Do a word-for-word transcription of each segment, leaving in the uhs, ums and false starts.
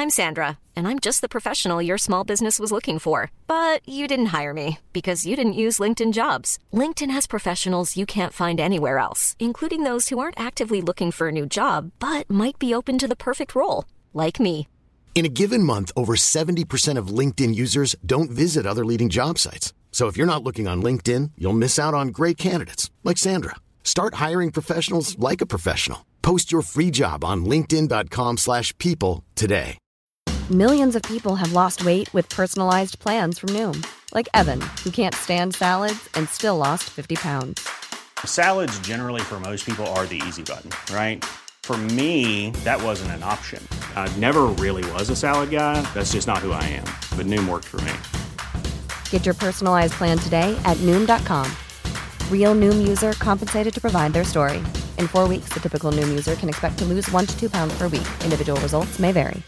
I'm Sandra, and I'm just the professional your small business was looking for. But you didn't hire me because you didn't use LinkedIn Jobs. LinkedIn has professionals you can't find anywhere else, including those who aren't actively looking for a new job, but might be open to the perfect role, like me. In a given month, over seventy percent of LinkedIn users don't visit other leading job sites. So if you're not looking on LinkedIn, you'll miss out on great candidates like Sandra. Start hiring professionals like a professional. Post your free job on linkedin.com slash people today. Millions of people have lost weight with personalized plans from Noom. Like Evan, who can't stand salads and still lost fifty pounds. Salads generally for most people are the easy button, right? For me, that wasn't an option. I never really was a salad guy. That's just not who I am. But Noom worked for me. Get your personalized plan today at Noom dot com. Real Noom user compensated to provide their story. In four weeks, the typical Noom user can expect to lose one to two pounds per week. Individual results may vary.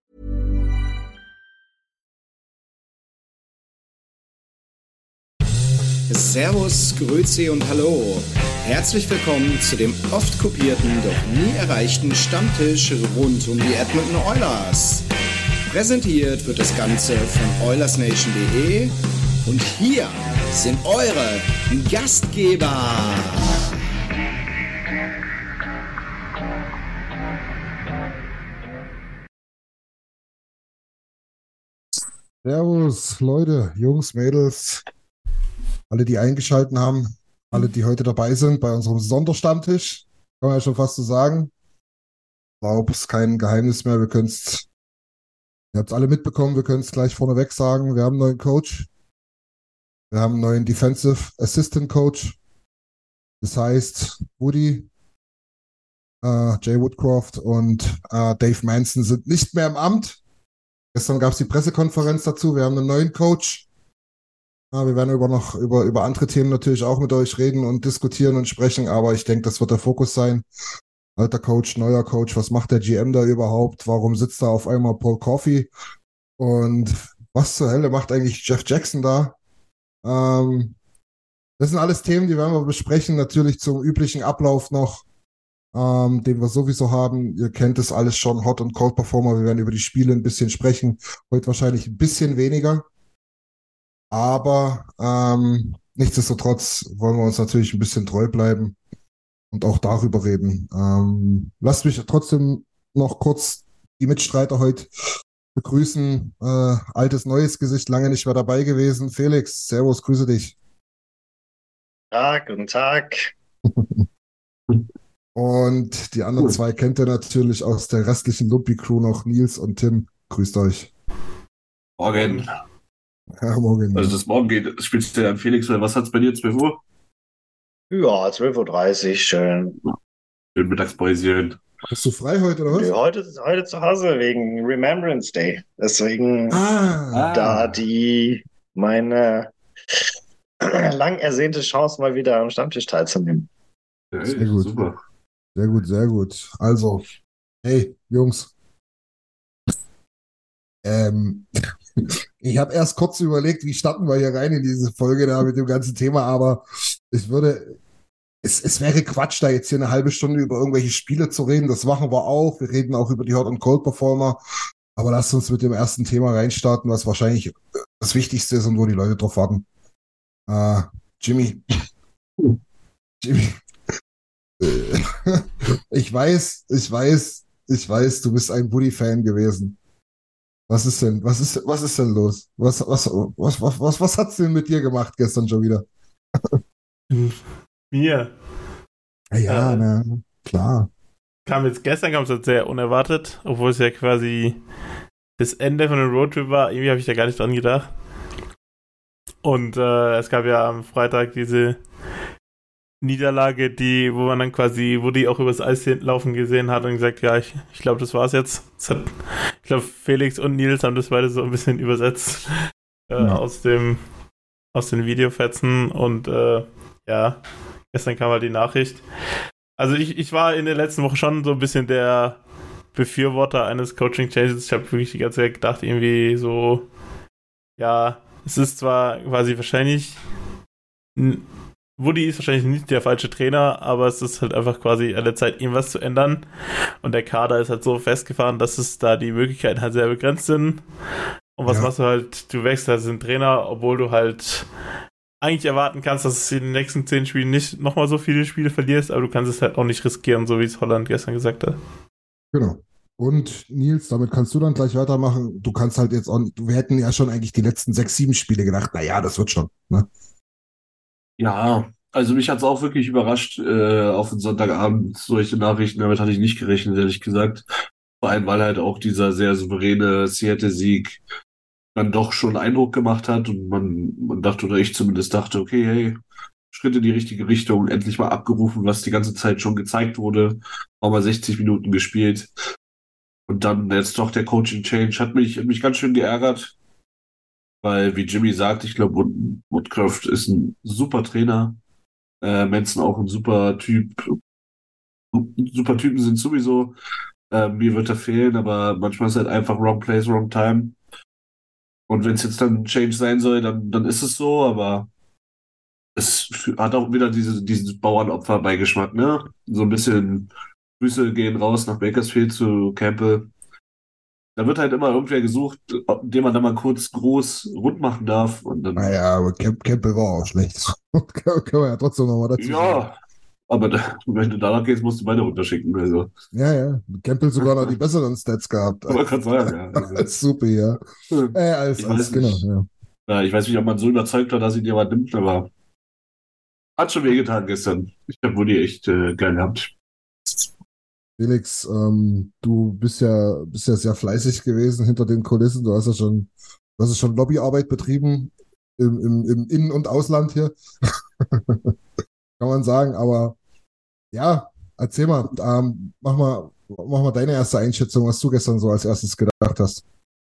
Servus, Grüezi und Hallo. Herzlich willkommen zu dem oft kopierten, doch nie erreichten Stammtisch rund um die Edmonton Oilers. Präsentiert wird das Ganze von Oilers Nation punkt de und hier sind eure Gastgeber. Servus, Leute, Jungs, Mädels, alle, die eingeschaltet haben, alle, die heute dabei sind bei unserem Sonderstammtisch, kann man ja schon fast so sagen. Ich glaube, es ist kein Geheimnis mehr. Wir können es, ihr habt es alle mitbekommen, wir können es gleich vorneweg sagen. Wir haben einen neuen Coach. Wir haben einen neuen Defensive Assistant Coach. Das heißt, Woody, äh, Jay Woodcroft und äh, Dave Manson sind nicht mehr im Amt. Gestern gab es die Pressekonferenz dazu. Wir haben einen neuen Coach. Ja, wir werden über noch über, über andere Themen natürlich auch mit euch reden und diskutieren und sprechen, aber ich denke, das wird der Fokus sein. Alter Coach, neuer Coach, was macht der G M da überhaupt? Warum sitzt da auf einmal Paul Coffey? Und was zur Hölle macht eigentlich Jeff Jackson da? Ähm, das sind alles Themen, die werden wir besprechen, natürlich zum üblichen Ablauf noch, ähm, den wir sowieso haben. Ihr kennt es alles schon, Hot und Cold Performer. Wir werden über die Spiele ein bisschen sprechen, heute wahrscheinlich ein bisschen weniger. Aber ähm, nichtsdestotrotz wollen wir uns natürlich ein bisschen treu bleiben und auch darüber reden. Ähm, lasst mich trotzdem noch kurz die Mitstreiter heute begrüßen. Äh, altes, neues Gesicht, lange nicht mehr dabei gewesen. Felix, servus, grüße dich. Ja, guten Tag. Und die anderen zwei kennt ihr natürlich aus der restlichen Lumpi-Crew noch. Nils und Tim, grüßt euch. Morgen. Ja, morgen. Also das Morgen geht, spielst du ja an Felix, oder was hat's bei dir, zwölf Uhr? Ja, zwölf Uhr dreißig, schön. Schön Mittagspäuschen. Bist du frei heute, oder was? Nee, heute, heute zu Hause wegen Remembrance Day. Deswegen Ah. da die meine lang ersehnte Chance, mal wieder am Stammtisch teilzunehmen. Ja, Sehr gut. Super. Sehr gut, sehr gut. Also, hey, Jungs. Ähm, ich habe erst kurz überlegt, wie starten wir hier rein in diese Folge da mit dem ganzen Thema, aber ich würde, es, es wäre Quatsch, da jetzt hier eine halbe Stunde über irgendwelche Spiele zu reden. Das machen wir auch. Wir reden auch über die Hot und Cold Performer. Aber lasst uns mit dem ersten Thema reinstarten, was wahrscheinlich das Wichtigste ist und wo die Leute drauf warten. Äh, Jimmy. Jimmy. Ich weiß, ich weiß, ich weiß, du bist ein Woody-Fan gewesen. Was ist denn, was ist, was ist denn los? Was, was, was, was, was, was hat's denn mit dir gemacht gestern schon wieder? Mir? Ja, äh, na, klar. Kam jetzt gestern, kam es jetzt sehr unerwartet, obwohl es ja quasi das Ende von dem Roadtrip war. Irgendwie habe ich da gar nicht dran gedacht. Und äh, es gab ja am Freitag diese Niederlage, die, wo man dann quasi Woody auch übers Eis laufen gesehen hat und gesagt, ja, ich, ich glaube, das war's jetzt. Das hat, ich glaube, Felix und Nils haben das beide so ein bisschen übersetzt äh, ja. aus dem aus den Videofetzen und äh, ja, gestern kam halt die Nachricht. Also ich, ich war in der letzten Woche schon so ein bisschen der Befürworter eines Coaching-Changes. Ich habe wirklich die ganze Zeit gedacht, irgendwie so, ja, es ist zwar quasi wahrscheinlich n- Woody ist wahrscheinlich nicht der falsche Trainer, aber es ist halt einfach quasi alle Zeit, irgendwas zu ändern. Und der Kader ist halt so festgefahren, dass es da die Möglichkeiten halt sehr begrenzt sind. Und was Ja. machst du halt? Du wechselst halt den Trainer, obwohl du halt eigentlich erwarten kannst, dass du in den nächsten zehn Spielen nicht nochmal so viele Spiele verlierst, aber du kannst es halt auch nicht riskieren, so wie es Holland gestern gesagt hat. Genau. Und Nils, damit kannst du dann gleich weitermachen. Du kannst halt jetzt auch, wir hätten ja schon eigentlich die letzten sechs, sieben Spiele gedacht, naja, das wird schon. Ne? Ja, also mich hat es auch wirklich überrascht, äh, auf den Sonntagabend solche Nachrichten, damit hatte ich nicht gerechnet, ehrlich gesagt. Vor allem, weil halt auch dieser sehr souveräne Seattle-Sieg dann doch schon Eindruck gemacht hat und man, man dachte, oder ich zumindest dachte, okay, hey, Schritt in die richtige Richtung, endlich mal abgerufen, was die ganze Zeit schon gezeigt wurde, auch mal sechzig Minuten gespielt. Und dann jetzt doch der Coaching-Change hat mich, hat mich ganz schön geärgert, weil, wie Jimmy sagt, ich glaube, Wood- Woodcraft ist ein super Trainer. Äh, Manson auch ein super Typ. Super Typen sind sowieso. Äh, mir wird er fehlen, aber manchmal ist halt einfach wrong place, wrong time. Und wenn es jetzt dann ein Change sein soll, dann, dann ist es so, aber es f- hat auch wieder diese, diesen Bauernopfer-Beigeschmack, ne? So ein bisschen Grüße gehen raus nach Bakersfield zu Campbell. Da wird halt immer irgendwer gesucht, den man dann mal kurz groß rund machen darf. Und dann, Naja, aber Camp Campbell war auch schlecht. Kann kann man ja trotzdem nochmal dazu sagen. ja, aber da, wenn du danach gehst, musst du beide runterschicken. Also, Ja, ja. Campbell sogar noch die besseren Stats gehabt. kann man gerade sagen, ja. Also, Als Super, ja. Äh, als, ich als, weiß genau, nicht. ja. Ja, ich weiß nicht, ob man so überzeugt war, dass ihn jemand nimmt, aber hat schon wehgetan gestern. Ich habe Woody echt äh, geil gehabt. Felix, ähm, du bist ja, bist ja sehr fleißig gewesen hinter den Kulissen. Du hast ja schon, du hast ja schon Lobbyarbeit betrieben im, im, im In- und Ausland hier. Kann man sagen, aber ja, erzähl mal, ähm, mach mal, mach mal deine erste Einschätzung, was du gestern so als erstes gedacht hast.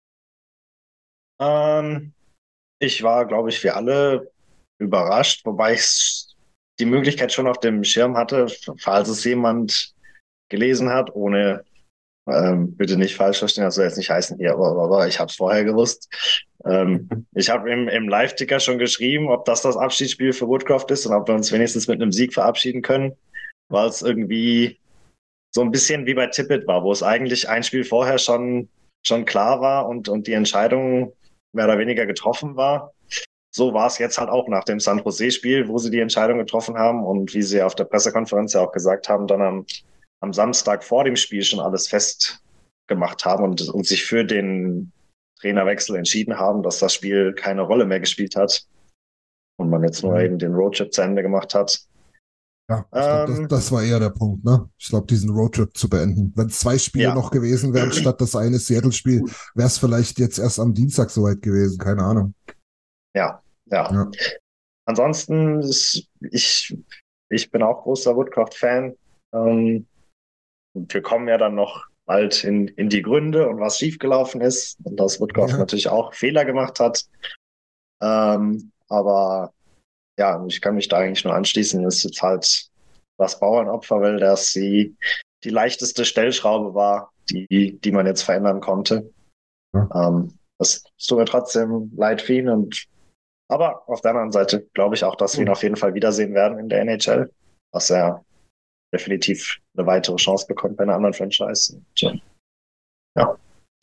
Ähm, ich war, glaube ich, wir alle überrascht, wobei ich die Möglichkeit schon auf dem Schirm hatte, falls es jemand gelesen hat, ohne, ähm, bitte nicht falsch verstehen, das soll jetzt nicht heißen hier, aber, aber ich habe es vorher gewusst. Ähm, ich habe im, im Live-Ticker schon geschrieben, ob das das Abschiedsspiel für Woodcraft ist und ob wir uns wenigstens mit einem Sieg verabschieden können, weil es irgendwie so ein bisschen wie bei Tippett war, wo es eigentlich ein Spiel vorher schon, schon klar war und, und die Entscheidung mehr oder weniger getroffen war. So war es jetzt halt auch nach dem San Jose-Spiel, wo sie die Entscheidung getroffen haben und wie sie auf der Pressekonferenz ja auch gesagt haben, dann am, am Samstag vor dem Spiel schon alles festgemacht haben und, und sich für den Trainerwechsel entschieden haben, dass das Spiel keine Rolle mehr gespielt hat und man jetzt nur Mhm. eben den Roadtrip zu Ende gemacht hat. Ja, ich glaube, das, Ähm, das war eher der Punkt, ne? Ich glaube, diesen Roadtrip zu beenden. Wenn es zwei Spiele Ja. noch gewesen wären, statt das eine Seattle-Spiel, wäre es vielleicht jetzt erst am Dienstag soweit gewesen. Keine Ahnung. Ja, ja. Ja. Ansonsten ist, ich, ich bin auch großer Woodcraft-Fan. Ähm, wir kommen ja dann noch bald in, in die Gründe und was schiefgelaufen ist und dass Woodcraft Ja. natürlich auch Fehler gemacht hat. Ähm, aber ja, ich kann mich da eigentlich nur anschließen. Es ist jetzt halt das Bauernopfer, weil das die, die leichteste Stellschraube war, die, die man jetzt verändern konnte. Ja. Ähm, das tut mir trotzdem leid für ihn. Und, aber auf der anderen Seite glaube ich auch, dass wir ihn auf jeden Fall wiedersehen werden in der N H L, dass er definitiv eine weitere Chance bekommt bei einer anderen Franchise. Und, ja.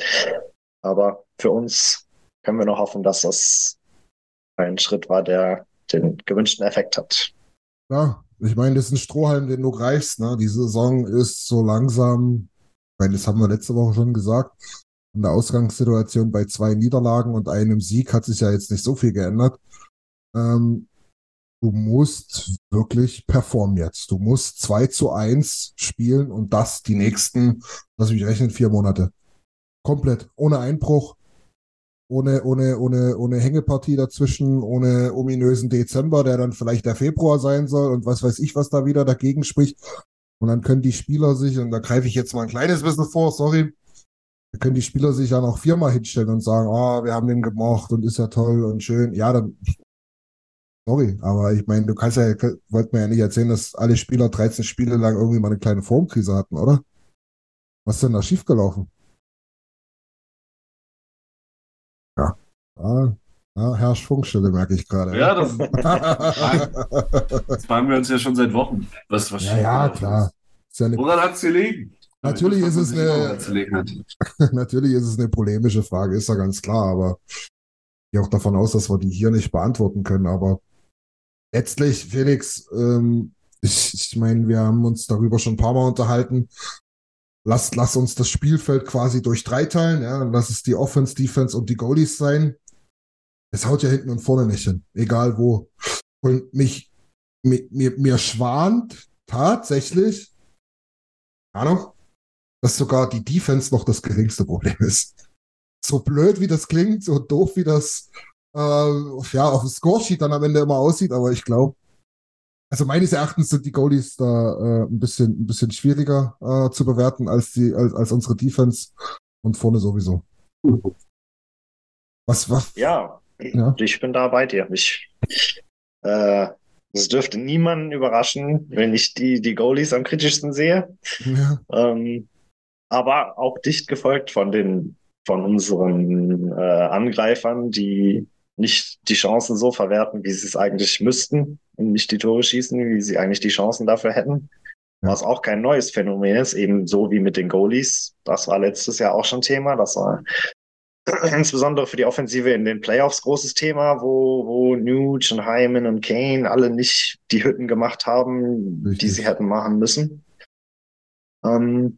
Aber für uns können wir noch hoffen, dass das ein Schritt war, der den gewünschten Effekt hat. Ja, ich meine, das ist ein Strohhalm, den du greifst, ne? Die Saison ist so langsam, ich meine, das haben wir letzte Woche schon gesagt, in der Ausgangssituation bei zwei Niederlagen und einem Sieg hat sich ja jetzt nicht so viel geändert. Ähm, du musst wirklich performen jetzt. Du musst zwei zu eins spielen und das die nächsten, lass mich rechnen, vier Monate. Komplett, ohne Einbruch, ohne, ohne, ohne, ohne Hängepartie dazwischen, ohne ominösen Dezember, der dann vielleicht der Februar sein soll und was weiß ich, was da wieder dagegen spricht. Und dann können die Spieler sich, und da greife ich jetzt mal ein kleines bisschen vor, sorry, da können die Spieler sich ja noch viermal hinstellen und sagen, ah, wir haben den gemocht und ist ja toll und schön. Ja, dann, sorry, aber ich meine, du kannst ja, wollt mir ja nicht erzählen, dass alle Spieler dreizehn Spiele lang irgendwie mal eine kleine Formkrise hatten, oder? Was ist denn da schiefgelaufen? Ja. Ah, Ja, herrscht Funkstille, merke ich gerade. Ja, das, das fragen wir uns ja schon seit Wochen. Was, was Ja, ja, klar. Ist ja eine, Woran hat es gelegen? natürlich ist es eine, eine... natürlich ist es eine polemische Frage, ist ja ganz klar, aber ich gehe auch davon aus, dass wir die hier nicht beantworten können. Aber letztlich, Felix, ähm, ich, ich meine, wir haben uns darüber schon ein paar Mal unterhalten. Lass, lass uns das Spielfeld quasi durch drei teilen. Ja? Lass es die Offense, Defense und die Goalies sein. Es haut ja hinten und vorne nicht hin, egal wo. Und mich, mir, mir, mir schwant tatsächlich, Ahnung, dass sogar die Defense noch das geringste Problem ist. So blöd wie das klingt, so doof wie das äh, ja, auf dem Scoresheet dann am Ende immer aussieht, aber ich glaube, also meines Erachtens sind die Goalies da äh, ein bisschen, ein bisschen schwieriger äh, zu bewerten als die, als, als unsere Defense und vorne sowieso. Was, was? Ja, Ja. ich bin da bei dir. Ich, äh, es dürfte niemanden überraschen, wenn ich die, die Goalies am kritischsten sehe. Ja. Ähm, aber auch dicht gefolgt von den, von unseren äh, Angreifern, die nicht die Chancen so verwerten, wie sie es eigentlich müssten und nicht die Tore schießen, wie sie eigentlich die Chancen dafür hätten. Ja. Was auch kein neues Phänomen ist, eben so wie mit den Goalies. Das war letztes Jahr auch schon Thema. Das war insbesondere für die Offensive in den Playoffs großes Thema, wo, wo Nuge und Hyman und Kane alle nicht die Hütten gemacht haben, Richtig. die sie hätten machen müssen. Ähm,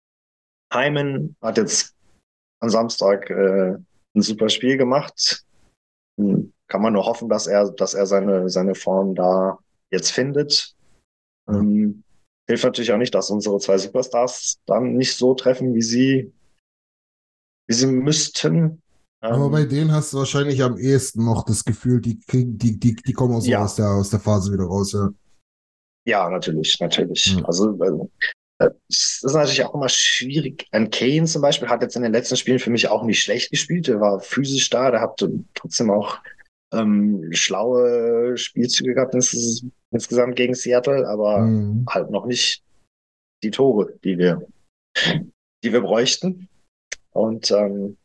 Hyman hat jetzt am Samstag äh, ein super Spiel gemacht. Kann man nur hoffen, dass er, dass er seine, seine Form da jetzt findet. Ja. Ähm, hilft natürlich auch nicht, dass unsere zwei Superstars dann nicht so treffen, wie sie, wie sie müssten. Aber Ähm, bei denen hast du wahrscheinlich am ehesten noch das Gefühl, die kriegen, die, die, die kommen auch so Ja. aus der, aus der Phase wieder raus, ja. Ja, natürlich, natürlich. Mhm. Also äh, es ist natürlich auch immer schwierig. Ein Kane zum Beispiel hat jetzt in den letzten Spielen für mich auch nicht schlecht gespielt. Der war physisch da, der hat trotzdem auch ähm, schlaue Spielzüge gehabt ins, insgesamt gegen Seattle, aber Mhm. halt noch nicht die Tore, die wir, die wir bräuchten. Und ähm,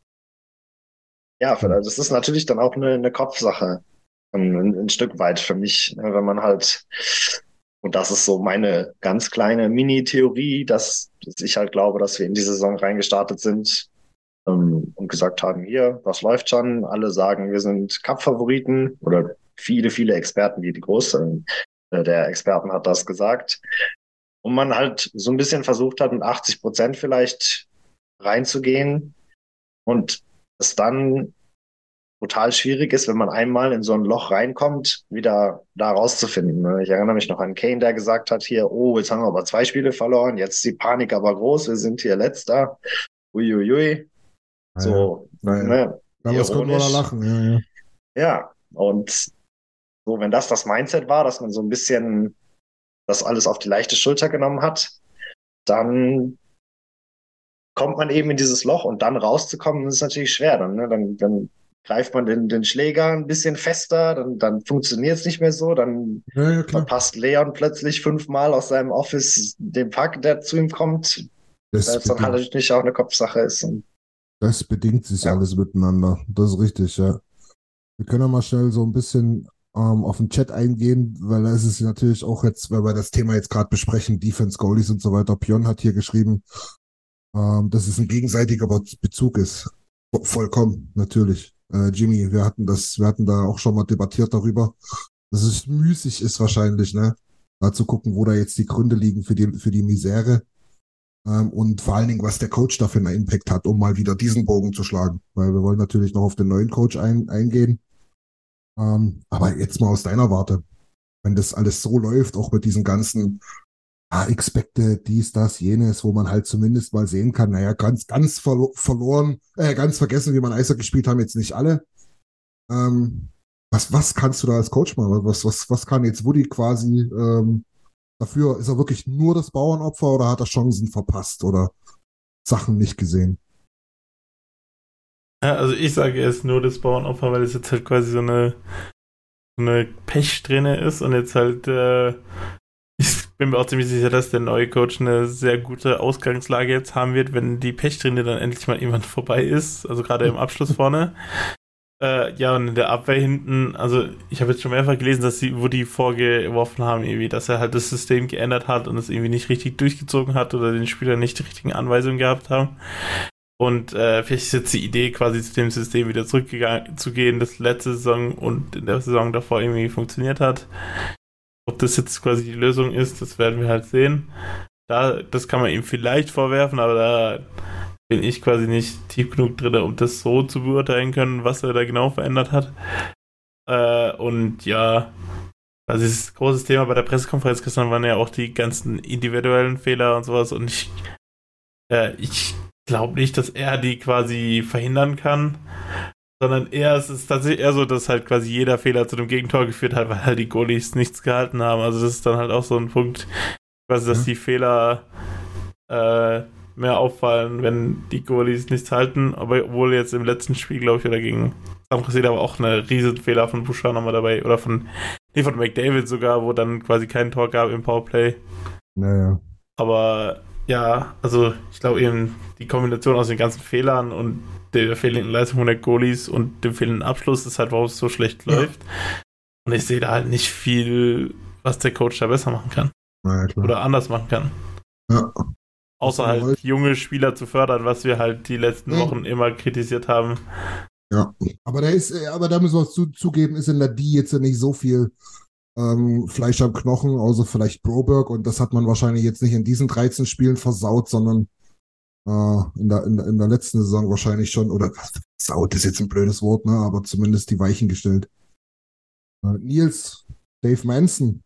ja, für, das ist natürlich dann auch eine, eine Kopfsache, ein, ein, ein Stück weit für mich, ne, wenn man halt, und das ist so meine ganz kleine Mini-Theorie, dass, dass ich halt glaube, dass wir in die Saison reingestartet sind ähm, und gesagt haben, hier, das läuft schon, alle sagen, wir sind Cup-Favoriten oder viele, viele Experten, die die große, äh, der Experten hat das gesagt. Und man halt so ein bisschen versucht hat, mit achtzig Prozent vielleicht reinzugehen und es dann total schwierig ist, wenn man einmal in so ein Loch reinkommt, wieder da rauszufinden. Ich erinnere mich noch an Kane, der gesagt hat hier, oh, jetzt haben wir aber zwei Spiele verloren, jetzt ist die Panik aber groß, wir sind hier Letzter. Uiuiui. So, Naja. ne, Ja, was können wir da ironisch. lachen? Ja, ja. Ja, und so, wenn das das Mindset war, dass man so ein bisschen das alles auf die leichte Schulter genommen hat, dann kommt man eben in dieses Loch und dann rauszukommen, ist natürlich schwer. Dann, ne? dann, dann greift man den, den Schläger ein bisschen fester, dann, dann funktioniert es nicht mehr so, dann Ja, ja, klar. verpasst Leon plötzlich fünfmal aus seinem Office den Puck, der zu ihm kommt, Das weil es dann halt bedingt, natürlich auch eine Kopfsache ist. Und das bedingt sich Ja. alles miteinander. Das ist richtig, ja. Wir können ja mal schnell so ein bisschen ähm, auf den Chat eingehen, weil da ist es natürlich auch jetzt, weil wir das Thema jetzt gerade besprechen, Defense, Goalies und so weiter. Pion hat hier geschrieben, ähm, dass es ein gegenseitiger Bezug ist. Vo- Vollkommen, natürlich. Äh, Jimmy, wir hatten das, wir hatten da auch schon mal debattiert darüber, dass es müßig ist wahrscheinlich, ne? Da zu gucken, wo da jetzt die Gründe liegen für die, für die Misere. Ähm, und vor allen Dingen, was der Coach dafür einen Impact hat, um mal wieder diesen Bogen zu schlagen. Weil wir wollen natürlich noch auf den neuen Coach ein, eingehen. Ähm, aber jetzt mal aus deiner Warte, wenn das alles so läuft, auch mit diesen ganzen ah, Expected, dies, das, jenes, wo man halt zumindest mal sehen kann, naja, ganz, ganz verlo verloren, äh, ganz vergessen, wie man Eishockey gespielt haben, jetzt nicht alle. Ähm, was, was kannst du da als Coach machen? Was, was, was kann jetzt Woody quasi ähm, dafür? Ist er wirklich nur das Bauernopfer oder hat er Chancen verpasst oder Sachen nicht gesehen? Ja, also ich sage, er ist nur das Bauernopfer, weil es jetzt halt quasi so eine, so eine Pechsträhne ist und jetzt halt, äh, ich bin mir auch ziemlich sicher, dass der neue Coach eine sehr gute Ausgangslage jetzt haben wird, wenn die Pechsträhne dann endlich mal irgendwann vorbei ist, also gerade im Abschluss vorne. Äh, ja, und in der Abwehr hinten, also ich habe jetzt schon mehrfach gelesen, dass sie, wo die vorgeworfen haben, irgendwie, dass er halt das System geändert hat und es irgendwie nicht richtig durchgezogen hat oder den Spieler nicht die richtigen Anweisungen gehabt haben. Und äh, vielleicht ist jetzt die Idee, quasi zu dem System wieder zurückzugehen, das letzte Saison und in der Saison davor irgendwie funktioniert hat. Ob das jetzt quasi die Lösung ist, das werden wir halt sehen. Da, das kann man ihm vielleicht vorwerfen, aber da bin ich quasi nicht tief genug drin, um das so zu beurteilen können, was er da genau verändert hat. Äh, und ja, also das große Thema bei der Pressekonferenz gestern waren ja auch die ganzen individuellen Fehler und sowas und ich, äh, ich glaube nicht, dass er die quasi verhindern kann, sondern eher es ist tatsächlich eher so, dass halt quasi jeder Fehler zu dem Gegentor geführt hat, weil halt die Goalies nichts gehalten haben. Also das ist dann halt auch so ein Punkt, quasi, dass die Fehler äh, mehr auffallen, wenn die Goalies nichts halten. Aber obwohl jetzt im letzten Spiel, glaube ich, oder gegen San Jose, da war auch eine riesen Fehler von Bouchard nochmal dabei. Oder von, nee, von McDavid sogar, wo dann quasi kein Tor gab im Powerplay. Naja. Aber ja, also ich glaube eben, die Kombination aus den ganzen Fehlern und der fehlenden Leistung von der Goalies und dem fehlenden Abschluss ist halt, warum es so schlecht ja. läuft. Und ich sehe da halt nicht viel, was der Coach da besser machen kann. Ja, klar. Oder anders machen kann. Ja. Außer halt halt junge Spieler zu fördern, was wir halt die letzten Wochen mhm. immer kritisiert haben. Ja, aber da ist, aber da müssen wir zu, zugeben, ist in der D jetzt nicht so viel ähm, Fleisch am Knochen, außer vielleicht Broberg, und das hat man wahrscheinlich jetzt nicht in diesen dreizehn Spielen versaut, sondern äh, in, der, in, der, in der letzten Saison wahrscheinlich schon, oder versaut ist jetzt ein blödes Wort, ne, aber zumindest die Weichen gestellt. Äh, Nils, Dave Manson.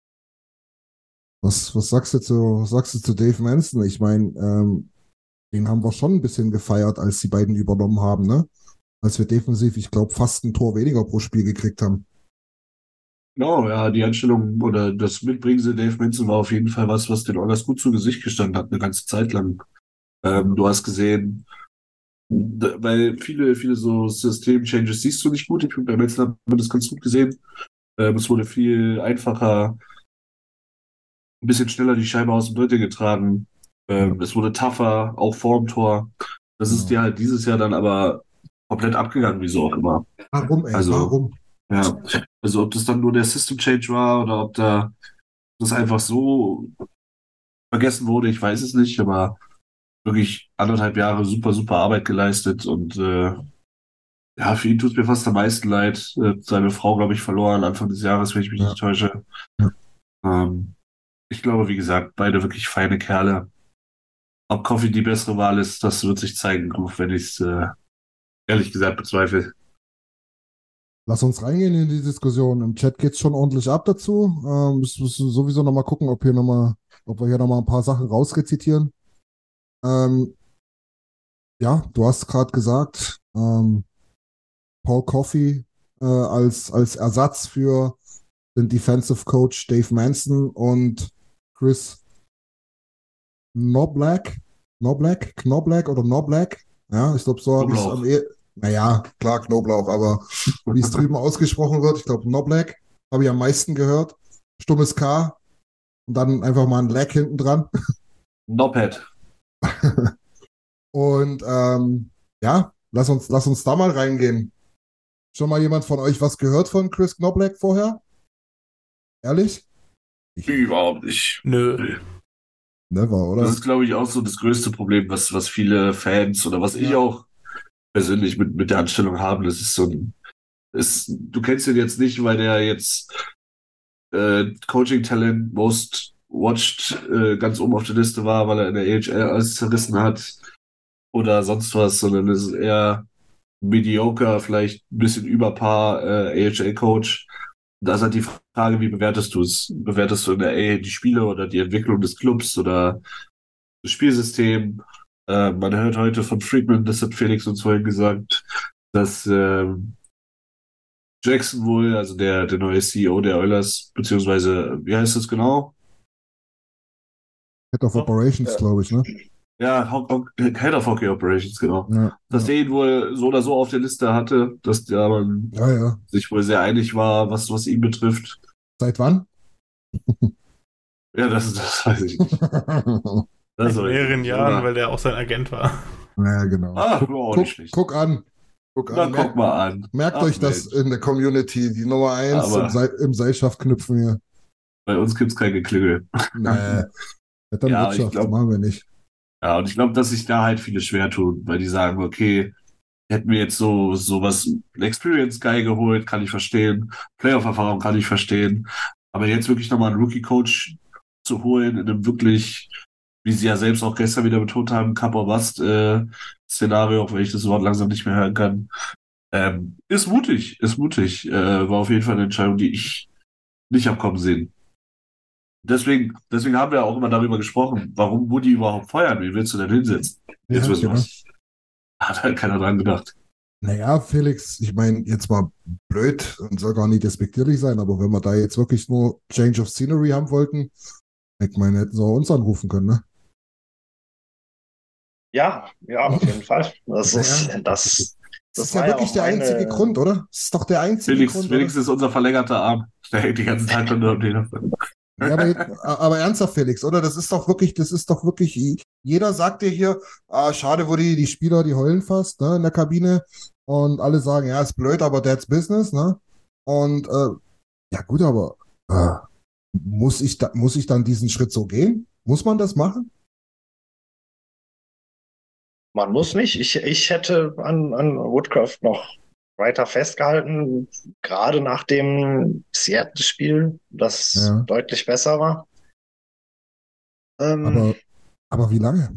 Was, was sagst du zu, was sagst du zu Dave Manson? Ich meine, ähm, den haben wir schon ein bisschen gefeiert, als die beiden übernommen haben, ne? Als wir defensiv, ich glaube, fast ein Tor weniger pro Spiel gekriegt haben. Genau, ja, die Einstellung oder das Mitbringsel Dave Manson war auf jeden Fall was, was den Oilers gut zu Gesicht gestanden hat, eine ganze Zeit lang. Ähm, du hast gesehen, da, weil viele, viele so System-Changes siehst du nicht gut. Ich finde, bei Manson hat man das ganz gut gesehen. Ähm, es wurde viel einfacher, ein bisschen schneller die Scheibe aus dem Drittel getragen. Ähm, es wurde tougher, auch vorm Tor. Das ist dir halt dieses Jahr dann aber komplett abgegangen, wie so auch immer. Warum, ey? Also, Warum? Ja, also ob das dann nur der System Change war oder ob da das einfach so vergessen wurde, ich weiß es nicht, aber wirklich anderthalb Jahre super, super Arbeit geleistet und äh, ja, für ihn tut es mir fast am meisten leid. Äh, seine Frau, glaube ich, verloren Anfang des Jahres, wenn ich mich Ja. nicht täusche. Ja. Ähm, ich glaube, wie gesagt, beide wirklich feine Kerle. Ob Coffee die bessere Wahl ist, das wird sich zeigen, auch wenn ich es äh, ehrlich gesagt bezweifle. Lass uns reingehen in die Diskussion. Im Chat geht's schon ordentlich ab dazu. Ähm, müssen müssen sowieso nochmal gucken, ob hier noch mal, ob wir hier nochmal ein paar Sachen rausrezitieren. Ähm, ja, du hast gerade gesagt, ähm, Paul Coffey äh, als, als Ersatz für den Defensive Coach Dave Manson und Chris Knoblauch, Knoblauch, Knoblauch oder Knoblauch. Ja, ich glaube, so habe ich es am eh. Naja, klar, Knoblauch, aber wie es drüben ausgesprochen wird, ich glaube, Knoblauch habe ich am meisten gehört. Stummes K und dann einfach mal ein Lack hinten dran. Knobhead. Und ähm, ja, lass uns, lass uns da mal reingehen. Schon mal jemand von euch was gehört von Chris Knoblauch vorher? Ehrlich? Ich, Überhaupt nicht. Nö. Never, oder? Das ist, glaube ich, auch so das größte Problem, was, was viele Fans oder was ja. ich auch persönlich mit, mit der Anstellung habe. Das ist so ein, ist, du kennst ihn jetzt nicht, weil der jetzt äh, Coaching-Talent Most Watched äh, ganz oben auf der Liste war, weil er in der A H L alles zerrissen hat oder sonst was, sondern es ist eher mediocre, vielleicht ein bisschen über Par äh, A H L-Coach. Da ist halt die Frage, wie bewertest du es? Bewertest du in der A die Spiele oder die Entwicklung des Clubs oder das Spielsystem? Äh, man hört heute von Friedman, das hat Felix uns vorhin gesagt, dass äh, Jackson wohl, also der, der neue C E O der Oilers, beziehungsweise, wie heißt das genau? Head of Operations, ja. glaube ich, ne? Ja, Head of Hockey Operations, genau. Ja, dass ja. der ihn wohl so oder so auf der Liste hatte, dass der man ja, ja. sich wohl sehr einig war, was, was ihn betrifft. Seit wann? Ja, das, das weiß ich nicht. Das In mehreren Jahren, oder? Weil der auch sein Agent war. Ja, genau. Ah, guck, oh, guck, nicht guck an. Guck Na, an, guck merkt, mal an. merkt Ach, euch das Mensch. in der Community, die Nummer eins Aber- im, Seil, im Seilschaftknüpfen hier. Bei uns gibt's kein Geklingel. Nee, dann Ja, ich Wirtschaft, glaub- machen wir nicht. Ja, und ich glaube, dass sich da halt viele schwer tun, weil die sagen, okay, hätten wir jetzt so, so was, ein Experience Guy geholt, kann ich verstehen. Playoff-Erfahrung kann ich verstehen. Aber jetzt wirklich nochmal einen Rookie-Coach zu holen, in einem wirklich, wie sie ja selbst auch gestern wieder betont haben, Cup or Bust äh, Szenario, auch wenn ich das Wort langsam nicht mehr hören kann, ähm, ist mutig, ist mutig. Äh, war auf jeden Fall eine Entscheidung, die ich nicht hab kommen sehen. Deswegen, deswegen haben wir auch immer darüber gesprochen, warum Woody überhaupt feuern? Wie willst du denn hinsetzen? Jetzt Ja, wissen genau. wir's. Hat halt keiner dran gedacht. Naja, Felix, ich meine, jetzt mal blöd und soll gar nicht despektierlich sein, aber wenn wir da jetzt wirklich nur Change of Scenery haben wollten, ich meine, hätten sie auch uns anrufen können, ne? Ja, ja, auf jeden Fall. Das Ja. ist, das, Das das ist ja war ja wirklich auch der meine- einzige Grund, oder? Das ist doch der einzige Felix, Grund, Felix oder? ist unser verlängerter Arm. Der hängt die ganze Zeit nur um den. Ja, aber, aber ernsthaft, Felix, oder? Das ist doch wirklich, das ist doch wirklich, jeder sagt dir hier, ah, schade, wo die, die Spieler, die heulen fast, ne, in der Kabine. Und alle sagen, ja, ist blöd, aber that's business, ne? Und, äh, ja gut, aber, äh, muss ich da, muss ich dann diesen Schritt so gehen? Muss man das machen? Man muss nicht. Ich, ich hätte an, an Woodcraft noch weiter festgehalten, gerade nach dem Seattle-Spiel, das Ja. deutlich besser war. Ähm, Aber, aber wie lange?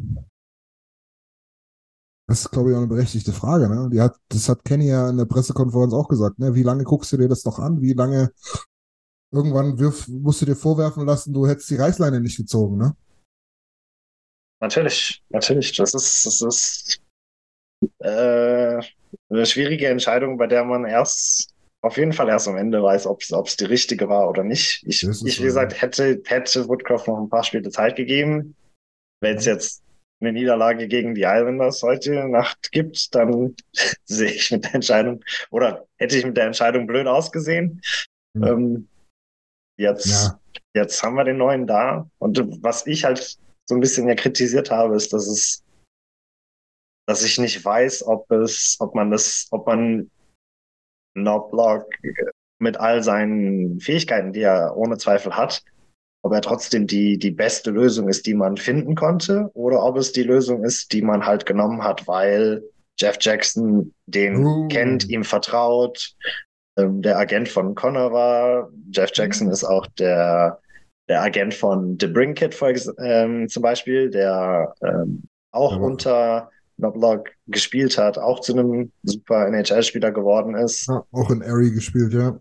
Das ist, glaube ich, auch eine berechtigte Frage, ne? Die hat, das hat Kenny ja in der Pressekonferenz auch gesagt, ne? Wie lange guckst du dir das noch an? Wie lange, irgendwann wirf, musst du dir vorwerfen lassen, du hättest die Reißleine nicht gezogen, ne? Natürlich, natürlich. Das ist, das ist äh, eine schwierige Entscheidung, bei der man erst auf jeden Fall erst am Ende weiß, ob es die richtige war oder nicht. Ich, Das ist ich so, wie gesagt, hätte, hätte Woodcraft noch ein paar Spiele Zeit gegeben. Wenn es jetzt eine Niederlage gegen die Islanders heute Nacht gibt, dann sehe ich mit der Entscheidung, oder hätte ich mit der Entscheidung blöd ausgesehen. Mhm. Ähm, jetzt, Ja. jetzt haben wir den neuen da. Und was ich halt so ein bisschen ja kritisiert habe, ist, dass es, dass ich nicht weiß, ob es, ob man das, ob man Knoblauch mit all seinen Fähigkeiten, die er ohne Zweifel hat, ob er trotzdem die, die beste Lösung ist, die man finden konnte, oder ob es die Lösung ist, die man halt genommen hat, weil Jeff Jackson den Oh. kennt, ihm vertraut, ähm, der Agent von Connor war. Jeff Jackson ist auch der, der Agent von DeBrincat for ex- ähm, zum Beispiel, der ähm, auch Aber- unter Knoblauch gespielt hat, auch zu einem super N H L-Spieler geworden ist. Ja, auch in Erie gespielt, ja.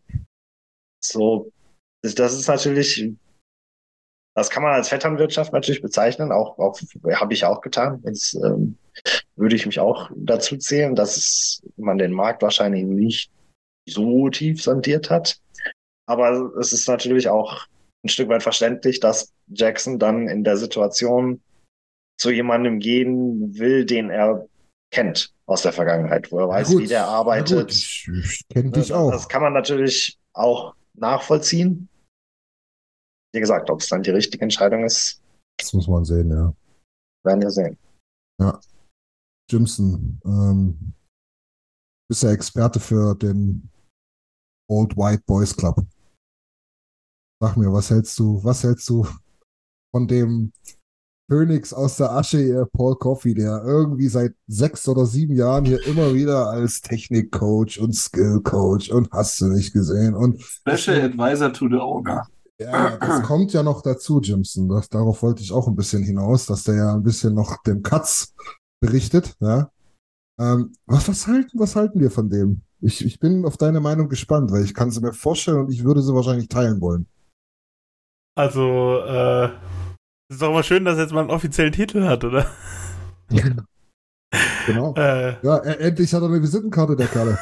So, das das ist natürlich, das kann man als Vetternwirtschaft natürlich bezeichnen, auch, auch habe ich auch getan. Jetzt ähm, würde ich mich auch dazu zählen, dass es, man den Markt wahrscheinlich nicht so tief sondiert hat. Aber es ist natürlich auch ein Stück weit verständlich, dass Jackson dann in der Situation zu jemandem gehen will, den er kennt aus der Vergangenheit, wo er weiß, Ja, gut. wie der Ja, arbeitet. gut, ich ich kenne Das, dich auch. das kann man natürlich auch nachvollziehen. Wie gesagt, ob es dann die richtige Entscheidung ist, Das muss man sehen, ja. werden wir sehen. Jimson, ähm, bist ja Experte für den Old White Boys Club. Sag mir, was hältst du, was hältst du von dem Phönix aus der Asche, hier, Paul Coffey, der irgendwie seit sechs oder sieben Jahren hier immer wieder als Technikcoach und Skillcoach und hast du nicht gesehen und Special Advisor to the Owner. ja, das kommt ja noch dazu, Jimson. Das, darauf wollte ich auch ein bisschen hinaus, dass der ja ein bisschen noch dem Katz berichtet. Ja. Ähm, was, was, halten, was halten wir von dem? Ich, ich bin auf deine Meinung gespannt, weil ich kann sie mir vorstellen und ich würde sie wahrscheinlich teilen wollen. Also, äh, es ist doch mal schön, dass er jetzt mal einen offiziellen Titel hat, oder? Genau. Äh, Ja, er, endlich hat er eine Visitenkarte, der Kerle.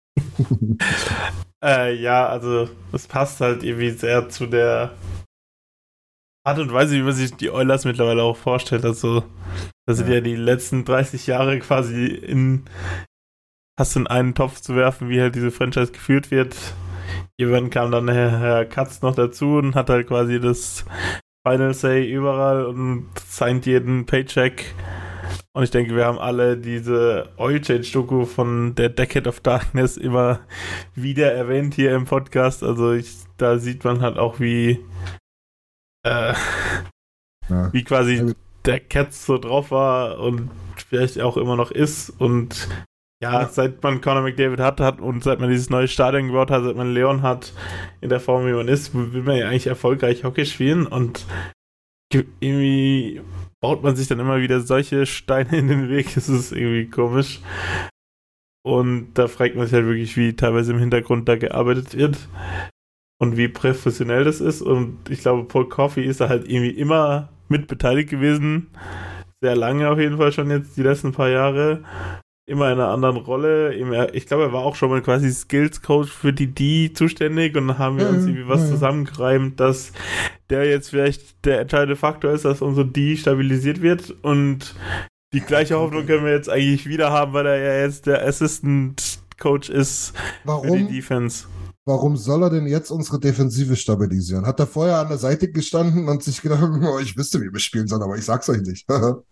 äh, ja, also, es passt halt irgendwie sehr zu der Art und Weise, wie man sich die Oilers mittlerweile auch vorstellt. Also, das sind Ja. ja die letzten dreißig Jahre quasi in fast in einen Topf zu werfen, wie halt diese Franchise geführt wird. Irgendwann kam dann Herr, Herr Katz noch dazu und hat halt quasi das Final Say überall und signed jeden Paycheck. Und ich denke, wir haben alle diese Oil Change-Doku von der Decade of Darkness immer wieder erwähnt hier im Podcast. Also ich, da sieht man halt auch, wie äh, ja. wie quasi der Cats so drauf war und vielleicht auch immer noch ist. Und ja, ja. seit man Conor McDavid hat, hat und seit man dieses neue Stadion gebaut hat, seit man Leon hat in der Form, wie man ist, will man ja eigentlich erfolgreich Hockey spielen. Und irgendwie baut man sich dann immer wieder solche Steine in den Weg. Das ist irgendwie komisch. Und da fragt man sich halt wirklich, wie teilweise im Hintergrund da gearbeitet wird und wie professionell das ist. Und ich glaube, Paul Coffey ist da halt irgendwie immer mit beteiligt gewesen. Sehr lange auf jeden Fall schon jetzt, die letzten paar Jahre. Immer in einer anderen Rolle. Ich glaube, er war auch schon mal quasi Skills-Coach für die D zuständig und dann haben wir uns irgendwie was zusammengereimt, dass der jetzt vielleicht der entscheidende Faktor ist, dass unsere D stabilisiert wird und die gleiche Hoffnung können wir jetzt eigentlich wieder haben, weil er ja jetzt der Assistant-Coach ist Warum? für die Defense. Warum soll er denn jetzt unsere Defensive stabilisieren? Hat er vorher an der Seite gestanden und sich gedacht, oh, ich wüsste, wie wir spielen sollen, aber ich sag's euch nicht.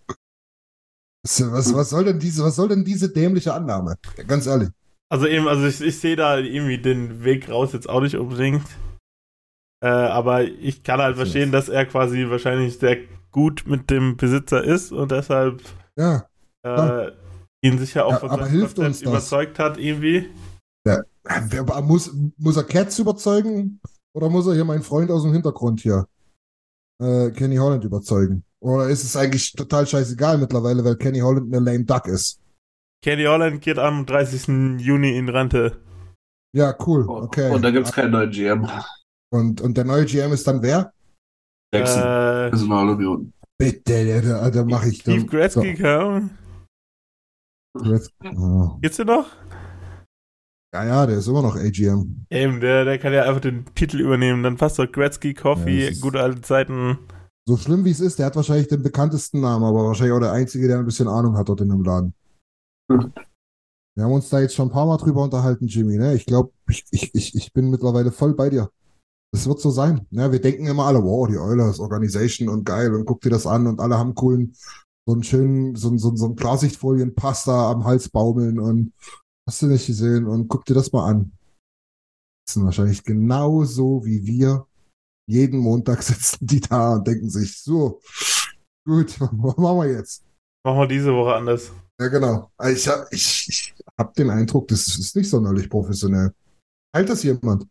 Was, was, soll denn diese, was soll denn diese dämliche Annahme? Ganz ehrlich. Also eben, also ich, ich sehe da irgendwie den Weg raus jetzt auch nicht unbedingt. Äh, aber ich kann halt verstehen, dass er quasi wahrscheinlich sehr gut mit dem Besitzer ist und deshalb ja, äh, ihn sicher auch ja, von aber seinem hilft Konzept uns das? überzeugt hat irgendwie. Ja. Muss, muss er Cats überzeugen oder muss er hier meinen Freund aus dem Hintergrund hier, äh, Kenny Holland, überzeugen? Oder ist es eigentlich total scheißegal mittlerweile, weil Kenny Holland eine lame duck ist? Kenny Holland geht am dreißigsten Juni in Rente. Ja, cool. Okay. Und da gibt es keinen neuen G M. Und, und der neue G M ist dann wer? Jackson. Äh, Personalunion. Bitte, da, da mache ich dann. Steve Gretzky, so. kam. Gretzky. Oh. Geht's dir noch? Ja, ja, der ist immer noch A G M. Eben, der, der kann ja einfach den Titel übernehmen. Dann passt doch Gretzky, Coffee, ja, gute alte Zeiten. So schlimm wie es ist, der hat wahrscheinlich den bekanntesten Namen, aber wahrscheinlich auch der Einzige, der ein bisschen Ahnung hat dort in dem Laden. Hm. Wir haben uns da jetzt schon ein paar Mal drüber unterhalten, Jimmy. Ne? Ich glaube, ich, ich, ich, ich bin mittlerweile voll bei dir. Das wird so sein. Ne? Wir denken immer alle, wow, die Oilers, Organisation und geil und guck dir das an und alle haben coolen, so einen schönen, so, so, so einen Klarsichtfolien-Pass da am Hals baumeln und hast du nicht gesehen und guck dir das mal an. Das sind wahrscheinlich genauso wie wir. Jeden Montag sitzen die da und denken sich, so, gut, was machen wir jetzt? Machen wir diese Woche anders. Ja, genau. Ich habe ich, ich hab den Eindruck, das ist nicht sonderlich professionell. Teilt das jemand?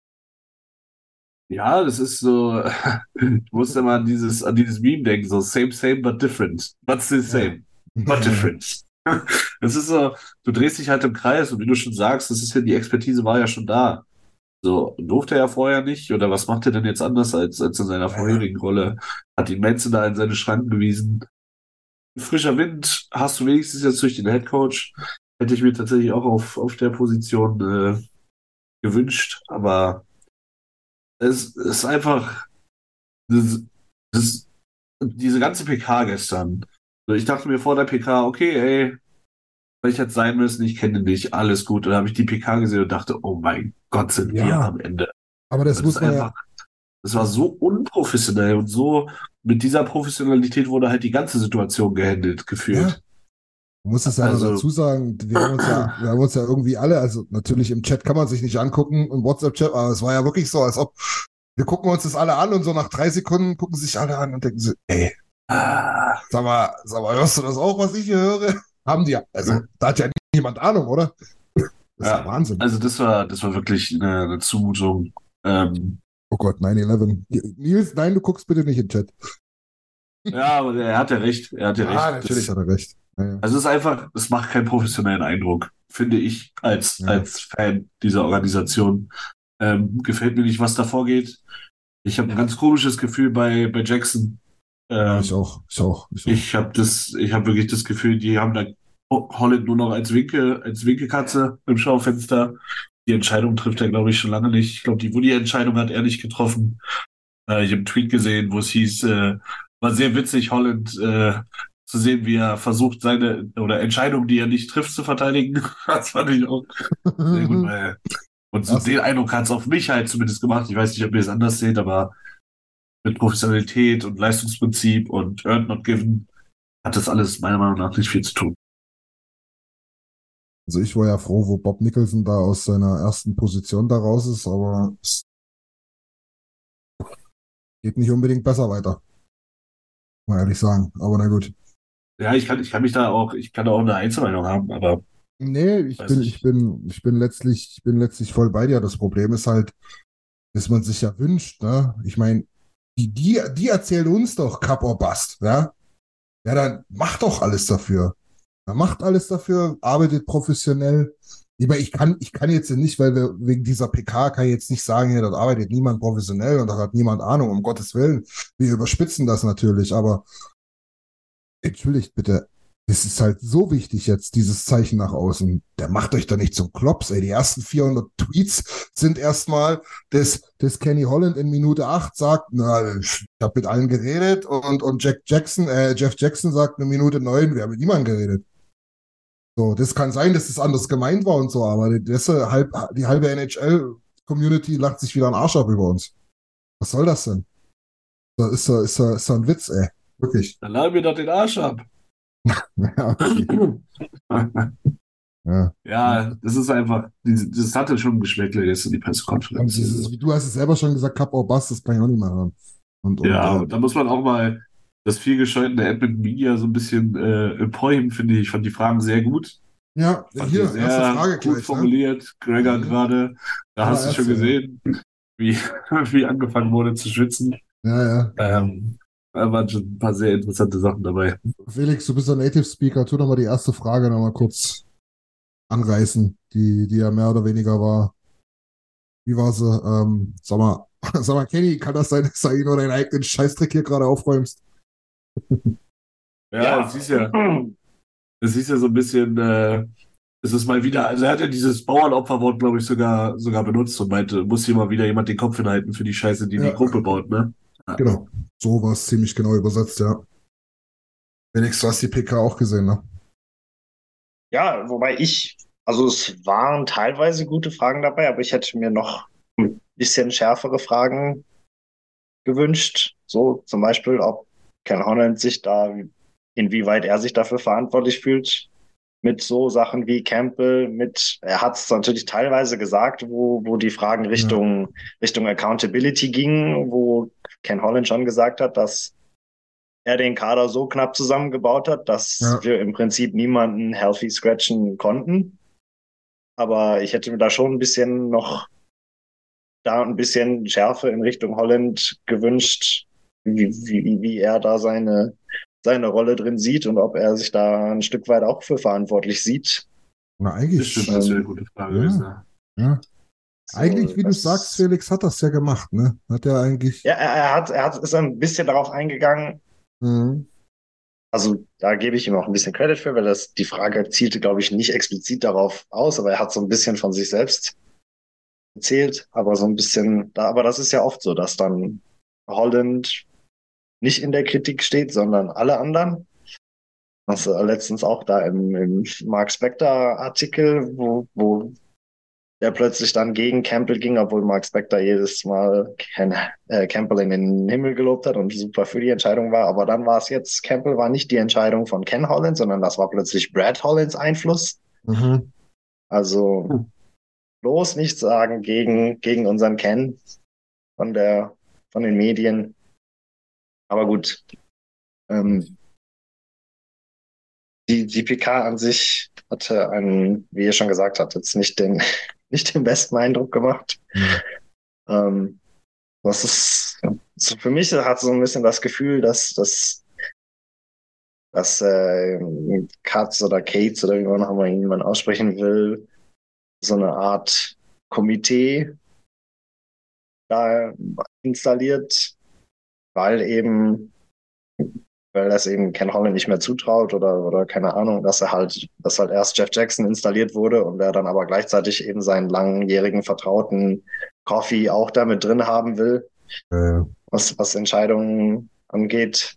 Ja, das ist so, ich musste mal an dieses, an dieses Meme denken, so same, same, but different. But still same, ja. but different. Das ist so, du drehst dich halt im Kreis und wie du schon sagst, das ist ja, die Expertise war ja schon da. So, durfte er vorher nicht? Oder was macht er denn jetzt anders als, als in seiner vorherigen Rolle? Hat ihn Manson da in seine Schranken gewiesen? Frischer Wind hast du wenigstens jetzt durch den Headcoach. Hätte ich mir tatsächlich auch auf, auf der Position äh, gewünscht. Aber es ist einfach das, das, diese ganze P K gestern. Ich dachte mir vor der P K, okay, ey, vielleicht hätte es sein müssen, ich kenne dich, alles gut. Und dann habe ich die P K gesehen und dachte, oh mein Gott, sind ja, wir am Ende. Aber das, das muss man einfach, ja. Das war so unprofessionell und so, mit dieser Professionalität wurde halt die ganze Situation gehandelt, gefühlt. Ja. Man muss es ja also, dazu sagen, wir haben, uns ja, wir haben uns ja irgendwie alle, also natürlich im Chat kann man sich nicht angucken, im WhatsApp-Chat, aber es war ja wirklich so, als ob wir gucken uns das alle an und so nach drei Sekunden gucken sich alle an und denken so, ey, sag mal, sag mal, hörst du das auch, was ich hier höre? Haben die ja, also da hat ja niemand Ahnung, oder? Das ist ja, ja Wahnsinn. Also das war, das war wirklich eine, eine Zumutung. Ähm, oh Gott, neun elf. Nils, nein, du guckst bitte nicht im Chat. Ja, aber er hat ja recht. Er hat ja, ja recht. natürlich das, hat er recht. Ja, ja. Also es ist einfach, es macht keinen professionellen Eindruck, finde ich, als, ja. als Fan dieser Organisation. Ähm, gefällt mir nicht, was da vorgeht. Ich habe ein ganz komisches Gefühl bei, bei Jackson. Ähm, ja, ich auch. Ich auch. Ich, auch. ich habe das, ich habe wirklich das Gefühl, die haben da Holland nur noch als Winkel, als Winkelkatze im Schaufenster. Die Entscheidung trifft er, glaube ich, schon lange nicht. Ich glaube, die Woody-Entscheidung hat er nicht getroffen. Äh, ich habe einen Tweet gesehen, wo es hieß, äh, war sehr witzig, Holland äh, zu sehen, wie er versucht, seine oder Entscheidungen, die er nicht trifft, zu verteidigen. Das fand ich auch sehr gut. Weil, und so den Eindruck hat es auf mich halt zumindest gemacht. Ich weiß nicht, ob ihr es anders seht, aber mit Professionalität und Leistungsprinzip und Earned Not Given hat das alles meiner Meinung nach nicht viel zu tun. Also ich war ja froh, wo Bob Nicholson da aus seiner ersten Position da raus ist, aber es geht nicht unbedingt besser weiter. Muss man ehrlich sagen. Aber na gut. Ja, ich kann, ich kann mich da auch, ich kann da auch eine Einzelmeinung haben, aber Nee, ich weiß bin, nicht. ich bin, ich bin letztlich, ich bin letztlich voll bei dir. Das Problem ist halt, dass man sich ja wünscht, ne? Ich meine, die, die, die erzählen uns doch Cup or Bust, ja? Ja, dann macht doch alles dafür. Er macht alles dafür, arbeitet professionell. Ich meine, ich kann, ich kann jetzt nicht, weil wir wegen dieser P K kann ich jetzt nicht sagen, ja, dort arbeitet niemand professionell und da hat niemand Ahnung, um Gottes Willen. Wir überspitzen das natürlich, aber entschuldigt bitte, es ist halt so wichtig jetzt, dieses Zeichen nach außen. Der macht euch da nicht zum Klops, ey. Die ersten vierhundert Tweets sind erstmal, dass, dass Kenny Holland in Minute acht sagt, na, ich habe mit allen geredet und, und Jack Jackson, äh, Jeff Jackson sagt in Minute neun, wir haben mit niemandem geredet. So, das kann sein, dass das anders gemeint war und so, aber das, halb, die halbe N H L-Community lacht sich wieder einen Arsch ab über uns. Was soll das denn? Das ist so, ist so, ist so ein Witz, ey. Wirklich. Dann laden wir doch den Arsch ab. Ja, okay. Ja. Ja, das ist einfach, dieses- das hatte schon ein Geschmäckle gestern, die Und Pressekonferenz. dieses, wie du hast es selber schon gesagt, Cup or Bust, das kann ich auch nicht mehr hören. Und, und, Ja, äh, und da muss man auch mal das vielgescholtene Edmund Media so ein bisschen äh, empoimen, finde ich. Ich fand die Fragen sehr gut. ja, Fand hier, die erste sehr Frage gut gleich. Ne? formuliert. Gregor Mhm. gerade, da hast du schon Allererste, gesehen, wie, wie angefangen wurde zu schwitzen. Ja, ja. Ähm, da waren schon ein paar sehr interessante Sachen dabei. Felix, du bist ein Native Speaker. Tu doch mal die erste Frage noch mal kurz anreißen, die, die ja mehr oder weniger war. Wie war sie? Ähm, sag mal, sag mal, Kenny, kann das sein, dass du eigentlich nur deinen eigenen Scheißdreck hier gerade aufräumst? Ja, es ist ja, es ist ja so ein bisschen, äh, es ist mal wieder, also er hat ja dieses Bauernopferwort, glaube ich, sogar, sogar benutzt und meinte, muss hier mal wieder jemand den Kopf hinhalten für die Scheiße, die die Ja. Gruppe baut, ne? Genau. So war es ziemlich genau übersetzt, ja. Felix, du hast die P K auch gesehen, ne? Ja, wobei ich, also es waren teilweise gute Fragen dabei, aber ich hätte mir noch ein bisschen schärfere Fragen gewünscht. So zum Beispiel, ob Ken Holland sich da, inwieweit er sich dafür verantwortlich fühlt, mit so Sachen wie Campbell, mit, er hat es natürlich teilweise gesagt, wo, wo die Fragen Richtung, Richtung Accountability gingen, wo Ken Holland schon gesagt hat, dass er den Kader so knapp zusammengebaut hat, dass Ja. wir im Prinzip niemanden healthy scratchen konnten. Aber ich hätte mir da schon ein bisschen noch da ein bisschen Schärfe in Richtung Holland gewünscht, wie, wie, wie er da seine, seine Rolle drin sieht und ob er sich da ein Stück weit auch für verantwortlich sieht. Na, Das eigentlich, stimmt, das wäre eine gute Frage Ja. gewesen. Ja. ja. So, Eigentlich, wie du das- sagst, Felix hat das ja gemacht, ne? Hat er eigentlich. Ja, er, er hat, er hat, ist ein bisschen darauf eingegangen. Mhm. Also da gebe ich ihm auch ein bisschen Credit für, weil das die Frage zielte, glaube ich, nicht explizit darauf aus, aber er hat so ein bisschen von sich selbst erzählt, aber so ein bisschen, da, aber das ist ja oft so, dass dann Holland nicht in der Kritik steht, sondern alle anderen. Das ist letztens auch da im, im Mark Spector Artikel, wo, wo der plötzlich dann gegen Campbell ging, obwohl Mark Spector jedes Mal Ken, äh, Campbell in den Himmel gelobt hat und super für die Entscheidung war. Aber dann war es jetzt, Campbell war nicht die Entscheidung von Ken Holland, sondern das war plötzlich Brad Hollands Einfluss. Mhm. Also Hm. bloß nichts sagen gegen, gegen unseren Ken von der, von den Medien. Aber gut. Ähm, die, die P K an sich hatte einen, wie ihr schon gesagt habt, jetzt nicht den, nicht den besten Eindruck gemacht. Ja. Ähm, das ist, so für mich hat so ein bisschen das Gefühl, dass, dass, dass äh, Katz oder Kates oder wie man auch immer ihn man aussprechen will, so eine Art Komitee da installiert, weil eben, weil das eben Ken Holland nicht mehr zutraut oder, oder keine Ahnung, dass er halt, dass halt erst Jeff Jackson installiert wurde und er dann aber gleichzeitig eben seinen langjährigen Vertrauten Coffey auch damit drin haben will, Äh, was, was Entscheidungen angeht.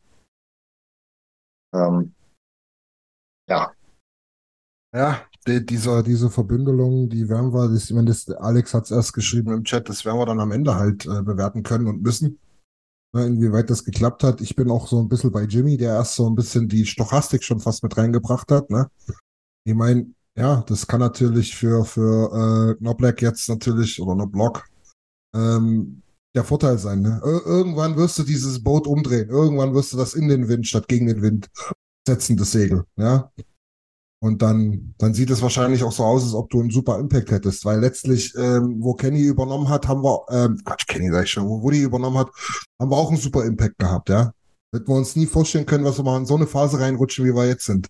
Ähm, ja, ja, die, dieser, diese Verbündelung, die werden wir, das, ich meine, das, Alex hat es erst geschrieben im Chat, das werden wir dann am Ende halt äh, bewerten können und müssen. ne, inwieweit das geklappt hat. Ich bin auch so ein bisschen bei Jimmy, der erst so ein bisschen die Stochastik schon fast mit reingebracht hat. Ne? Ich meine, ja, das kann natürlich für, für äh, Knoblauch jetzt natürlich, oder Knoblauch, ähm, der Vorteil sein. Ne? Ir irgendwann wirst du dieses Boot umdrehen. Irgendwann wirst du das in den Wind statt gegen den Wind setzen, das Segel. Ja? Und dann, dann sieht es wahrscheinlich auch so aus, als ob du einen super Impact hättest, weil letztlich, ähm, wo Kenny übernommen hat, haben wir, ähm, Quatsch, Kenny sag ich schon, wo Woody übernommen hat, haben wir auch einen super Impact gehabt, ja. Hätten wir uns nie vorstellen können, was wir mal in so eine Phase reinrutschen, wie wir jetzt sind.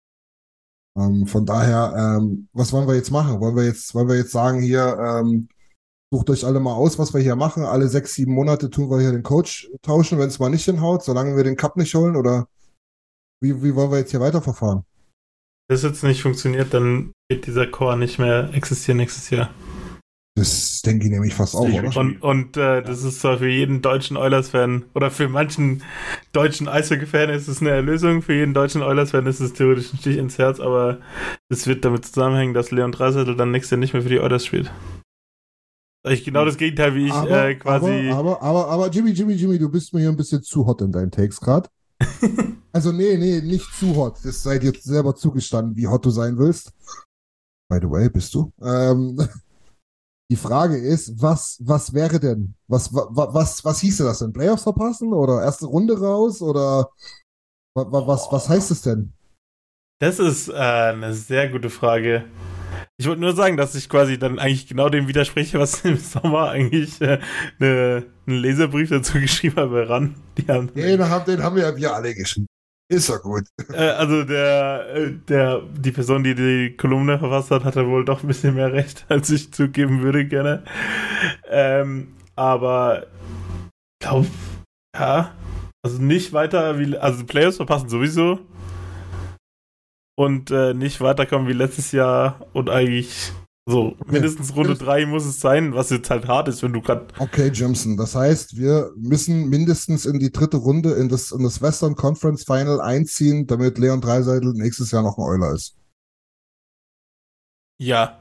Ähm, von daher, ähm, was wollen wir jetzt machen? Wollen wir jetzt, wollen wir jetzt sagen, hier, ähm, sucht euch alle mal aus, was wir hier machen. Alle sechs, sieben Monate tun wir hier den Coach tauschen, wenn es mal nicht hinhaut, solange wir den Cup nicht holen, oder wie, wie wollen wir jetzt hier weiterverfahren? Wenn das jetzt nicht funktioniert, dann wird dieser Core nicht mehr existieren nächstes Jahr. Das denke ich nämlich fast auch, oder? Und, und äh, das ist zwar für jeden deutschen Oilers-Fan oder für manchen deutschen Eishockey-Fan ist es eine Erlösung, für jeden deutschen Oilers-Fan ist es theoretisch ein Stich ins Herz, aber es wird damit zusammenhängen, dass Leon Draisaitl dann nächstes Jahr nicht mehr für die Oilers spielt. Ich genau das Gegenteil, wie ich aber, äh, quasi... Aber, aber, aber, aber Jimmy, Jimmy, Jimmy, du bist mir hier ein bisschen zu hot in deinen Takes gerade. Also nee, nee, nicht zu hot. Das sei dir selber zugestanden, wie hot du sein willst. By the way, bist du. Ähm, die Frage ist, was, was wäre denn? Was, was, was, was hieße das denn? Playoffs verpassen oder erste Runde raus? Oder was, was, was heißt es denn? Das ist äh, eine sehr gute Frage. Ich wollte nur sagen, dass ich quasi dann eigentlich genau dem widerspreche, was im Sommer eigentlich äh, ne, einen Leserbrief dazu geschrieben habe ran. Die haben, den, haben, den haben wir ja alle geschrieben. Ist ja gut. Äh, also der, äh, der, die Person, die die Kolumne verfasst hat, hatte wohl doch ein bisschen mehr Recht, als ich zugeben würde gerne. Ähm, aber ich glaube, ja, also nicht weiter wie, also Playoffs verpassen sowieso. Und äh, nicht weiterkommen wie letztes Jahr und eigentlich so mindestens Runde drei muss es sein, was jetzt halt hart ist, wenn du gerade... Okay, Jimson, das heißt, wir müssen mindestens in die dritte Runde in das, in das Western Conference Final einziehen, damit Leon Draisaitl nächstes Jahr noch ein Euler ist. Ja.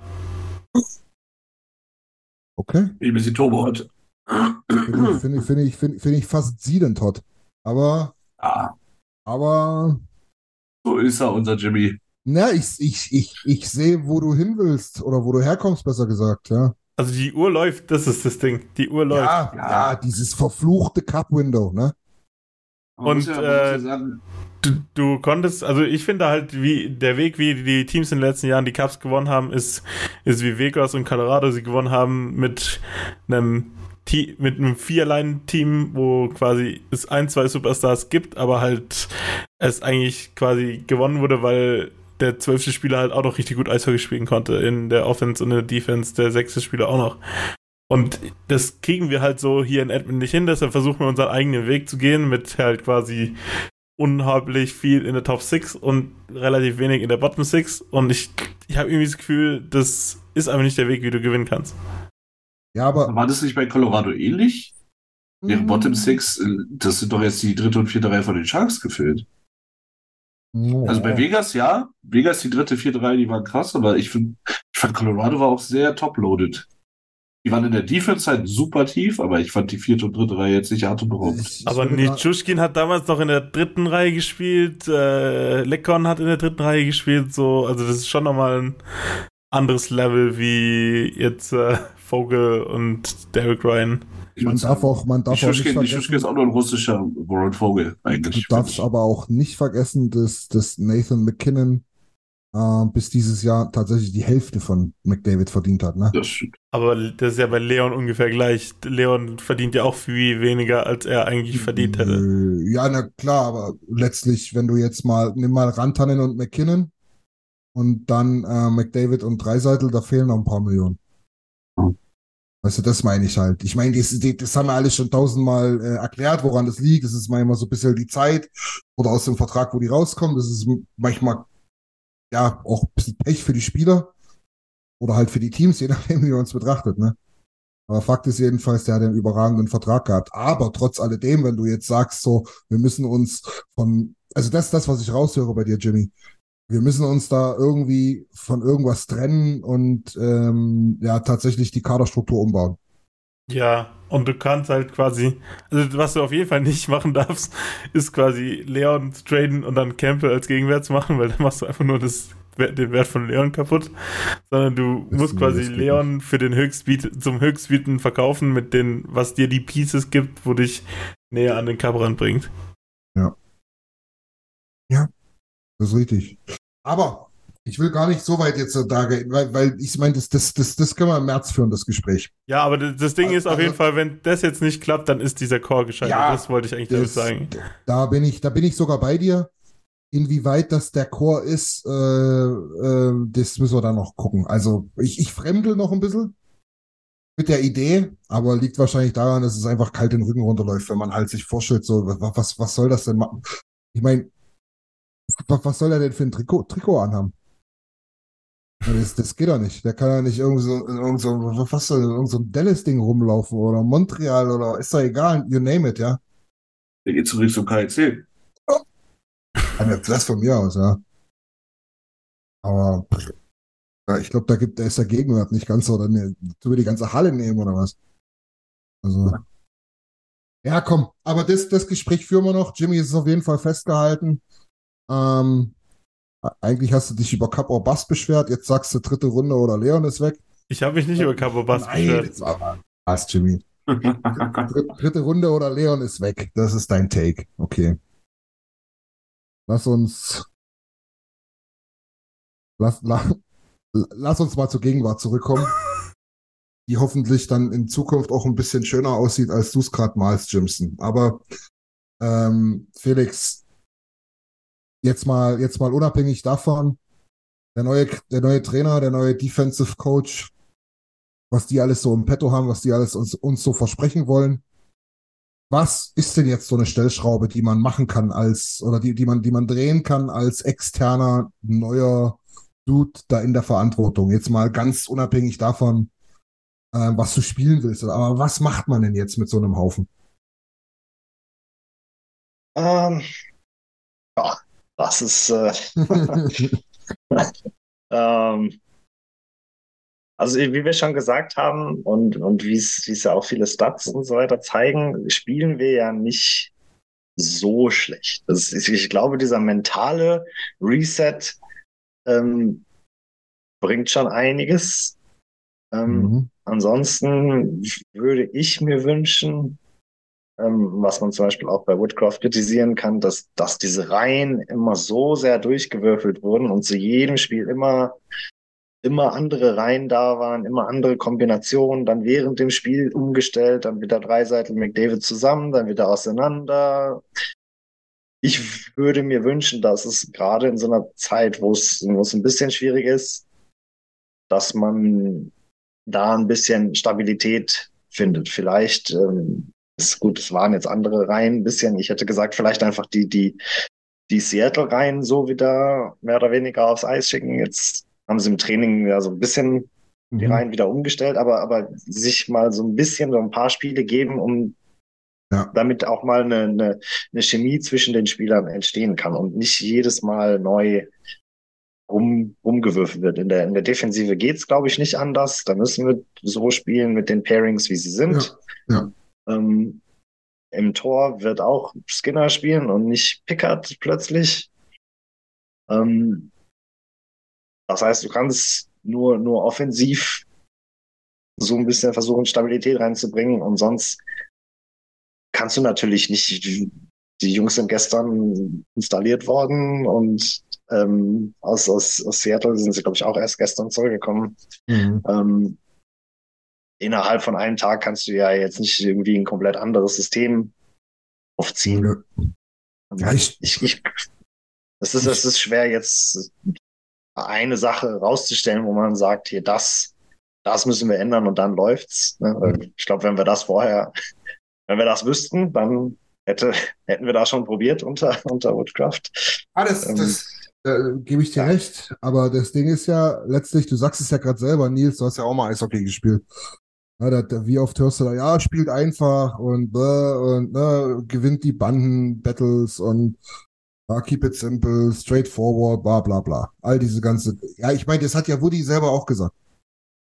Okay. Ein bisschen Turbo heute. Finde ich, find ich, find ich, find, find ich fast siedend hot. Aber... Ah. Aber... So ist er, unser Jimmy. Na, ich, ich, ich, ich sehe, wo du hin willst oder wo du herkommst, besser gesagt, ja. Also die Uhr läuft, das ist das Ding. Die Uhr läuft. Ja, ja, ja dieses verfluchte Cup-Window, ne? Und ja, äh, du, du konntest, also ich finde halt, wie der Weg, wie die Teams in den letzten Jahren die Cups gewonnen haben, ist, ist wie Vegas und Colorado sie gewonnen haben mit einem mit einem Vier-Line-Team, wo quasi es ein, zwei Superstars gibt, aber halt es eigentlich quasi gewonnen wurde, weil der zwölfte Spieler halt auch noch richtig gut Eishockey spielen konnte in der Offense und in der Defense, der sechste Spieler auch noch. Und das kriegen wir halt so hier in Edmonton nicht hin, deshalb versuchen wir unseren eigenen Weg zu gehen mit halt quasi unheimlich viel in der Top six und relativ wenig in der Bottom six und ich, ich habe irgendwie das Gefühl, das ist einfach nicht der Weg, wie du gewinnen kannst. Ja, aber war das nicht bei Colorado ähnlich? Deren Bottom Six, das sind doch jetzt die dritte und vierte Reihe von den Sharks gefüllt. Oh. Also bei Vegas, ja. Vegas, die dritte, vierte Reihe, die waren krass, aber ich, find, ich fand Colorado war auch sehr top-loaded. Die waren in der Defense halt super tief, aber ich fand die vierte und dritte Reihe jetzt nicht atemberaubend. Aber Nichushkin hat damals noch in der dritten Reihe gespielt, äh, Lekon hat in der dritten Reihe gespielt, so, also das ist schon nochmal ein anderes Level wie jetzt äh, Vogel und Derek Ryan. Man darf auch, man darf auch nicht vergessen. Nichushkin ist auch nur ein russischer Warren Vogel eigentlich. Du darfst aber auch nicht vergessen, dass, dass Nathan MacKinnon äh, bis dieses Jahr tatsächlich die Hälfte von McDavid verdient hat. Ne? Das stimmt. Aber das ist ja bei Leon ungefähr gleich. Leon verdient ja auch viel weniger, als er eigentlich verdient hätte. Ja, na klar, aber letztlich, wenn du jetzt mal, nimm mal Rantanen und MacKinnon und dann äh, McDavid und Draisaitl, da fehlen noch ein paar Millionen. Hm. Weißt du, das meine ich halt. Ich meine, das, das haben wir alles schon tausendmal äh, erklärt, woran das liegt. Das ist manchmal so ein bisschen die Zeit oder aus dem Vertrag, wo die rauskommen. Das ist manchmal ja auch ein bisschen Pech für die Spieler oder halt für die Teams, je nachdem, wie man es betrachtet, ne? Aber Fakt ist jedenfalls, der hat einen überragenden Vertrag gehabt. Aber trotz alledem, wenn du jetzt sagst, so, wir müssen uns von, also das ist das, was ich raushöre bei dir, Jimmy. Wir müssen uns da irgendwie von irgendwas trennen und ähm, ja tatsächlich die Kaderstruktur umbauen. Ja, und du kannst halt quasi, also was du auf jeden Fall nicht machen darfst, ist quasi Leon traden und dann Campbell als Gegenwert zu machen, weil dann machst du einfach nur das, den Wert von Leon kaputt, sondern du Das musst ist- quasi das geht Leon für den Höchstbiet, zum Höchstbieten verkaufen mit den, was dir die Pieces gibt, wo dich näher an den Cup ranbringt. Das ist richtig. Aber ich will gar nicht so weit jetzt da gehen, weil, weil ich meine, das, das, das, das können wir im März führen, das Gespräch. Ja, aber das, das Ding Also- ist auf jeden Fall, wenn das jetzt nicht klappt, dann ist dieser Core gescheitert. Ja, das wollte ich eigentlich damit Das, sagen. da bin ich, da bin ich sogar bei dir. Inwieweit das der Chor ist, äh, äh, das müssen wir dann noch gucken. Also ich, ich fremdel noch ein bisschen mit der Idee, aber liegt wahrscheinlich daran, dass es einfach kalt den Rücken runterläuft, wenn man halt sich vorstellt, so, was, was, was soll das denn machen? Ich meine, was, was soll er denn für ein Trikot, Trikot anhaben? Ja, Das, das geht doch nicht. Der kann ja nicht irgend so, in irgend so, was soll, irgend so ein Dallas-Ding rumlaufen oder Montreal oder ist doch egal, you name it, ja. Der geht zurück zum K I C. Also das von mir aus, ja. Aber ja, ich glaube, da gibt, da ist der Gegenwert nicht ganz so, dann tun wir die ganze Halle nehmen oder was? Also. Ja, komm, aber das, das Gespräch führen wir noch. Jimmy ist auf jeden Fall festgehalten. Ähm, eigentlich hast du dich über Cup or Bust beschwert, jetzt sagst du dritte Runde oder Leon ist weg. Ich habe mich nicht über Cabo Bass Nein, beschwert. das war was, Jimmy. Dritte, dritte Runde oder Leon ist weg. Das ist dein Take. Okay. Lass uns. Lass, la, lass uns mal zur Gegenwart zurückkommen. Die hoffentlich dann in Zukunft auch ein bisschen schöner aussieht, als du es gerade malst, Jimson. Aber ähm, Felix, jetzt mal, jetzt mal unabhängig davon, der neue, der neue Trainer, der neue Defensive Coach, was die alles so im Petto haben, was die alles uns, uns so versprechen wollen. Was ist denn jetzt so eine Stellschraube, die man machen kann als, oder die, die man, die man drehen kann als externer, neuer Dude da in der Verantwortung? Jetzt mal ganz unabhängig davon, äh, was du spielen willst. Aber was macht man denn jetzt mit so einem Haufen? Ähm, ja, das ist, äh, ähm, also wie wir schon gesagt haben und, und wie es wie es ja auch viele Stats und so weiter zeigen, spielen wir ja nicht so schlecht. Das ist, ich glaube, dieser mentale Reset ähm, bringt schon einiges. Ähm, Mhm. Ansonsten würde ich mir wünschen, ähm, was man zum Beispiel auch bei Woodcroft kritisieren kann, dass, dass diese Reihen immer so sehr durchgewürfelt wurden und zu jedem Spiel immer, immer andere Reihen da waren, immer andere Kombinationen, dann während dem Spiel umgestellt, dann wieder Dreiseitel McDavid zusammen, dann wieder auseinander. Ich würde mir wünschen, dass es gerade in so einer Zeit, wo es, wo es ein bisschen schwierig ist, dass man da ein bisschen Stabilität findet. Vielleicht, ähm, ist gut, es waren jetzt andere Reihen ein bisschen. Ich hätte gesagt, vielleicht einfach die, die, die Seattle-Reihen so wieder mehr oder weniger aufs Eis schicken. Jetzt haben sie im Training ja so ein bisschen die Mhm. Reihen wieder umgestellt, aber, aber sich mal so ein bisschen, so ein paar Spiele geben, um Ja. damit auch mal eine, eine, eine Chemie zwischen den Spielern entstehen kann und nicht jedes Mal neu rum, rumgewürfelt wird. In der, in der Defensive geht's, glaube ich, nicht anders. Da müssen wir so spielen mit den Pairings, wie sie sind. Ja, ja. Ähm, Im Tor wird auch Skinner spielen und nicht Pickard plötzlich. Ähm, das heißt, du kannst nur, nur offensiv so ein bisschen versuchen, Stabilität reinzubringen und sonst kannst du natürlich nicht, die Jungs sind gestern installiert worden und ähm, aus, aus, aus Seattle sind sie, glaube ich, auch erst gestern zurückgekommen. Mhm. Ähm, innerhalb von einem Tag kannst du ja jetzt nicht irgendwie ein komplett anderes System aufziehen. Ja, ich, Ich, ich, es ist, es ist schwer, jetzt eine Sache rauszustellen, wo man sagt, hier, das, das müssen wir ändern und dann läuft's. Ne? Weil ich glaube, wenn wir das vorher, wenn wir das wüssten, dann hätte, hätten wir das schon probiert unter, unter Woodcraft. Ah, das, Ähm, das äh, gebe ich dir ja. recht. Aber das Ding ist ja, letztlich, du sagst es ja gerade selber, Nils, du hast ja auch mal Eishockey gespielt. Ja, da, da, wie oft hörst du da, ja, spielt einfach und, äh, und ne, gewinnt die Banden-Battles und ja, keep it simple, straightforward, bla bla bla. All diese ganze. Ja, ich meine, das hat ja Woody selber auch gesagt.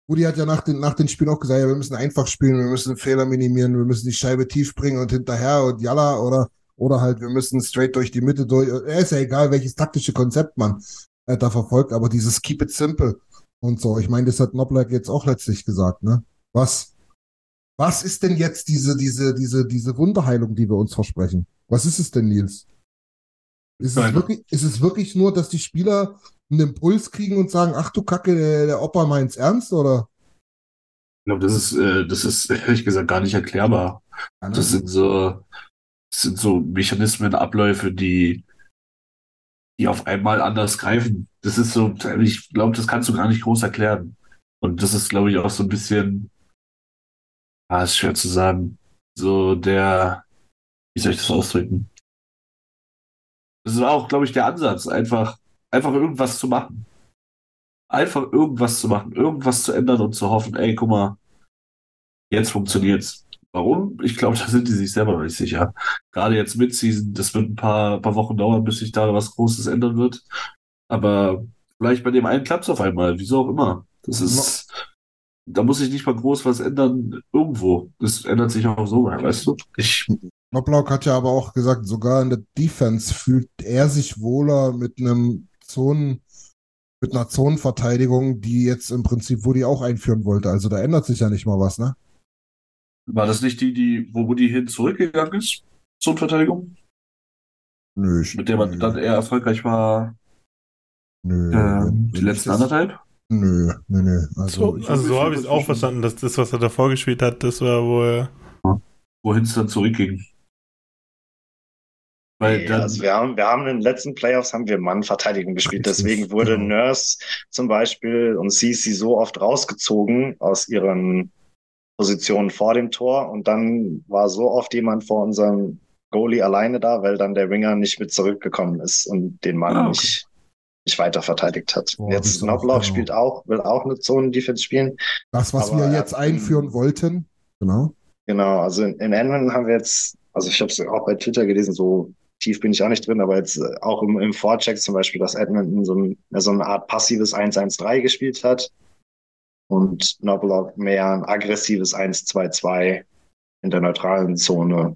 Rudi hat ja nach den, nach den Spielen auch gesagt, ja, wir müssen einfach spielen, wir müssen Fehler minimieren, wir müssen die Scheibe tief bringen und hinterher und jalla oder, oder halt, wir müssen straight durch die Mitte durch. Es ist ja egal, welches taktische Konzept man äh, da verfolgt, aber dieses Keep it simple und so. Ich meine, das hat Noblack jetzt auch letztlich gesagt, ne? Was, was ist denn jetzt diese, diese, diese, diese Wunderheilung, die wir uns versprechen? Was ist es denn, Nils? Ist es wirklich, ist es wirklich nur, dass die Spieler einen Impuls kriegen und sagen, ach du Kacke, der, der Opa meint's ernst, oder? Ich glaube, das ist, äh, das ist ehrlich gesagt gar nicht erklärbar. Ja, ne? Das sind so, das sind so Mechanismen, Abläufe, die, die auf einmal anders greifen. Das ist so, ich glaube, das kannst du gar nicht groß erklären. Und das ist, glaube ich, auch so ein bisschen, ah, ist schwer zu sagen, so der, wie soll ich das ausdrücken? Das ist auch, glaube ich, der Ansatz, einfach, einfach irgendwas zu machen. Einfach irgendwas zu machen, irgendwas zu ändern und zu hoffen, ey, guck mal, jetzt funktioniert's. Warum? Ich glaube, da sind die sich selber noch nicht sicher. Gerade jetzt Mid-Season, das wird ein paar, paar Wochen dauern, bis sich da was Großes ändern wird. Aber vielleicht bei dem einen klappt's auf einmal, wieso auch immer. Das ist, da muss sich nicht mal groß was ändern irgendwo. Das ändert sich auch so, weißt du? Ich, Knobloch hat ja aber auch gesagt, sogar in der Defense fühlt er sich wohler mit einem Zonen, mit einer Zonenverteidigung, die jetzt im Prinzip Woody auch einführen wollte. Also da ändert sich ja nicht mal was, ne? war das nicht die, die, wo Woody hin zurückgegangen ist? Zur Verteidigung? Nö, ich, Mit der man nö, dann eher erfolgreich war, nö, ähm, wenn- die wenn letzten ich das- anderthalb? Nö, nö, nö. Also, So, ich, also so ich- habe ich es auch verstanden, dass das, was er davor gespielt hat, das war, wo er. Wohin es dann zurückging. Weil Nee, dann, also wir haben, wir haben in den letzten Playoffs haben wir Mannverteidigung gespielt. Richtig, Deswegen wurde genau. Nurse zum Beispiel und Cece so oft rausgezogen aus ihren Positionen vor dem Tor. Und dann war so oft jemand vor unserem Goalie alleine da, weil dann der Winger nicht mit zurückgekommen ist und den Mann Ah, okay. nicht, nicht weiter verteidigt hat. Boah, das Jetzt ist auch, Knobloch genau. spielt auch, will auch eine Zone-Defense spielen. das, was aber wir er jetzt hat- einführen wollten, genau. Genau, also in, in Edmonton haben wir jetzt, also ich habe es auch bei Twitter gelesen, so tief bin ich auch nicht drin, aber jetzt äh, auch im, im Vorcheck zum Beispiel, dass Edmonton so, ein, ja, so eine Art passives eins eins drei gespielt hat und Knobloch mehr ein aggressives eins zwei zwei in der neutralen Zone.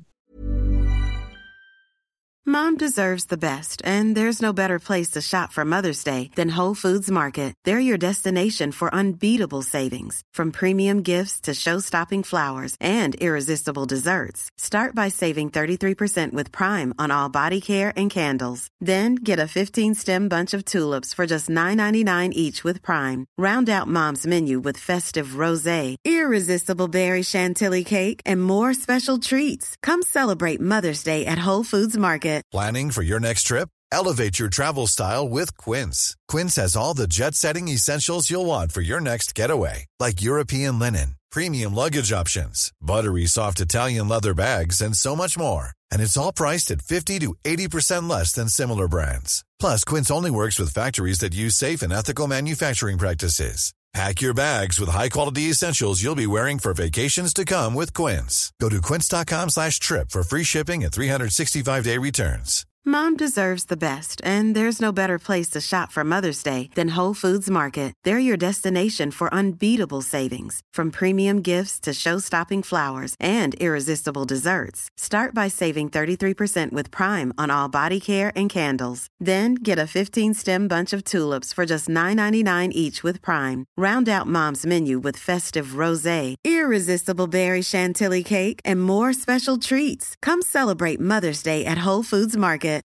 Mom deserves the best, and there's no better place to shop for Mother's Day than Whole Foods Market. They're your destination for unbeatable savings, from premium gifts to show-stopping flowers and irresistible desserts. Start by saving thirty-three percent with Prime on all body care and candles. Then get a fifteen-stem bunch of tulips for just nine ninety-nine each with Prime. Round out Mom's menu with festive rosé, irresistible berry chantilly cake, and more special treats. Come celebrate Mother's Day at Whole Foods Market. Planning for your next trip? Elevate your travel style with Quince. Quince has all the jet-setting essentials you'll want for your next getaway, like European linen, premium luggage options, buttery soft Italian leather bags, and so much more. And it's all priced at fifty to eighty percent less than similar brands. Plus, Quince only works with factories that use safe and ethical manufacturing practices. Pack your bags with high-quality essentials you'll be wearing for vacations to come with Quince. Go to quince.com slash trip for free shipping and three sixty-five day returns. Mom deserves the best, and there's no better place to shop for Mother's Day than Whole Foods Market. They're your destination for unbeatable savings, from premium gifts to show-stopping flowers and irresistible desserts. Start by saving thirty-three percent with Prime on all body care and candles. Then get a fifteen-stem bunch of tulips for just nine ninety-nine each with Prime. Round out Mom's menu with festive rosé, irresistible berry chantilly cake, and more special treats. Come celebrate Mother's Day at Whole Foods Market.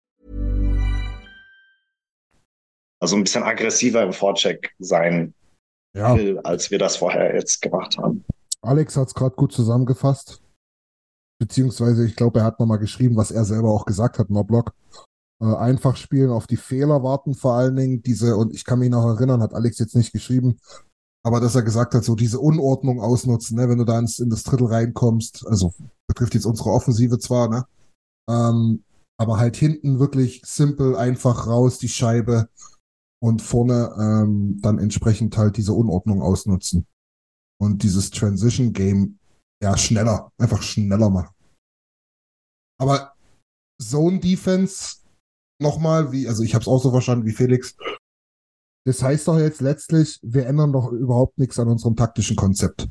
Also ein bisschen aggressiver im Vorcheck sein Ja, will, als wir das vorher jetzt gemacht haben. Alex hat es gerade gut zusammengefasst. Beziehungsweise, ich glaube, er hat nochmal geschrieben, was er selber auch gesagt hat, Noblock. Äh, einfach spielen, auf die Fehler warten vor allen Dingen. Diese, und ich kann mich noch erinnern, hat Alex jetzt nicht geschrieben, aber dass er gesagt hat, so diese Unordnung ausnutzen, ne, wenn du da ins, in das Drittel reinkommst, also betrifft jetzt unsere Offensive zwar, ne, ähm, aber halt hinten wirklich simpel, einfach raus, die Scheibe und vorne ähm, dann entsprechend halt diese Unordnung ausnutzen. Und dieses Transition-Game ja schneller, einfach schneller machen. Aber Zone-Defense nochmal, wie, also ich habe es auch so verstanden wie Felix, Das heißt doch jetzt letztlich, wir ändern doch überhaupt nichts an unserem taktischen Konzept.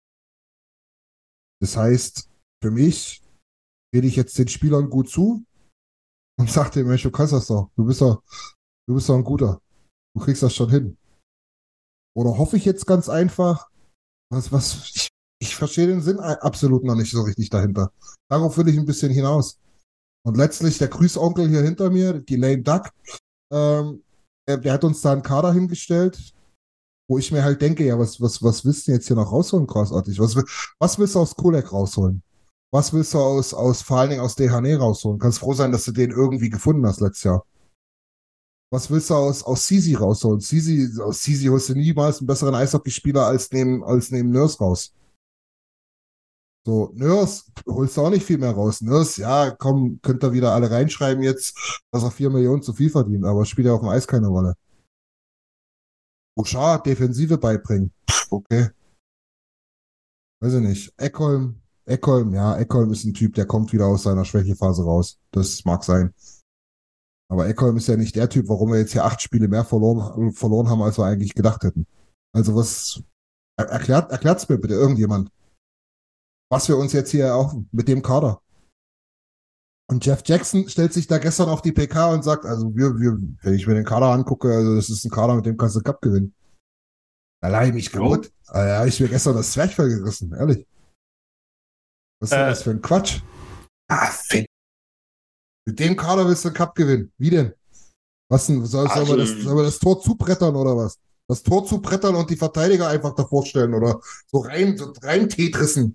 Das heißt, für mich rede ich jetzt den Spielern gut zu und sage dem Mensch, du kannst das doch. Du bist doch, du bist doch ein Guter. Du kriegst das schon hin. Oder hoffe ich jetzt ganz einfach, was, was, ich, ich verstehe den Sinn absolut noch nicht so richtig dahinter. Darauf will ich ein bisschen hinaus. Und letztlich der Grüßonkel hier hinter mir, die Lame Duck, ähm, der, der hat uns da einen Kader hingestellt, wo ich mir halt denke, ja, was, was, was willst du jetzt hier noch rausholen, großartig? Was, was willst du aus Kolek rausholen? Was willst du aus, aus, vor allen Dingen aus Dehané rausholen? Kannst froh sein, dass du den irgendwie gefunden hast letztes Jahr. Was willst du aus, aus Sisi rausholen? Sisi, aus Sisi holst du niemals einen besseren Eishockeyspieler als neben, als neben Nurse raus. So, Nurse holst du auch nicht viel mehr raus. Nurse, ja, komm, könnt ihr wieder alle reinschreiben jetzt, dass er vier Millionen zu viel verdient, aber spielt ja auf dem Eis keine Rolle. Bouchard, Defensive beibringen. Pff, okay. Weiß ich nicht. Ekholm, Ekholm, ja, Ekholm ist ein Typ, der kommt wieder aus seiner Schwächephase raus. Das mag sein. Aber Ekholm ist ja nicht der Typ, warum wir jetzt hier acht Spiele mehr verloren, verloren haben, als wir eigentlich gedacht hätten. Also was, er, erklärt, erklärt's mir bitte irgendjemand, was wir uns jetzt hier erhoffen mit dem Kader. Und Jeff Jackson stellt sich da gestern auf die P K und sagt, also wir, wir, wenn ich mir den Kader angucke, also das ist ein Kader, mit dem kannst du den Cup gewinnen. Da lag ich mich kaputt. Oh. Da habe ich mir gestern das Zwerchfell gerissen, ehrlich. Was ist denn äh. das für ein Quatsch? Ah, fick. Mit dem Kader willst du den Cup gewinnen. Wie denn? Was denn? Soll, also, soll, man das, soll man das Tor zubrettern oder was? Das Tor zubrettern und die Verteidiger einfach davor stellen oder so rein, so rein Tetrissen.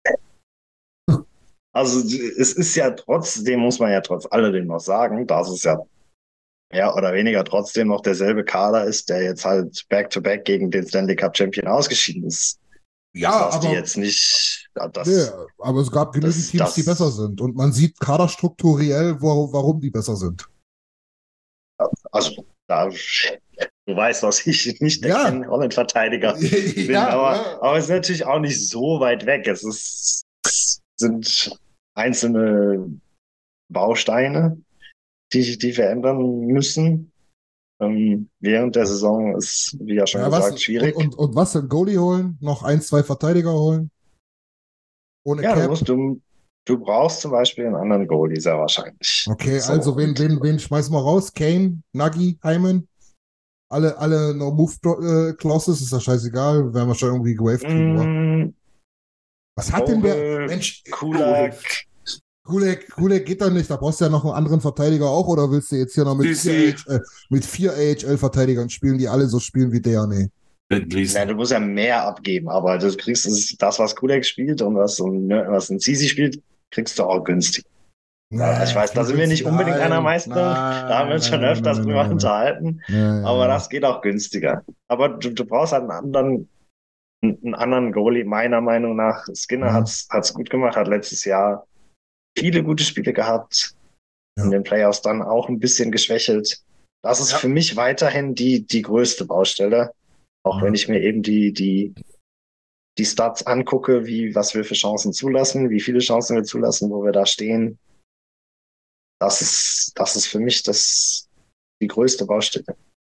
Also es ist ja trotzdem, muss man ja trotz alledem noch sagen, dass es ja mehr oder weniger trotzdem noch derselbe Kader ist, der jetzt halt back-to-back gegen den Stanley Cup Champion ausgeschieden ist. Ja, das aber die jetzt nicht. Das, nee, aber es gab genügend das, Teams, das, die besser sind. Und man sieht kaderstrukturell, wo, warum die besser sind. Also, da, du weißt, dass ich nicht der ja. Ken Holland-Verteidiger bin, ja, aber, ja. aber es ist natürlich auch nicht so weit weg. Es, ist, es sind einzelne Bausteine, die, die wir ändern müssen. Ähm, während der Saison ist, wie ja schon ja, gesagt, was, schwierig. Und, und, und was, ein Goalie holen? Noch ein, zwei Verteidiger holen? Ohne ja, Cap? Du, musst, du, du brauchst zum Beispiel einen anderen Goalie, sehr wahrscheinlich. Okay, so, also wen, wen, wen schmeißen wir raus? Kane, Nagy, Hyman? Alle, alle No-Move-Clauses, ist ja scheißegal, werden wir schon irgendwie gewaved kriegen. Mm, was hat Vogel, denn der Mensch? Kulak. Kulek, Kulek geht da nicht, da brauchst du ja noch einen anderen Verteidiger auch, oder willst du jetzt hier noch mit vier, äh, mit vier A H L-Verteidigern spielen, die alle so spielen wie der? Nee. Nein, du musst ja mehr abgeben, aber du kriegst das, was Kulek spielt und was, was ein Sisi spielt, kriegst du auch günstig. Nein, ich weiß, da sind wir nicht unbedingt nein, einer Meister, nein, da haben wir uns schon öfters drüber nein, unterhalten, nein, aber nein. Das geht auch günstiger. Aber du, du brauchst halt einen anderen, einen anderen Goalie, meiner Meinung nach. Skinner ja. hat's, hat's gut gemacht, hat letztes Jahr viele gute Spiele gehabt, ja. in den Playoffs dann auch ein bisschen geschwächelt. Das ist ja. für mich weiterhin die, die größte Baustelle, auch ja. wenn ich mir eben die, die, die Stats angucke, wie, was wir für Chancen zulassen, wie viele Chancen wir zulassen, wo wir da stehen. Das ist, das ist für mich das, die größte Baustelle.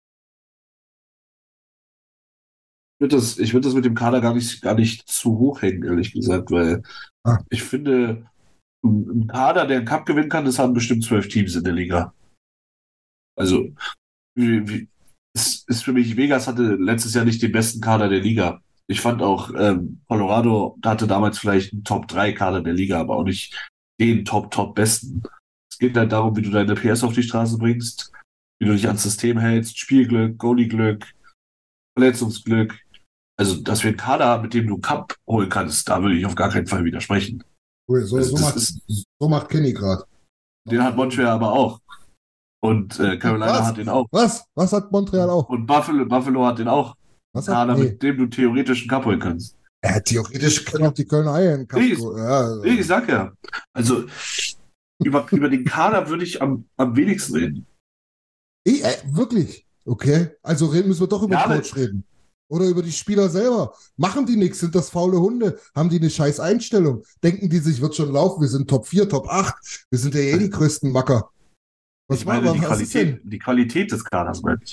Ich würde das, ich würde das mit dem Kader gar nicht, gar nicht zu hoch hängen, ehrlich gesagt, weil ah. ich finde, ein Kader, der einen Cup gewinnen kann, das haben bestimmt zwölf Teams in der Liga. Also, wie, wie, es ist für mich, Vegas hatte letztes Jahr nicht den besten Kader der Liga. Ich fand auch, ähm, Colorado hatte damals vielleicht einen Top drei Kader der Liga, aber auch nicht den Top-Top-Besten. Es geht halt darum, wie du deine P S auf die Straße bringst, wie du dich ans System hältst, Spielglück, Goalie-Glück, Verletzungsglück. Also, dass wir einen Kader haben, mit dem du einen Cup holen kannst, da würde ich auf gar keinen Fall widersprechen. Cool, so, also, so, macht, ist, so macht Kenny gerade. Den hat Montreal aber auch. Und äh, Carolina Was? hat den auch. Was? Was hat Montreal auch? Und Buffalo, Buffalo hat den auch. Was einen Kader, hat, nee. mit dem du theoretisch einen Cup holen kannst. Ja, theoretisch können auch die Kölner Eier einen Cup ich, holen. Ja, also. Ich sag ja. Also, über, über den Kader würde ich am, am wenigsten reden. Ich, äh, wirklich? Okay. Also reden müssen wir doch über ja, den Coach reden. Oder über die Spieler selber. Machen die nichts? Sind das faule Hunde? Haben die eine scheiß Einstellung? Denken die sich, wird schon laufen? Wir sind Top vier, Top acht. Wir sind ja eh die größten Macker. Was ich meine, die Qualität, die Qualität des Kaders, meine ich.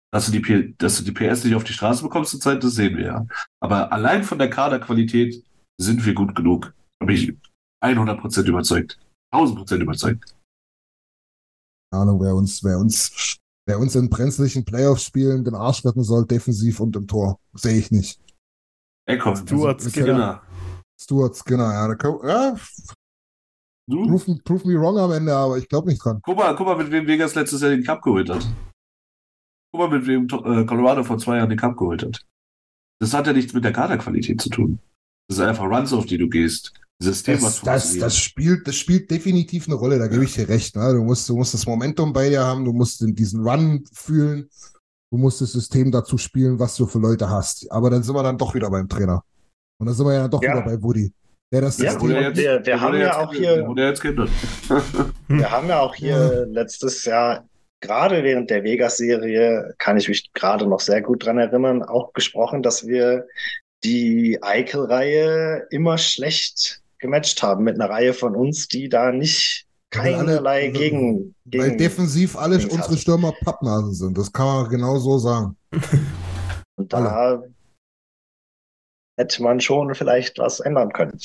Dass du, die P- dass du die P S nicht auf die Straße bekommst zurzeit, das sehen wir ja. Aber allein von der Kaderqualität sind wir gut genug. Da bin ich hundert Prozent überzeugt. tausend Prozent überzeugt. Keine Ahnung, wer uns, wer uns, wer uns in brenzlichen Playoffs-Spielen den Arsch retten soll, defensiv und im Tor. Sehe ich nicht. Eckhorn. Stuart Also, Skinner. Stuart Skinner, ja. Da kann, ja Du? prove, prove me wrong am Ende, aber ich glaube nicht dran. Guck mal, guck mal, mit wem Vegas letztes Jahr den Cup geholt hat. Guck mal, mit wem äh, Colorado vor zwei Jahren den Cup geholt hat. Das hat ja nichts mit der Kaderqualität zu tun. Das ist einfach Runs, auf die du gehst. System, was Das, das, funktioniert. das, spielt, das spielt definitiv eine Rolle, da gebe ich dir recht. Ne? Du, musst, du musst das Momentum bei dir haben, du musst in diesen Run fühlen, du musst das System dazu spielen, was du für Leute hast. Aber dann sind wir dann doch wieder beim Trainer. Und dann sind wir ja doch Ja. wieder bei Woody. Der das Ja, System und jetzt- wir, wir der haben wurde ja jetzt auch geändert. Der hier, wurde jetzt geändert. wir haben ja auch hier letztes Jahr, gerade während der Vegas-Serie, kann ich mich gerade noch sehr gut dran erinnern, auch gesprochen, dass wir die Eichel-Reihe immer schlecht gematcht haben mit einer Reihe von uns, die da nicht Weil alle- keinerlei gegen, Weil gegen defensiv alle Dings unsere hatten. Stürmer Pappnasen sind. Das kann man genau so sagen. Und da hätte man schon vielleicht was ändern können.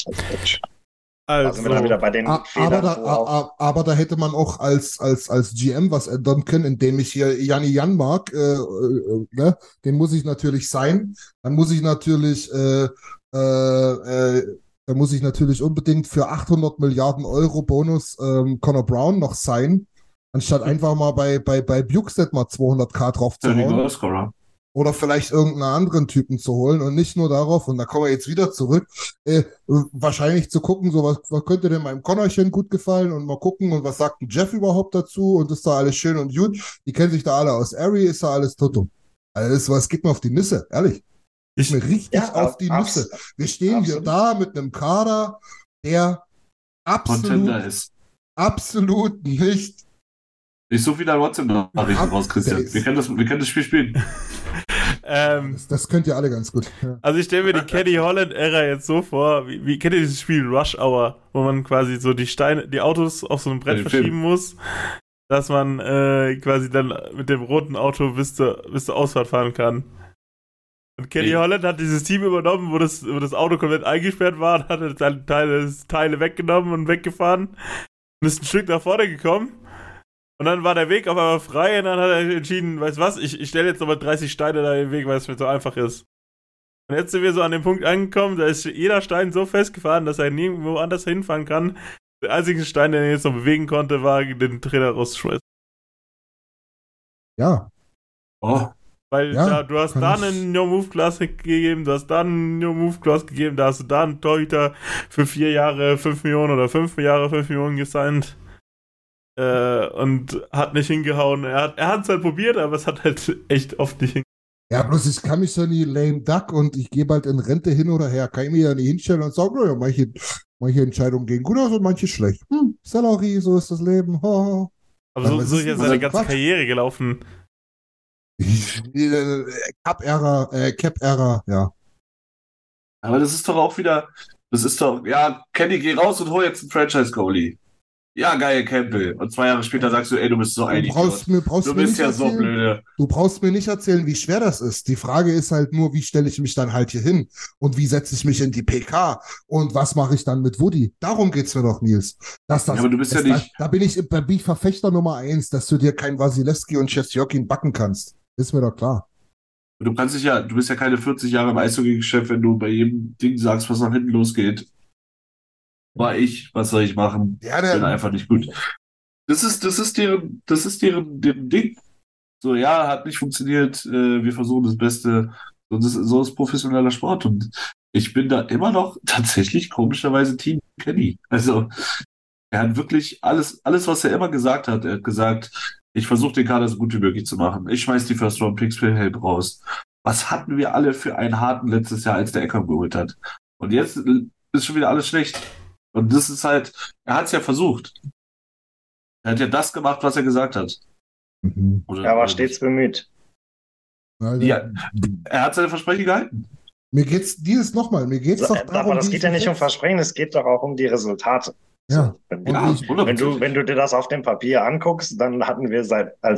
Da sind wir dann wieder Also, bei den A- Aber Fehlern, da, wo auch, a- a- aber da hätte man auch als, als, als G M was ändern können, indem ich hier Janni Jan mag, äh, äh, ne? Den muss ich natürlich sein. Dann muss ich natürlich, äh, äh, äh, da muss ich natürlich unbedingt für achthundert Milliarden Euro Bonus ähm, Connor Brown noch sein, anstatt einfach mal bei, bei, bei Bukestead mal zweihunderttausend drauf zu Turning hauen. Goalscorer. Oder vielleicht irgendeinen anderen Typen zu holen und nicht nur darauf, und da kommen wir jetzt wieder zurück, äh, wahrscheinlich zu gucken, so was, was könnte denn meinem Connorchen gut gefallen und mal gucken, und was sagt ein Jeff überhaupt dazu, und ist da alles schön und gut. Die kennen sich da alle aus. Ari ist da alles Toto. Alles, was geht mir auf die Nüsse, ehrlich. Ist mir richtig ja, auf die abs- Nüsse. Wir stehen hier absolut. da mit einem Kader, der absolut, Contender ist. absolut nicht. Nicht so viele WhatsApp-Nachrichten Ab- raus, Christian. der ist- Wir können, das, wir können das Spiel spielen. ähm, Das, das könnt ihr alle ganz gut. Ja. also ich stelle mir die Kenny Holland-Ära jetzt so vor, wie, wie kennt ihr dieses Spiel Rush Hour, wo man quasi so die Steine, die Autos auf so einem Brett Ja, den verschieben Film. muss, dass man äh, quasi dann mit dem roten Auto bis zur, bis zur Ausfahrt fahren kann. Und Kenny Nee. Holland hat dieses Team übernommen, wo das, wo das Auto komplett eingesperrt war, und hat seine Teile, Teile weggenommen und weggefahren und ist ein Stück nach vorne gekommen. Und dann war der Weg auf einmal frei, und dann hat er entschieden, weißt du was, ich, ich stelle jetzt nochmal dreißig Steine da in den Weg, weil es mir so einfach ist. Und jetzt sind wir so an dem Punkt angekommen, da ist jeder Stein so festgefahren, dass er nirgendwo anders hinfahren kann. Der einzige Stein, den er jetzt noch bewegen konnte, war den Trainer rauszuschmeißen. Ja, Oh, Weil Ja, da, du hast kann da ich- einen No-Move-Class gegeben, du hast da einen No-Move-Class gegeben, da hast du da einen Torhüter für vier Jahre fünf Millionen oder fünf Jahre fünf Millionen gesigned. Äh, und hat nicht hingehauen. Er hat er hat's halt probiert, aber es hat halt echt oft nicht hingehauen. Ja, bloß ich kann mich so nie lame duck und ich gehe bald in Rente hin oder her. Kann ich mir ja nicht hinstellen und sagen, naja, manche, manche Entscheidungen gehen gut aus und manche schlecht. Hm, Sellerie, so ist das Leben. Ho, ho. Aber so, was so ist ist jetzt denn seine das? ganze Quatsch. Karriere gelaufen. Äh, Cap-Ära, äh, Cap-Ära, ja. aber das ist doch auch wieder, das ist doch, ja, Kenny, geh raus und hol jetzt einen Franchise-Goalie. Ja, geil, Campbell. Und zwei Jahre später sagst du, ey, du bist so ein Du brauchst Idiot. mir, brauchst Du mir bist nicht ja so erzählen, blöde. du brauchst mir nicht erzählen, wie schwer das ist. Die Frage ist halt nur, wie stelle ich mich dann halt hier hin? Und wie setze ich mich in die P K? Und was mache ich dann mit Woody? Darum geht's mir doch, Nils. Dass das, Ja, aber du bist ja das, nicht- Da, da, bin ich, da bin ich Verfechter Nummer eins, dass du dir kein Wasilewski und Szczesjokin backen kannst. Ist mir doch klar. Du kannst dich ja, du bist ja keine vierzig Jahre im Eishockey-Geschäft, wenn du bei jedem Ding sagst, was nach hinten losgeht. War ich, was soll ich machen? Ja, Bin der, einfach nicht gut. Das ist, das ist deren, das ist deren, deren Ding. So, ja, hat nicht funktioniert, äh, wir versuchen das Beste. So, das, so ist professioneller Sport. Und ich bin da immer noch tatsächlich komischerweise Team Kenny. Also, er hat wirklich alles, alles, was er immer gesagt hat, er hat gesagt, ich versuche den Kader so gut wie möglich zu machen. Ich schmeiß die First Round Picks für Help raus. Was hatten wir alle für einen harten letztes Jahr, als der Eckert geholt hat? Und jetzt ist schon wieder alles schlecht. Und das ist halt, er hat es ja versucht. Er hat ja das gemacht, was er gesagt hat. Mhm. Oder, er war oder stets nicht. bemüht. Also, Ja. Er hat seine Versprechen gehalten. Mir geht's dieses nochmal, mir geht's doch darum, Aber das wie geht ich ja mich nicht um jetzt- Versprechen, es geht doch auch um die Resultate. Ja. Wenn, Und Ja, ich- wenn, du, wenn du dir das auf dem Papier anguckst, dann hatten wir seit als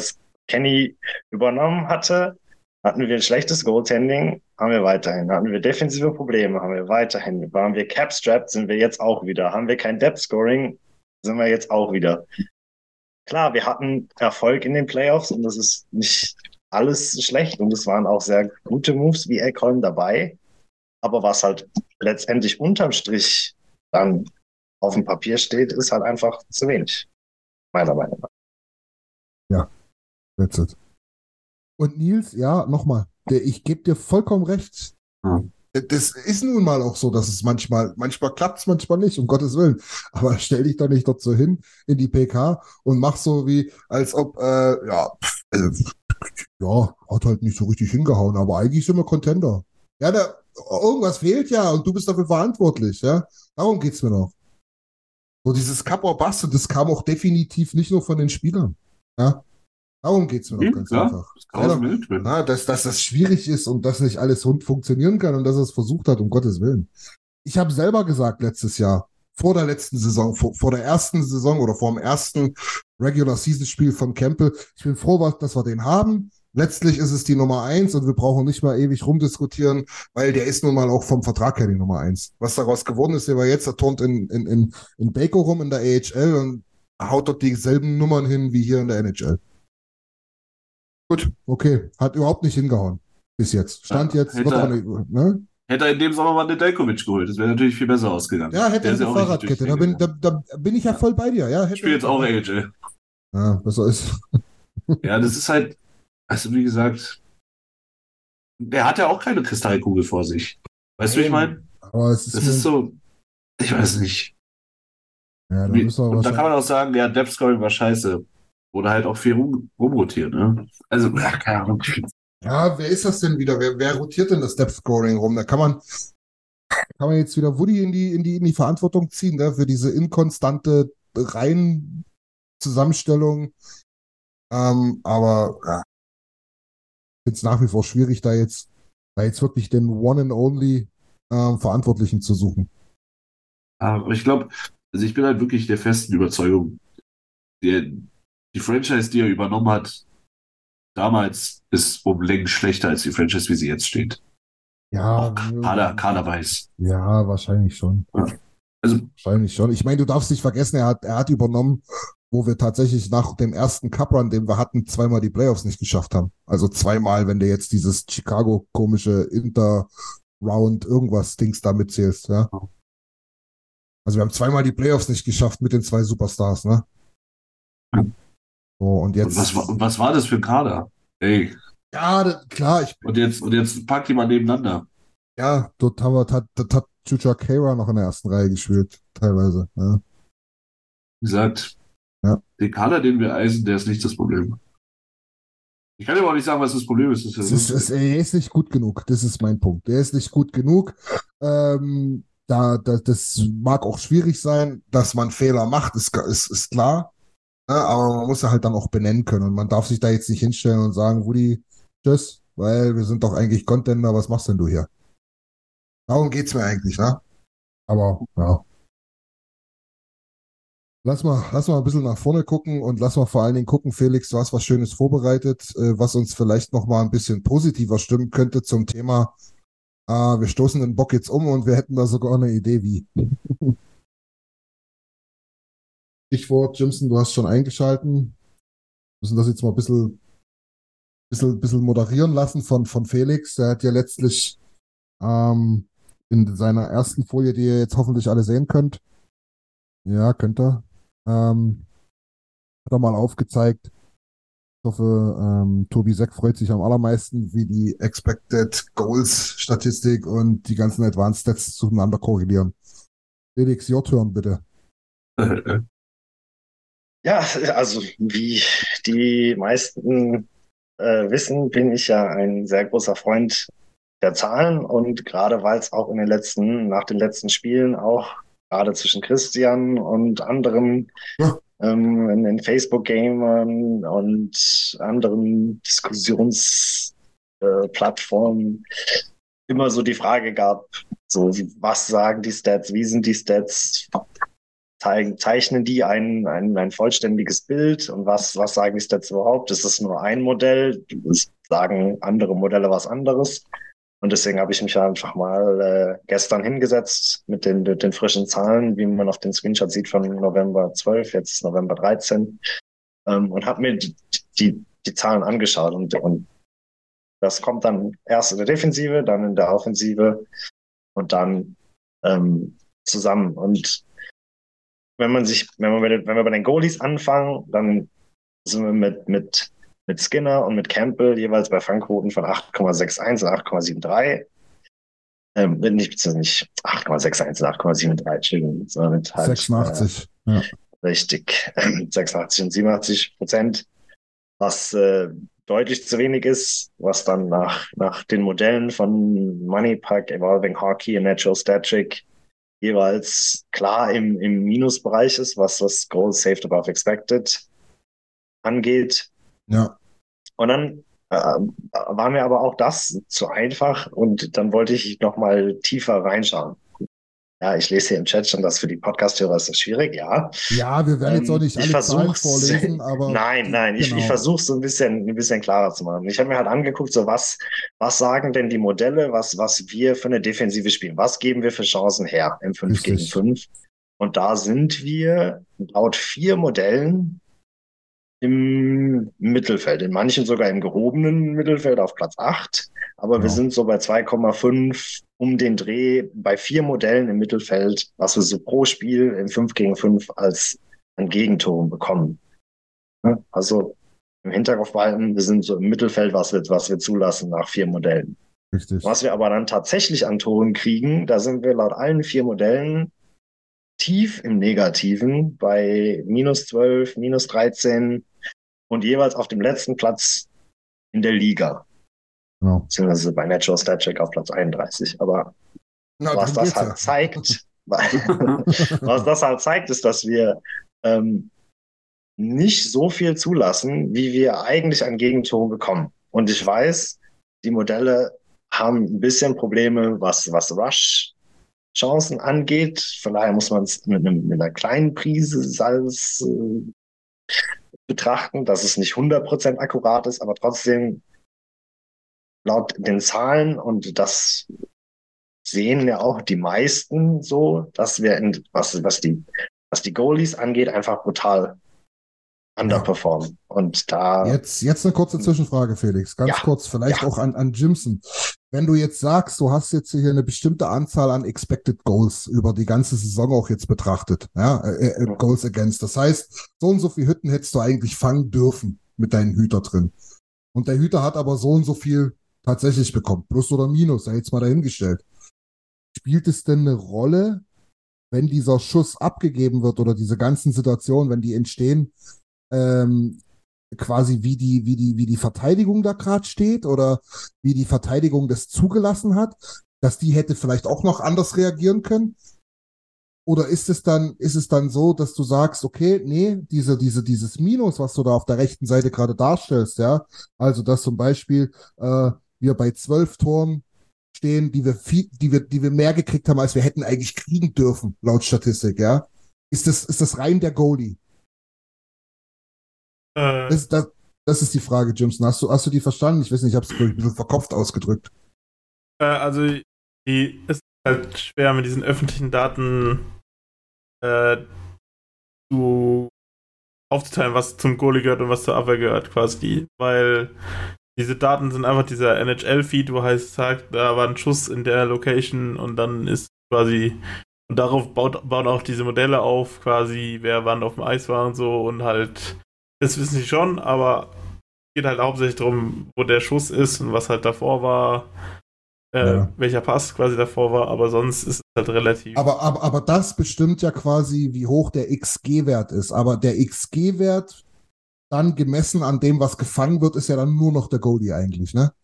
Kenny übernommen hatte, hatten wir ein schlechtes Goaltending, haben wir weiterhin. Hatten wir defensive Probleme, haben wir weiterhin. Waren wir cap-strapped, sind wir jetzt auch wieder. Haben wir kein Depth-Scoring, sind wir jetzt auch wieder. Klar, wir hatten Erfolg in den Playoffs und das ist nicht alles schlecht und es waren auch sehr gute Moves wie Ekholm dabei. Aber was halt letztendlich unterm Strich dann auf dem Papier steht, ist halt einfach zu wenig. Meiner Meinung nach. Ja, that's it. Und Nils, ja, nochmal, ich gebe dir vollkommen recht. Hm. Das ist nun mal auch so, dass es manchmal, manchmal klappt es, manchmal nicht, um Gottes Willen. Aber stell dich doch nicht dort so hin in die P K und mach so wie, als ob, äh, ja, pff, äh, ja, hat halt nicht so richtig hingehauen, aber eigentlich sind wir Contender. Ja, da, irgendwas fehlt ja und du bist dafür verantwortlich, ja. Darum geht's mir noch. So dieses Cup or Bust, das kam auch definitiv nicht nur von den Spielern, ja. Darum geht es mir doch ganz ja, einfach. Das Ja, na, dass, dass das schwierig ist und dass nicht alles rund funktionieren kann und dass er es versucht hat, um Gottes Willen. Ich habe selber gesagt letztes Jahr, vor der letzten Saison, vor, vor der ersten Saison oder vor dem ersten Regular-Season-Spiel von Campbell, ich bin froh, dass wir den haben. Letztlich ist es die Nummer eins und wir brauchen nicht mal ewig rumdiskutieren, weil der ist nun mal auch vom Vertrag her die Nummer eins. Was daraus geworden ist, der war jetzt, der turnt in, in, in, in Baco rum in der A H L und haut dort dieselben Nummern hin wie hier in der N H L. Gut, okay. Hat überhaupt nicht hingehauen. Bis jetzt. Stand Ja, jetzt. hätte, Wird auch nicht, ne? hätte er in dem Sommer mal Nedeljkovic geholt. Das wäre natürlich viel besser ausgegangen. Ja, hätte Der er ist ja eine auch richtig Fahrradkette. Da bin, da, da bin ich ja voll bei dir. Ja, hätte Ich spiele jetzt auch A H L. Ja, besser ist. Ja, das ist halt, also wie gesagt, der hat ja auch keine Kristallkugel vor sich. Weißt du, wie ich meine? Aber es ist Das ist so, ich weiß nicht. Ja, da Wie, müssen wir und da kann man wahrscheinlich. auch sagen, ja, Depth Scoring war scheiße. Oder halt auch viel rum, rumrotiert, ne? Also, ja, keine Ahnung. Ja, wer ist das denn wieder? Wer, wer rotiert denn das Depth Scoring rum? Da kann man, kann man jetzt wieder Woody in die, in die, in die Verantwortung ziehen, ne? Für diese inkonstante Reihenzusammenstellung. Ähm, aber ja, ich finde es nach wie vor schwierig, da jetzt, da jetzt wirklich den One and Only ähm, Verantwortlichen zu suchen. Aber ich glaube, also ich bin halt wirklich der festen Überzeugung, der, die Franchise, die er übernommen hat, damals ist um Längen schlechter als die Franchise, wie sie jetzt steht. Ja, Auch Kader, Kaderweis. ja, wahrscheinlich schon. Ja. Also, Wahrscheinlich schon. Ich meine, du darfst nicht vergessen, er hat, er hat übernommen, wo wir tatsächlich nach dem ersten Cup-Run, den wir hatten, zweimal die Playoffs nicht geschafft haben. Also zweimal, wenn du jetzt dieses Chicago-komische Inter-Round irgendwas Dings da mitzählst, ja. Also wir haben zweimal die Playoffs nicht geschafft mit den zwei Superstars, ne? So, und jetzt. und was, war- was war das für ein Kader? Ey. Ja, das, klar, ich, Und jetzt, und jetzt packt die mal nebeneinander. ja, dort haben wir, hat, hat, hat Chucha Kara noch in der ersten Reihe gespielt, teilweise, ja. Wie gesagt, Ja. den Kader, den wir eisen, der ist nicht das Problem. Ich kann dir aber auch nicht sagen, was das Problem ist. Das Es ist ist, es, er ist nicht gut genug, das ist mein Punkt. Er ist nicht gut genug. Ähm, da, da, das mag auch schwierig sein, dass man Fehler macht, ist, ist, ist klar. Ja, aber man muss ja halt dann auch benennen können. Und man darf sich da jetzt nicht hinstellen und sagen, Woody, tschüss, weil wir sind doch eigentlich Contender, was machst denn du hier? Darum geht's mir eigentlich, ne? Aber, ja. Lass mal, lass mal ein bisschen nach vorne gucken und lass mal vor allen Dingen gucken, Felix, du hast was Schönes vorbereitet, äh, was uns vielleicht noch mal ein bisschen positiver stimmen könnte zum Thema, äh, wir stoßen den Bock jetzt um und wir hätten da sogar eine Idee, wie. Stichwort, Jimson, du hast schon eingeschalten. Wir müssen das jetzt mal ein bisschen, bisschen, bisschen moderieren lassen von, von Felix. Der hat ja letztlich ähm, in seiner ersten Folie, die ihr jetzt hoffentlich alle sehen könnt, ja, könnt ihr, ähm, hat er mal aufgezeigt. Ich hoffe, ähm, Tobi Seck freut sich am allermeisten, wie die Expected Goals Statistik und die ganzen Advanced Stats zueinander korrelieren. Felix, your turn, bitte. Ja, also wie die meisten äh, wissen, bin ich ja ein sehr großer Freund der Zahlen und gerade weil es auch in den letzten, nach den letzten Spielen auch gerade zwischen Christian und anderen Ja. ähm, in den Facebook-Gamern und anderen Diskussionsplattformen immer so die Frage gab, so was sagen die Stats, wie sind die Stats, zeigen, zeichnen die ein, ein, ein vollständiges Bild und was, was sagen die Stats überhaupt? Das ist nur ein Modell, das sagen andere Modelle was anderes. Und deswegen habe ich mich einfach mal äh, gestern hingesetzt mit den, mit den frischen Zahlen, wie man auf den Screenshot sieht von November zwölf, jetzt ist November dreizehn, ähm, und habe mir die, die, die Zahlen angeschaut. Und, und das kommt dann erst in der Defensive, dann in der Offensive und dann ähm, zusammen. Und wenn man sich, wenn man, wenn wir bei den Goalies anfangen, dann sind wir mit, mit, mit Skinner und mit Campbell jeweils bei Fangquoten von acht Komma sechs eins und acht Komma sieben drei. Ähm, nicht, nicht acht Komma sechs eins und acht Komma sieben drei, Entschuldigung, sondern mit halt, sechsundachtzig. Äh, ja. Richtig, sechsundachtzig und siebenundachtzig Prozent, was äh, deutlich zu wenig ist, was dann nach, nach den Modellen von MoneyPuck, Evolving Hockey und Natural Stat Trick jeweils klar im, im Minusbereich ist, was das Goals Saved Above Expected angeht. Ja. Und dann äh, war mir aber auch das zu einfach und dann wollte ich nochmal tiefer reinschauen. Ja, ich lese hier im Chat schon, dass für die Podcast-Hörer ist das schwierig, ja. Ja, wir werden jetzt auch nicht ähm, alle Zahlen vorlesen, aber... Nein, nein, genau. ich, ich versuche es so ein bisschen, ein bisschen klarer zu machen. Ich habe mir halt angeguckt, so was, was sagen denn die Modelle, was, was wir für eine Defensive spielen? Was geben wir für Chancen her im fünf gegen fünf? Und da sind wir laut vier Modellen im Mittelfeld, in manchen sogar im gehobenen Mittelfeld auf Platz acht, aber genau. Wir sind so bei zwei Komma fünf um den Dreh bei vier Modellen im Mittelfeld, was wir so pro Spiel im fünf gegen fünf als an Gegentoren bekommen. Also im Hinterkopf behalten, wir sind so im Mittelfeld, was wir, was wir zulassen nach vier Modellen. Richtig. Was wir aber dann tatsächlich an Toren kriegen, da sind wir laut allen vier Modellen tief im Negativen bei minus zwölf, minus dreizehn und jeweils auf dem letzten Platz in der Liga. Genau. Beziehungsweise bei Natural Stat Check auf Platz einunddreißig. Aber Na, was das halt ja. zeigt, was das halt zeigt, ist, dass wir ähm, nicht so viel zulassen, wie wir eigentlich an Gegentoren bekommen. Und ich weiß, die Modelle haben ein bisschen Probleme, was, was Rush-Chancen angeht. Von daher muss man es mit, mit einer kleinen Prise Salz äh, betrachten, dass es nicht hundert Prozent akkurat ist, aber trotzdem laut den Zahlen, und das sehen ja auch die meisten so, dass wir, in, was, was, die, was die Goalies angeht, einfach brutal underperformen. Ja. Und da. Jetzt, jetzt eine kurze Zwischenfrage, Felix. Ganz ja. kurz, vielleicht ja. auch an, an Jimson. Wenn du jetzt sagst, du hast jetzt hier eine bestimmte Anzahl an Expected Goals über die ganze Saison auch jetzt betrachtet, ja, äh, äh, Goals against. Das heißt, so und so viele Hütten hättest du eigentlich fangen dürfen mit deinen Hüter drin. Und der Hüter hat aber so und so viel tatsächlich bekommen. Plus oder minus, sei jetzt mal dahingestellt. Spielt es denn eine Rolle, wenn dieser Schuss abgegeben wird oder diese ganzen Situationen, wenn die entstehen, ähm, quasi wie die, wie die, wie die Verteidigung da gerade steht oder wie die Verteidigung das zugelassen hat, dass die hätte vielleicht auch noch anders reagieren können? Oder ist es dann, ist es dann so, dass du sagst, okay, nee, diese, diese, dieses Minus, was du da auf der rechten Seite gerade darstellst, ja, also dass zum Beispiel äh, wir bei zwölf Toren stehen, die wir viel, die wir, die wir mehr gekriegt haben, als wir hätten eigentlich kriegen dürfen, laut Statistik, ja. Ist das, ist das rein der Goalie? Äh. Das, das, das ist die Frage, Jimson. Hast du, hast du die verstanden? Ich weiß nicht, ich habe es ein bisschen verkopft ausgedrückt. Äh, also, die ist halt schwer mit diesen öffentlichen Daten äh, zu aufzuteilen, was zum Goalie gehört und was zur Abwehr gehört, quasi, weil diese Daten sind einfach dieser N H L-Feed, wo heißt, sagt, da war ein Schuss in der Location und dann ist quasi, und darauf baut, bauen auch diese Modelle auf, quasi, wer wann auf dem Eis war und so, und halt, das wissen sie schon, aber es geht halt hauptsächlich darum, wo der Schuss ist und was halt davor war, äh, ja. welcher Pass quasi davor war, aber sonst ist es halt relativ. Aber, aber, aber das bestimmt ja quasi, wie hoch der X G-Wert ist, aber der X G-Wert dann gemessen an dem, was gefangen wird, ist ja dann nur noch der Goalie eigentlich, ne?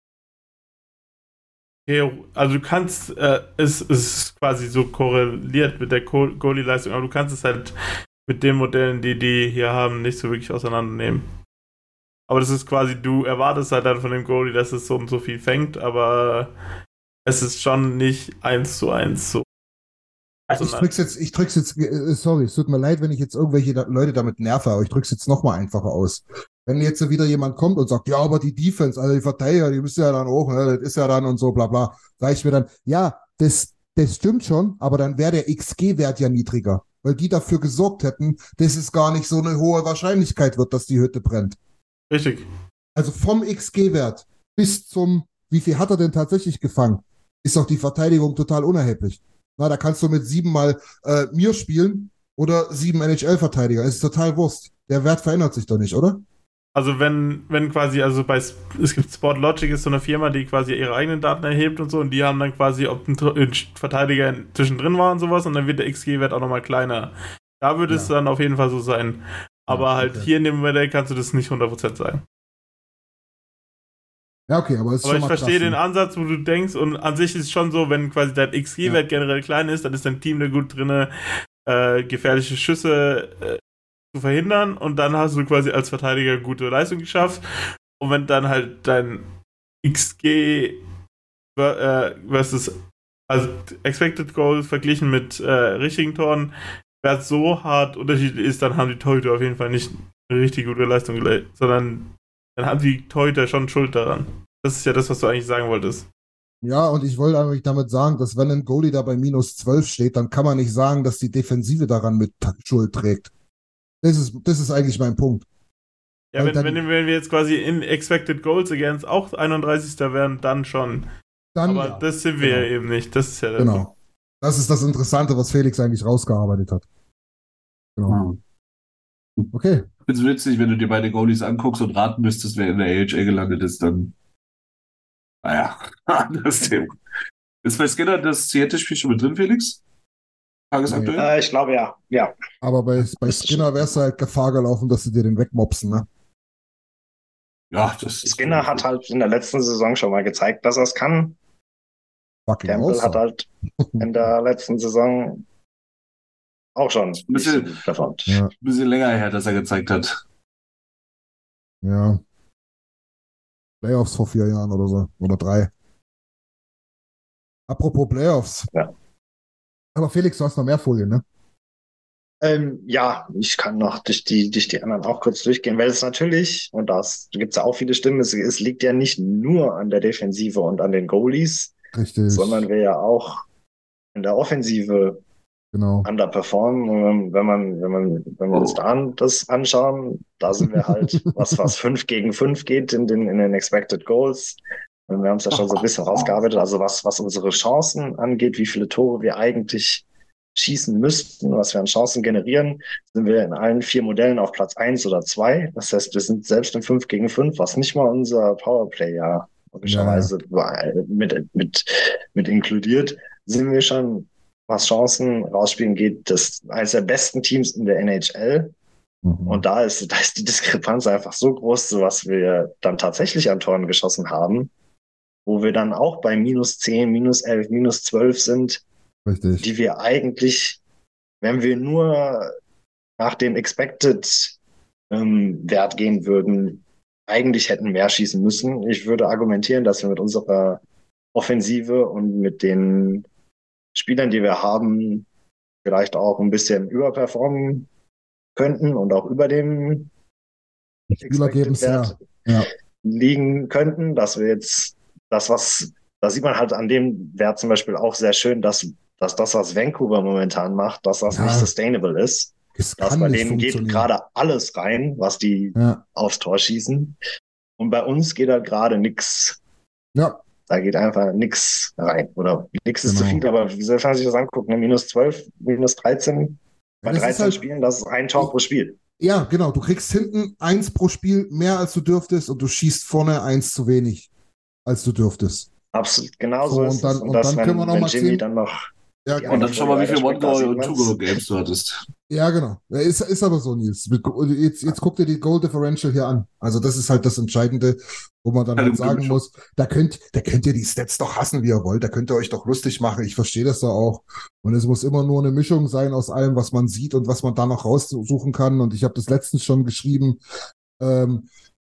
Also du kannst, äh, es ist quasi so korreliert mit der Goalie-Leistung, aber du kannst es halt mit den Modellen, die die hier haben, nicht so wirklich auseinandernehmen. Aber das ist quasi, du erwartest halt dann von dem Goalie, dass es so und so viel fängt, aber es ist schon nicht eins zu eins so. Also, Ich drück's jetzt, ich drück's jetzt, äh, sorry, es tut mir leid, wenn ich jetzt irgendwelche da- Leute damit nerve, aber ich drück's jetzt nochmal einfacher aus. Wenn jetzt wieder jemand kommt und sagt, ja, aber die Defense, also die Verteidiger, die müssen ja dann auch, ne, das ist ja dann und so, bla bla, sag ich mir dann, ja, das, das stimmt schon, aber dann wäre der X G-Wert ja niedriger, weil die dafür gesorgt hätten, dass es gar nicht so eine hohe Wahrscheinlichkeit wird, dass die Hütte brennt. richtig. Also vom X G-Wert bis zum, wie viel hat er denn tatsächlich gefangen, ist doch die Verteidigung total unerheblich. Na, da kannst du mit sieben mal äh, mir spielen oder sieben N H L-Verteidiger. Es ist total Wurst. Der Wert verändert sich doch nicht, oder? Also wenn, wenn quasi, also bei, es gibt Sportlogic, ist so eine Firma, die quasi ihre eigenen Daten erhebt und so, und die haben dann quasi, ob ein, ein Verteidiger zwischendrin war und sowas, und dann wird der X G-Wert auch nochmal kleiner. Da würde Ja. es dann auf jeden Fall so sein. Aber Ja, halt okay. hier in dem Modell kannst du das nicht hundert Prozent sagen. Ja, okay, aber es ist Aber schon ich mal verstehe krass, den ne? Ansatz, wo du denkst, und an sich ist es schon so, wenn quasi dein X G-Wert generell klein ist, dann ist dein Team da gut drin, äh, gefährliche Schüsse äh, zu verhindern, und dann hast du quasi als Verteidiger gute Leistung geschafft. Und wenn dann halt dein X G ver- äh, versus also Expected Goals verglichen mit äh, richtigen Toren Wert so hart unterschiedlich ist, dann haben die Torhüter auf jeden Fall nicht eine richtig gute Leistung geleistet, sondern dann haben die Torhüter schon Schuld daran. Das ist ja das, was du eigentlich sagen wolltest. Ja, und ich wollte eigentlich damit sagen, dass wenn ein Goalie da bei minus zwölf steht, dann kann man nicht sagen, dass die Defensive daran mit Schuld trägt. Das ist, das ist eigentlich mein Punkt. Ja, Weil wenn, dann- wenn, wenn wir jetzt quasi in Expected Goals Against auch einunddreißigster wären, dann schon. Dann, Aber ja, das sind wir genau. ja eben nicht. Das ist ja der Genau. Das ist das Interessante, was Felix eigentlich rausgearbeitet hat. Genau. Okay. Ich find's witzig, wenn du dir beide Goalies anguckst und raten müsstest, wer in der A H L gelandet ist, dann. Naja, das Thema. Ist bei Skinner das Seattle-Spiel schon mit drin, Felix? Tagesaktuell? Äh, ich glaube ja. Ja. Aber bei, bei Skinner wärst du halt Gefahr gelaufen, dass sie dir den wegmopsen, ne? Ja, das Skinner hat halt in der letzten Saison schon mal gezeigt, dass er es kann. Fucking Campbell awesome. hat halt in der letzten Saison auch schon Ein bisschen- nicht so gut performt. Ja, ein bisschen länger her, dass er gezeigt hat. ja. Playoffs vor vier Jahren oder so. Oder drei. Apropos Playoffs. Ja. Aber Felix, du hast noch mehr Folien, ne? Ähm, ja, ich kann noch durch die, durch die anderen auch kurz durchgehen, weil es natürlich, und das gibt es ja auch viele Stimmen, es, es liegt ja nicht nur an der Defensive und an den Goalies, Richtig. sondern wir ja auch in der Offensive Genau. underperformen. Und wenn man, wenn man, wenn wir uns da an, das anschauen, da sind wir halt, was, was fünf gegen fünf geht in den, in den Expected Goals. Und wir haben es ja schon so ein bisschen rausgearbeitet, also was, was unsere Chancen angeht, wie viele Tore wir eigentlich schießen müssten, was wir an Chancen generieren, sind wir in allen vier Modellen auf Platz eins oder zwei. Das heißt, wir sind selbst im fünf gegen fünf, was nicht mal unser Powerplay ja logischerweise mit, mit, mit inkludiert, sind wir schon, was Chancen rausspielen geht, das eines der besten Teams in der N H L. Mhm. Und da ist, da ist die Diskrepanz einfach so groß, so was wir dann tatsächlich an Toren geschossen haben, wo wir dann auch bei minus zehn, minus elf, minus zwölf sind, Richtig. die wir eigentlich, wenn wir nur nach dem Expected ähm, Wert gehen würden, eigentlich hätten mehr schießen müssen. Ich würde argumentieren, dass wir mit unserer Offensive und mit den Spielern, die wir haben, vielleicht auch ein bisschen überperformen könnten und auch über dem Spieler geben es Expected her. Ja. liegen könnten, dass wir jetzt das, was, da sieht man halt an dem Wert zum Beispiel auch sehr schön, dass, dass das, was Vancouver momentan macht, dass das Ja. nicht sustainable ist. Es Dass kann bei nicht denen geht funktionieren. gerade alles rein, was die Ja. aufs Tor schießen. Und bei uns geht halt gerade nix. Ja. Da geht einfach nix rein. Oder nix ist Genau. zu viel, aber wie soll man sich das angucken? Ne? Minus zwölf, minus dreizehn. Bei Ja, das ist dreizehn halt- Spielen, das ist ein Tor pro Spiel. Ja, genau. Du kriegst hinten eins pro Spiel mehr als du dürftest und du schießt vorne eins zu wenig als du dürftest. Absolut, genau So, so und ist dann- es. und dann wenn, können wir noch wenn mal Jimmy sehen- dann noch Ja, die genau. Und andere dann schau mal, wie viele Folie weiterspringt, da One-Goal- sieht und man's. Two-Goal-Games du hattest. Ja, genau. Ja, Ist, ist aber so, Nils. Jetzt, jetzt guck dir die Goal Differential hier an. Also das ist halt das Entscheidende, wo man dann Keine halt gute sagen Mischung. muss, da könnt, da könnt ihr die Stats doch hassen, wie ihr wollt. Da könnt ihr euch doch lustig machen. Ich verstehe das da auch. Und es muss immer nur eine Mischung sein aus allem, was man sieht und was man da noch raussuchen kann. Und ich habe das letztens schon geschrieben. Ähm,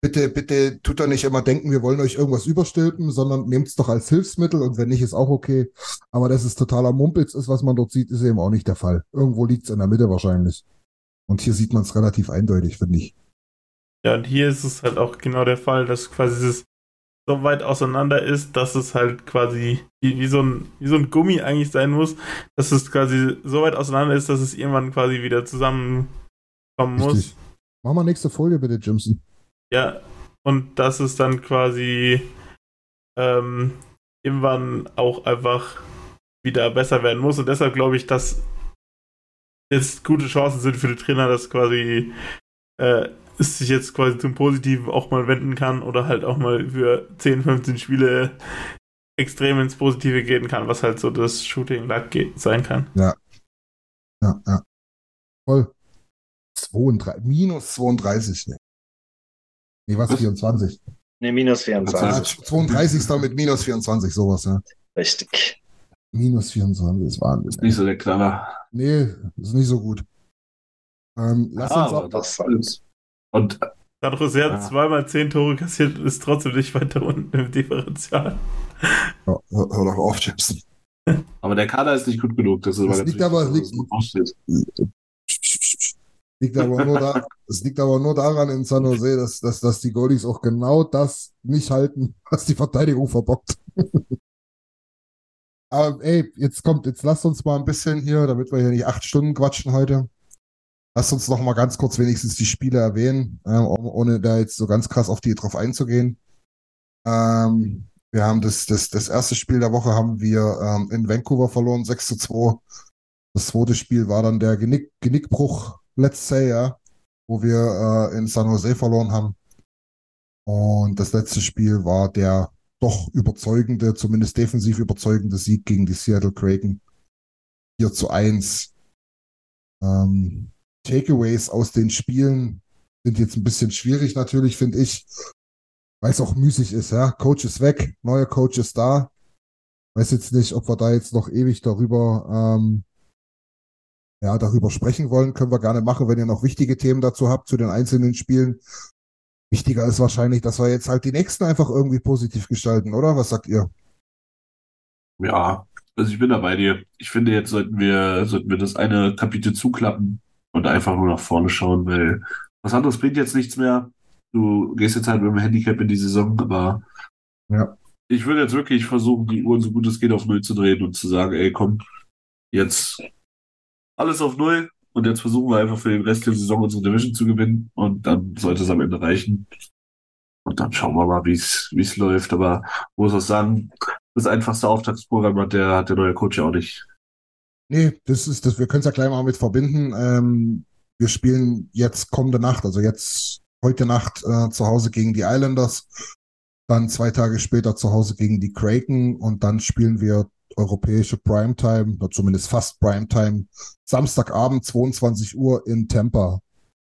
bitte, bitte tut doch nicht immer denken, wir wollen euch irgendwas überstülpen, sondern nehmt es doch als Hilfsmittel und wenn nicht, ist auch okay. Aber dass es totaler Mumpitz ist, was man dort sieht, ist eben auch nicht der Fall. Irgendwo liegt es in der Mitte wahrscheinlich. Und hier sieht man es relativ eindeutig, finde ich. Ja, und hier ist es halt auch genau der Fall, dass quasi es so weit auseinander ist, dass es halt quasi wie, wie, so ein, wie so ein Gummi eigentlich sein muss, dass es quasi so weit auseinander ist, dass es irgendwann quasi wieder zusammenkommen muss. Richtig. Mach mal nächste Folie bitte, Jimson. Ja, und dass es dann quasi ähm, irgendwann auch einfach wieder besser werden muss. Und deshalb glaube ich, dass jetzt gute Chancen sind für die Trainer, dass quasi äh, es sich jetzt quasi zum Positiven auch mal wenden kann oder halt auch mal für zehn, fünfzehn Spiele extrem ins Positive gehen kann, was halt so das Shooting Luck geht, sein kann. Ja. Ja, ja. Voll. zweiunddreißig, minus zweiunddreißig. Ne, nee, was? vierundzwanzig? Ne, minus vierundzwanzig. Ja, zweiunddreißig. mit minus vierundzwanzig, sowas, ja. Richtig. Minus vierundzwanzig ist Wahnsinn. Ist nicht so der Knaller. Nee, ist nicht so gut. Ähm, lass Ah, uns aber auch. das ist. Und Dadurch, dass er Ja. zweimal zehn Tore kassiert, ist trotzdem nicht weiter unten im Differential. Ja, hör, hör doch auf, James. aber der Kader ist nicht gut genug. Das, ist Das aber liegt ganz aber- wichtig, dass das liegt- aussteht. Liegt aber nur da, es liegt aber nur daran in San Jose, dass, dass, dass die Goalies auch genau das nicht halten, was die Verteidigung verbockt. Aber ey, jetzt kommt, jetzt lasst uns mal ein bisschen hier, damit wir hier nicht acht Stunden quatschen heute. Lasst uns noch mal ganz kurz wenigstens die Spiele erwähnen, äh, ohne da jetzt so ganz krass auf die drauf einzugehen. Ähm, wir haben das, das, das erste Spiel der Woche haben wir ähm, in Vancouver verloren, sechs zu zwei. Das zweite Spiel war dann der Genick, Genickbruch, let's say, ja, wo wir äh, in San Jose verloren haben. Und das letzte Spiel war der doch überzeugende, zumindest defensiv überzeugende Sieg gegen die Seattle Kraken. vier zu eins. Ähm, Takeaways aus den Spielen sind jetzt ein bisschen schwierig natürlich, finde ich, weil es auch müßig ist. Ja? Coach ist weg, neuer Coach ist da. Weiß jetzt nicht, ob wir da jetzt noch ewig darüber ähm, ja, darüber sprechen wollen. Können wir gerne machen, wenn ihr noch wichtige Themen dazu habt, zu den einzelnen Spielen. Wichtiger ist wahrscheinlich, dass wir jetzt halt die nächsten einfach irgendwie positiv gestalten, oder? Was sagt ihr? Ja, also ich bin da bei dir. Ich finde, jetzt sollten wir, sollten wir das eine Kapitel zuklappen und einfach nur nach vorne schauen, weil was anderes bringt jetzt nichts mehr. Du gehst jetzt halt mit dem Handicap in die Saison, aber Ja. ich würde jetzt wirklich versuchen, die Uhren so gut es geht auf Null zu drehen und zu sagen, ey, komm, jetzt alles auf Null und jetzt versuchen wir einfach für den Rest der Saison unsere Division zu gewinnen und dann sollte es am Ende reichen. Und dann schauen wir mal, wie es wie es läuft. Aber muss auch sagen, das einfachste Auftaktsprogramm hat der, hat der neue Coach ja auch nicht. Nee, das ist das, wir können es ja gleich mal mit verbinden. Ähm, wir spielen jetzt kommende Nacht, also jetzt heute Nacht äh, zu Hause gegen die Islanders, dann zwei Tage später zu Hause gegen die Kraken und dann spielen wir europäische Primetime, oder zumindest fast Primetime, Samstagabend zweiundzwanzig Uhr in Tampa.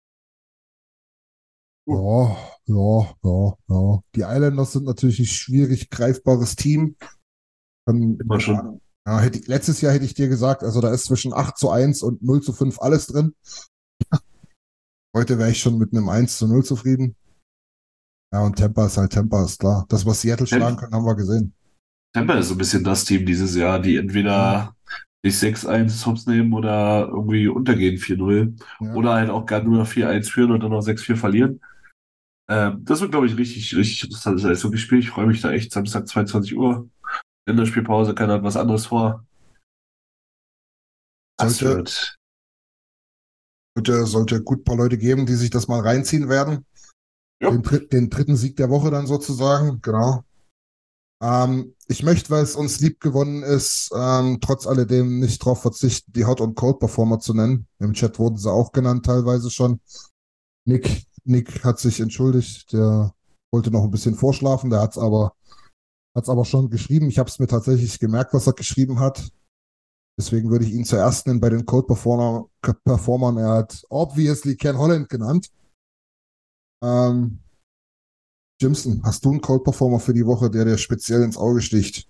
Ja, ja, ja, ja. Die Islanders sind natürlich ein schwierig greifbares Team. Kann, Immer schon. ja, hätte, ich- letztes Jahr hätte ich dir gesagt, also da ist zwischen acht zu eins und null zu fünf alles drin. Heute wäre ich schon mit einem eins zu null zufrieden. Ja, und Tampa ist halt Tampa, ist klar. Das, was Seattle Tampa- schlagen können, haben wir gesehen. Tampa ist so ein bisschen das Team dieses Jahr, die entweder sich sechs eins Hops nehmen oder irgendwie untergehen vier null Ja. oder halt auch gar nur vier eins führen und dann noch sechs vier verlieren. Ähm, das wird, glaube ich, richtig, richtig interessantes Eishockey-Spiel. Ich freue mich da echt. Samstag zweiundzwanzig Uhr. Länderspielpause, keiner hat was anderes vor. Das Sollte- wird. Sollte, sollte gut ein paar Leute geben, die sich das mal reinziehen werden. Ja. Den, dritt, den dritten Sieg der Woche dann sozusagen, genau. Ähm, ich möchte, weil es uns lieb gewonnen ist, ähm, trotz alledem nicht darauf verzichten, die Hot- und Cold-Performer zu nennen. Im Chat wurden sie auch genannt, teilweise schon. Nick, Nick hat sich entschuldigt, der wollte noch ein bisschen vorschlafen, der hat es aber, hat's aber schon geschrieben. Ich habe es mir tatsächlich gemerkt, was er geschrieben hat. Deswegen würde ich ihn zuerst nennen bei den Cold-Performer, Performern. Er hat obviously Ken Holland genannt. Ähm, Jimson, hast du einen Cold-Performer für die Woche, der dir speziell ins Auge sticht?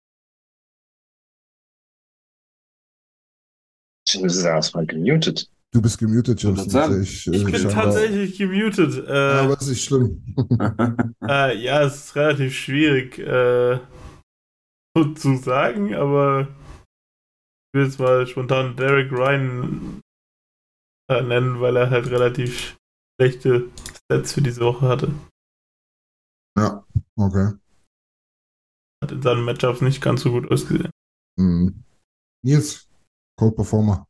Du bist erstmal gemutet. Du bist gemutet, Soll ich James. das sagen? Ich, Ich äh, bin scheinbar- tatsächlich gemutet. Äh, Ja, aber ist nicht schlimm. äh, ja, es ist relativ schwierig äh, so zu sagen, aber ich will jetzt mal spontan Derek Ryan äh, nennen, weil er halt relativ schlechte Stats für diese Woche hatte. Ja, okay. Hat in seinen Matchups nicht ganz so gut ausgesehen. Hm. Nils, Cold Performer.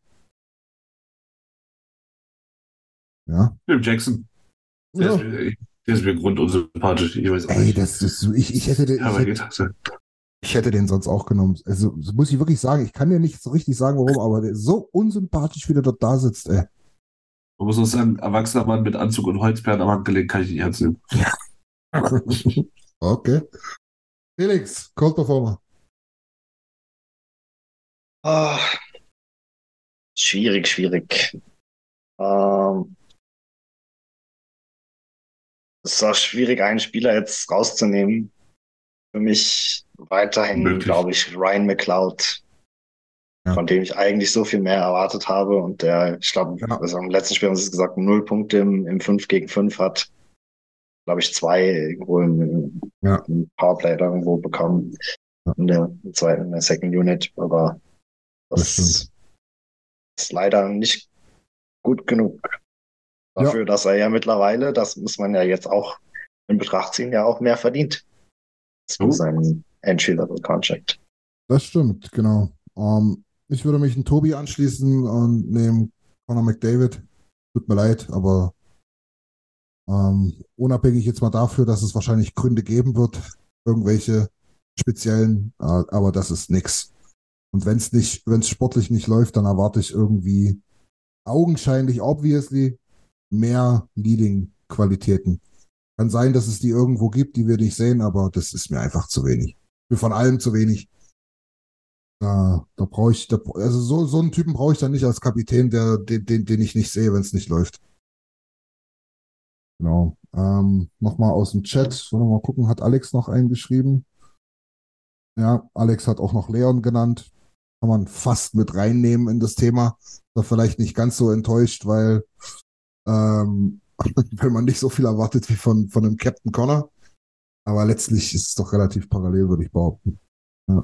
Ja. Phil Jackson. Der, Ja. ist mir, der ist mir grundunsympathisch. Ich weiß auch Ey, nicht. das ist so, ich, ich hätte den, ich Aber hätte, geht das? ich hätte den sonst auch genommen. Also, das muss ich wirklich sagen, ich kann dir nicht so richtig sagen, warum, aber der ist so unsympathisch, wie der dort da sitzt, ey. Man muss auch sagen, erwachsener Mann mit Anzug und Holzperlen am Handgelenk kann ich nicht ernst nehmen. Okay. Felix, Cold Performer. Ah, schwierig, schwierig. Ähm, es ist auch schwierig, einen Spieler jetzt rauszunehmen. Für mich weiterhin, Möglich. glaube ich, Ryan McLeod, Ja. von dem ich eigentlich so viel mehr erwartet habe. Und der, ich glaube, Ja. also im letzten Spiel haben sie es gesagt, null Punkte im, im fünf gegen fünf hat. Glaube ich, zwei irgendwo im, Ja. im Powerplay da irgendwo bekommen. Ja. In der zweiten, in der Second Unit. Aber Das das stimmt. ist leider nicht gut genug. Dafür, dass er ja mittlerweile, das muss man ja jetzt auch in Betracht ziehen, ja auch mehr verdient. Zu Oh. seinem Entry-Level-Contract. Das stimmt, genau. Ähm, ich würde mich in Tobi anschließen und nehmen Conor McDavid. Tut mir leid, aber ähm, unabhängig jetzt mal dafür, dass es wahrscheinlich Gründe geben wird, irgendwelche speziellen, äh, aber das ist nix. Und wenn es nicht, wenn es sportlich nicht läuft, dann erwarte ich irgendwie augenscheinlich, obviously, mehr Leading-Qualitäten. Kann sein, dass es die irgendwo gibt, die wir nicht sehen, aber das ist mir einfach zu wenig. Für von allem zu wenig. Da, da brauche ich, da, also so, so einen Typen brauche ich dann nicht als Kapitän, der, den, den, den ich nicht sehe, wenn es nicht läuft. Genau. Ähm, nochmal aus dem Chat, wollen wir mal gucken, hat Alex noch eingeschrieben? Ja, Alex hat auch noch Leon genannt. Kann man fast mit reinnehmen in das Thema. War vielleicht nicht ganz so enttäuscht, weil, ähm, weil man nicht so viel erwartet wie von, von dem Captain Connor. Aber letztlich ist es doch relativ parallel, würde ich behaupten. Ja.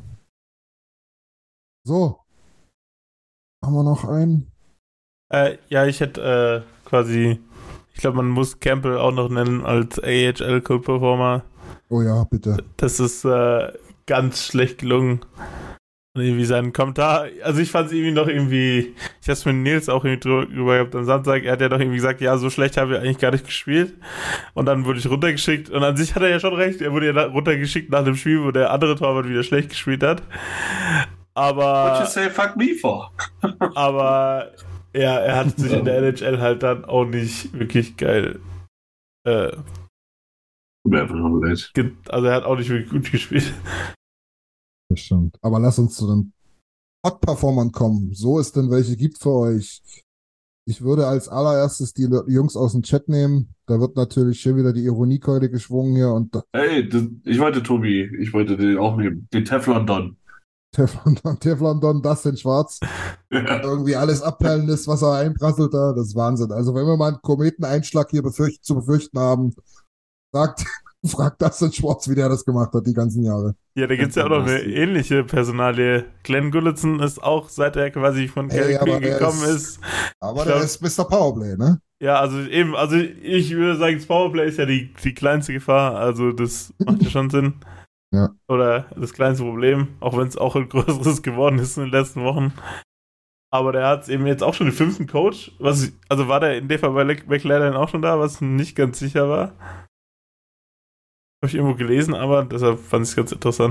So. Haben wir noch einen? Äh, ja, ich hätte äh, quasi, ich glaube, man muss Campbell auch noch nennen als A H L Cold Performer. Oh ja, bitte. Das ist äh, ganz schlecht gelungen. Und irgendwie sein Kommentar, also ich fand es irgendwie noch irgendwie, ich hab's mit Nils auch irgendwie drüber gehabt am Samstag, er hat ja doch irgendwie gesagt, ja, so schlecht habe ich eigentlich gar nicht gespielt. Und dann wurde ich runtergeschickt und an sich hat er ja schon recht, er wurde ja runtergeschickt nach dem Spiel, wo der andere Torwart wieder schlecht gespielt hat. Aber... What you say fuck me for? aber ja, er hat sich in der N H L halt dann auch nicht wirklich geil äh, Tut mir einfach nur leid. ge- also er hat auch nicht wirklich gut gespielt. Das stimmt. Aber lass uns zu den Hot-Performern kommen. So es denn welche gibt für euch. Ich würde als allererstes die Jungs aus dem Chat nehmen. Da wird natürlich schön wieder die Ironiekeule geschwungen hier und da- Hey, das, ich wollte Tobi, ich wollte den auch nehmen. Den Teflon Don. Teflon Don, Teflon Don, Dustin Schwarz. Irgendwie alles abperlen ist, was er einprasselt da. Das ist Wahnsinn. Also wenn wir mal einen Kometeneinschlag hier befürcht, zu befürchten haben, sagt, fragt Dustin Schwarz, wie der das gemacht hat die ganzen Jahre. Ja, da gibt es ja auch noch eine ähnliche Personalie. Glenn Gulletson ist auch, seit er quasi von Ey, Calgary aber der gekommen ist- ist. Aber Ich der glaub- ist Mister Powerplay, ne? Ja, also eben, also ich würde sagen, das Powerplay ist ja die, die kleinste Gefahr, also das macht ja schon Sinn. Ja. Oder das kleinste Problem, auch wenn es auch ein größeres geworden ist in den letzten Wochen. Aber der hat eben jetzt auch schon den fünften Coach. Was, also war der in dem Fall bei McLaren auch schon da, was nicht ganz sicher war. Habe ich irgendwo gelesen, aber deshalb fand ich es ganz interessant.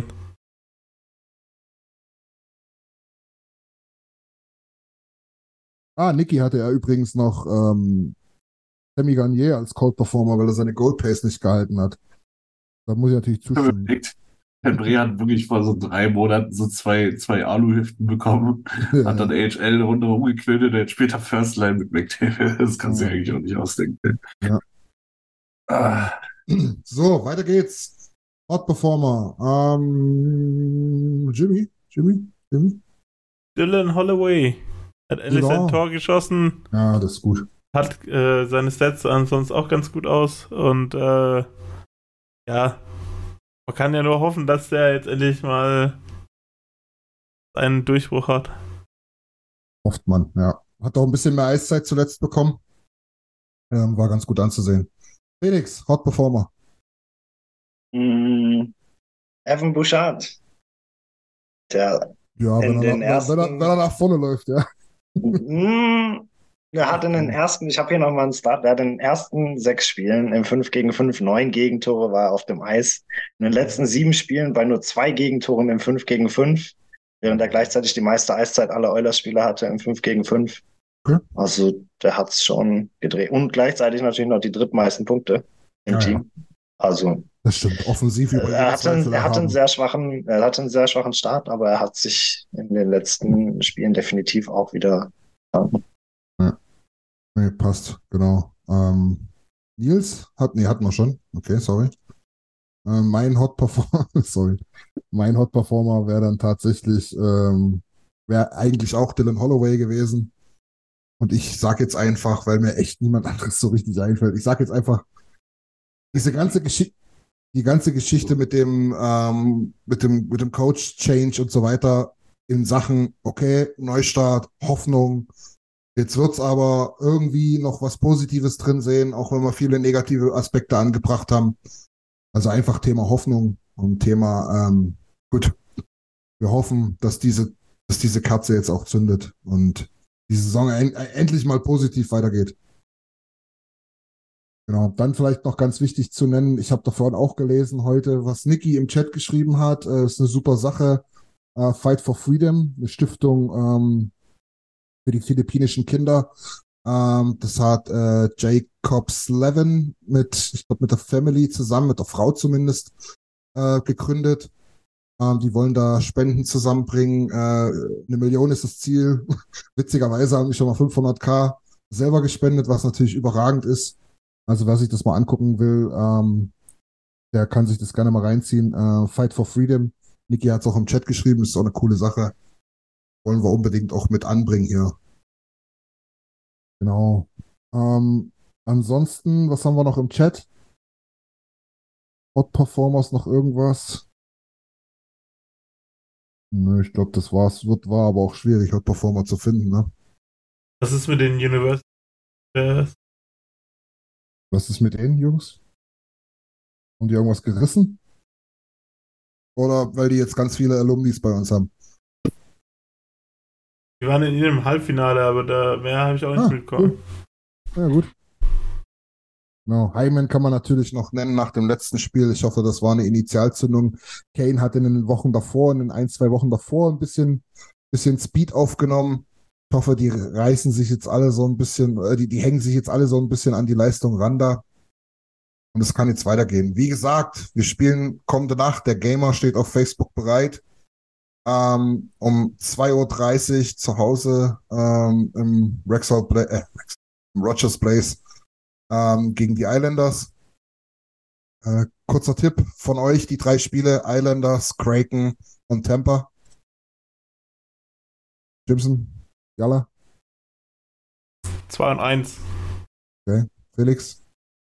Ah, Niki hatte ja übrigens noch ähm, Sammy Garnier als Cold Performer, weil er seine Gold Pace nicht gehalten hat. Da muss ich natürlich zustimmen. Überlegt. Der Bre hat wirklich vor so drei Monaten so zwei, zwei Aluhüften bekommen, Ja. hat dann A H L runter umgeknötet, der hat später First Line mit McDavid. Das kannst du dir eigentlich auch nicht ausdenken. Ja. Ah, So, weiter geht's. Hot Performer. Ähm, Jimmy? Jimmy? Jimmy? Dylan Holloway. Hat endlich Ja. sein Tor geschossen. Ja, das ist gut. Hat äh, seine Stats ansonsten auch ganz gut aus. Und äh, ja, man kann ja nur hoffen, dass der jetzt endlich mal einen Durchbruch hat. Hofft man, ja. Hat auch ein bisschen mehr Eiszeit zuletzt bekommen. Ähm, war ganz gut anzusehen. Felix, Hot Performer. Mm, Evan Bouchard. Der Ja, wenn In er, den nach, wenn, wenn, er, ersten- wenn er nach vorne läuft, ja. Mm, Er hat in den ersten, ich habe hier nochmal einen Start, er hat in den ersten sechs Spielen im fünf gegen fünf neun Gegentore, war er auf dem Eis. In den letzten sieben Spielen bei nur zwei Gegentoren im fünf gegen fünf, während er gleichzeitig die meiste Eiszeit aller Oilers-Spieler hatte im fünf gegen fünf. Okay. Also der hat es schon gedreht. Und gleichzeitig natürlich noch die drittmeisten Punkte im Ja, ja. Team. Also Das stimmt. Offensiv über er jeden hatte, einen, Zweifel er, hatte einen erhaben. sehr schwachen, er hatte einen sehr schwachen Start, aber er hat sich in den letzten Spielen definitiv auch wieder Nee, passt, genau. Ähm, Nils hat, nee, hatten wir schon. Okay, sorry. Ähm, mein Hot Performer, sorry. Mein Hot Performer wäre dann tatsächlich, ähm, wäre eigentlich auch Dylan Holloway gewesen. Und ich sag jetzt einfach, weil mir echt niemand anderes so richtig einfällt. Ich sag jetzt einfach, diese ganze Geschichte, die ganze Geschichte mit dem, ähm, mit dem, mit dem Coach Change und so weiter in Sachen, okay, Neustart, Hoffnung. Jetzt wird's aber irgendwie noch was Positives drin sehen, auch wenn wir viele negative Aspekte angebracht haben. Also einfach Thema Hoffnung und Thema, ähm, gut, wir hoffen, dass diese, dass diese Kerze jetzt auch zündet und die Saison en endlich mal positiv weitergeht. Genau, dann vielleicht noch ganz wichtig zu nennen, ich habe davon auch gelesen heute, was Niki im Chat geschrieben hat, äh, ist eine super Sache, äh, Fight for Freedom, eine Stiftung ähm, für die philippinischen Kinder. Ähm, das hat äh, Jacob Slevin mit, ich glaube, mit der Family zusammen, mit der Frau zumindest, äh, gegründet. Ähm, die wollen da Spenden zusammenbringen. Äh, eine Million ist das Ziel. Witzigerweise haben die schon mal fünfhunderttausend selber gespendet, was natürlich überragend ist. Also wer sich das mal angucken will, ähm, der kann sich das gerne mal reinziehen. Äh, Fight for Freedom. Niki hat es auch im Chat geschrieben, ist auch eine coole Sache. Wollen wir unbedingt auch mit anbringen hier. Genau. Ähm, ansonsten, was haben wir noch im Chat? Hot Performers noch irgendwas? Nö, ich glaube, das war's. Wird, war aber auch schwierig, Hot Performer zu finden, ne? Was ist mit den University? Was ist mit denen, Jungs? Haben die irgendwas gerissen? Oder weil die jetzt ganz viele Alumnis bei uns haben? Die waren in ihrem Halbfinale, aber da mehr habe ich auch nicht Ah, mitbekommen. cool. Ja, gut. Genau. Hyman kann man natürlich noch nennen nach dem letzten Spiel. Ich hoffe, das war eine Initialzündung. Kane hat in den Wochen davor, in den ein, zwei Wochen davor ein bisschen, bisschen Speed aufgenommen. Ich hoffe, die reißen sich jetzt alle so ein bisschen, äh, die, die hängen sich jetzt alle so ein bisschen an die Leistung ran da. Und es kann jetzt weitergehen. Wie gesagt, wir spielen kommende Nacht. Der Gamer steht auf Facebook bereit. Ähm, um zwei Uhr dreißig zu Hause ähm, im Rexall Pla äh, im Rogers Place ähm, gegen die Islanders. Äh, kurzer Tipp von euch, die drei Spiele, Islanders, Kraken und Tampa. Jimson, Jalla, zwei und eins. okay. Felix.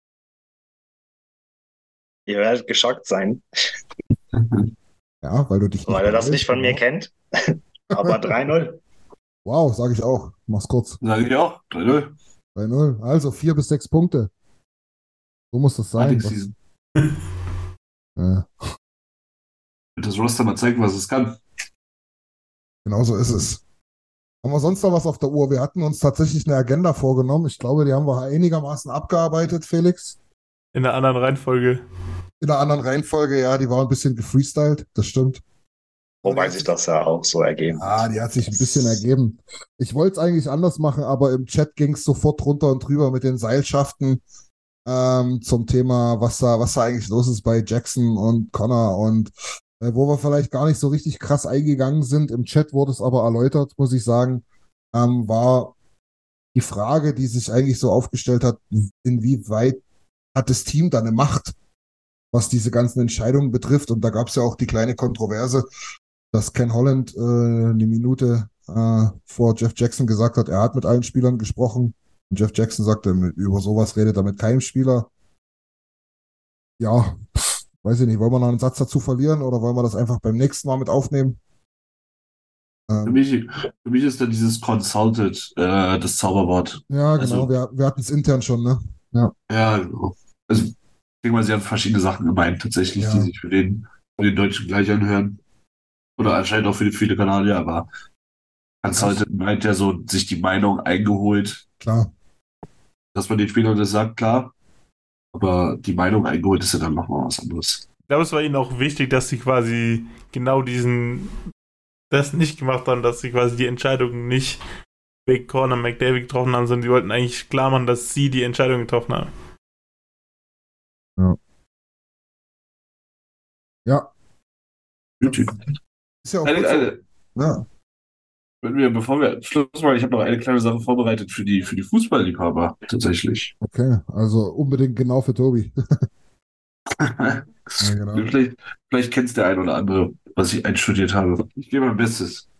Ihr werdet geschockt sein, Ja, weil du dich nicht weil er das beeilst, nicht von mir genau. kennt. Aber drei null. Wow, sage ich auch. Mach's kurz. Sage ich auch. drei null. drei null. Also vier bis sechs Punkte. So muss das sein. Hunting Was, Season. äh, Das Roster mal zeigen, was es kann. genau so ist es. Haben wir sonst noch was auf der Uhr? Wir hatten uns tatsächlich eine Agenda vorgenommen. Ich glaube, die haben wir einigermaßen abgearbeitet, Felix. In einer anderen Reihenfolge. In einer anderen Reihenfolge, ja, die war ein bisschen gefreestylt, das stimmt. Wobei sich das ja auch so ergeben Ah, hat. die hat sich ein bisschen ergeben. Ich wollte es eigentlich anders machen, aber im Chat ging es sofort drunter und drüber mit den Seilschaften ähm, zum Thema, was da, was da eigentlich los ist bei Jackson und Connor und äh, wo wir vielleicht gar nicht so richtig krass eingegangen sind. Im Chat wurde es aber erläutert, muss ich sagen, ähm, war die Frage, die sich eigentlich so aufgestellt hat, inwieweit hat das Team da eine Macht, was diese ganzen Entscheidungen betrifft. Und da gab es ja auch die kleine Kontroverse, dass Ken Holland äh, eine Minute äh, vor Jeff Jackson gesagt hat, er hat mit allen Spielern gesprochen. Und Jeff Jackson sagte, über sowas redet er mit keinem Spieler. Ja, pff, weiß ich nicht, wollen wir noch einen Satz dazu verlieren oder wollen wir das einfach beim nächsten Mal mit aufnehmen? Für Ähm, mich, für mich ist dann dieses Consulted äh, das Zauberwort. ja, genau, Also, wir, wir hatten es intern schon, ne? Ja, ja, genau. Also, ich denke mal, sie haben verschiedene Sachen gemeint, tatsächlich, die ja, sich für den, für den Deutschen gleich anhören. Oder anscheinend auch für die viele Kanadier, aber Consulted meint ja so, sich die Meinung eingeholt, klar. dass man den Spielern das sagt, klar. Aber die Meinung eingeholt ist ja dann nochmal was anderes. Ich glaube, es war ihnen auch wichtig, dass sie quasi genau diesen, das nicht gemacht haben, dass sie quasi die Entscheidung nicht wegen Corner McDavid getroffen haben, sondern sie wollten eigentlich klar machen, dass sie die Entscheidung getroffen haben. Ja. Ja, YouTube. ist ja auch Eine, gut so. eine, Ja, wenn wir, bevor wir Schluss machen, ich habe noch eine kleine Sache vorbereitet für die, für die Fußballliebhaber, tatsächlich. okay, also unbedingt genau für Tobi. Ja, genau. Vielleicht, vielleicht kennst der ein oder andere, was ich einstudiert habe. Ich gebe mein Bestes.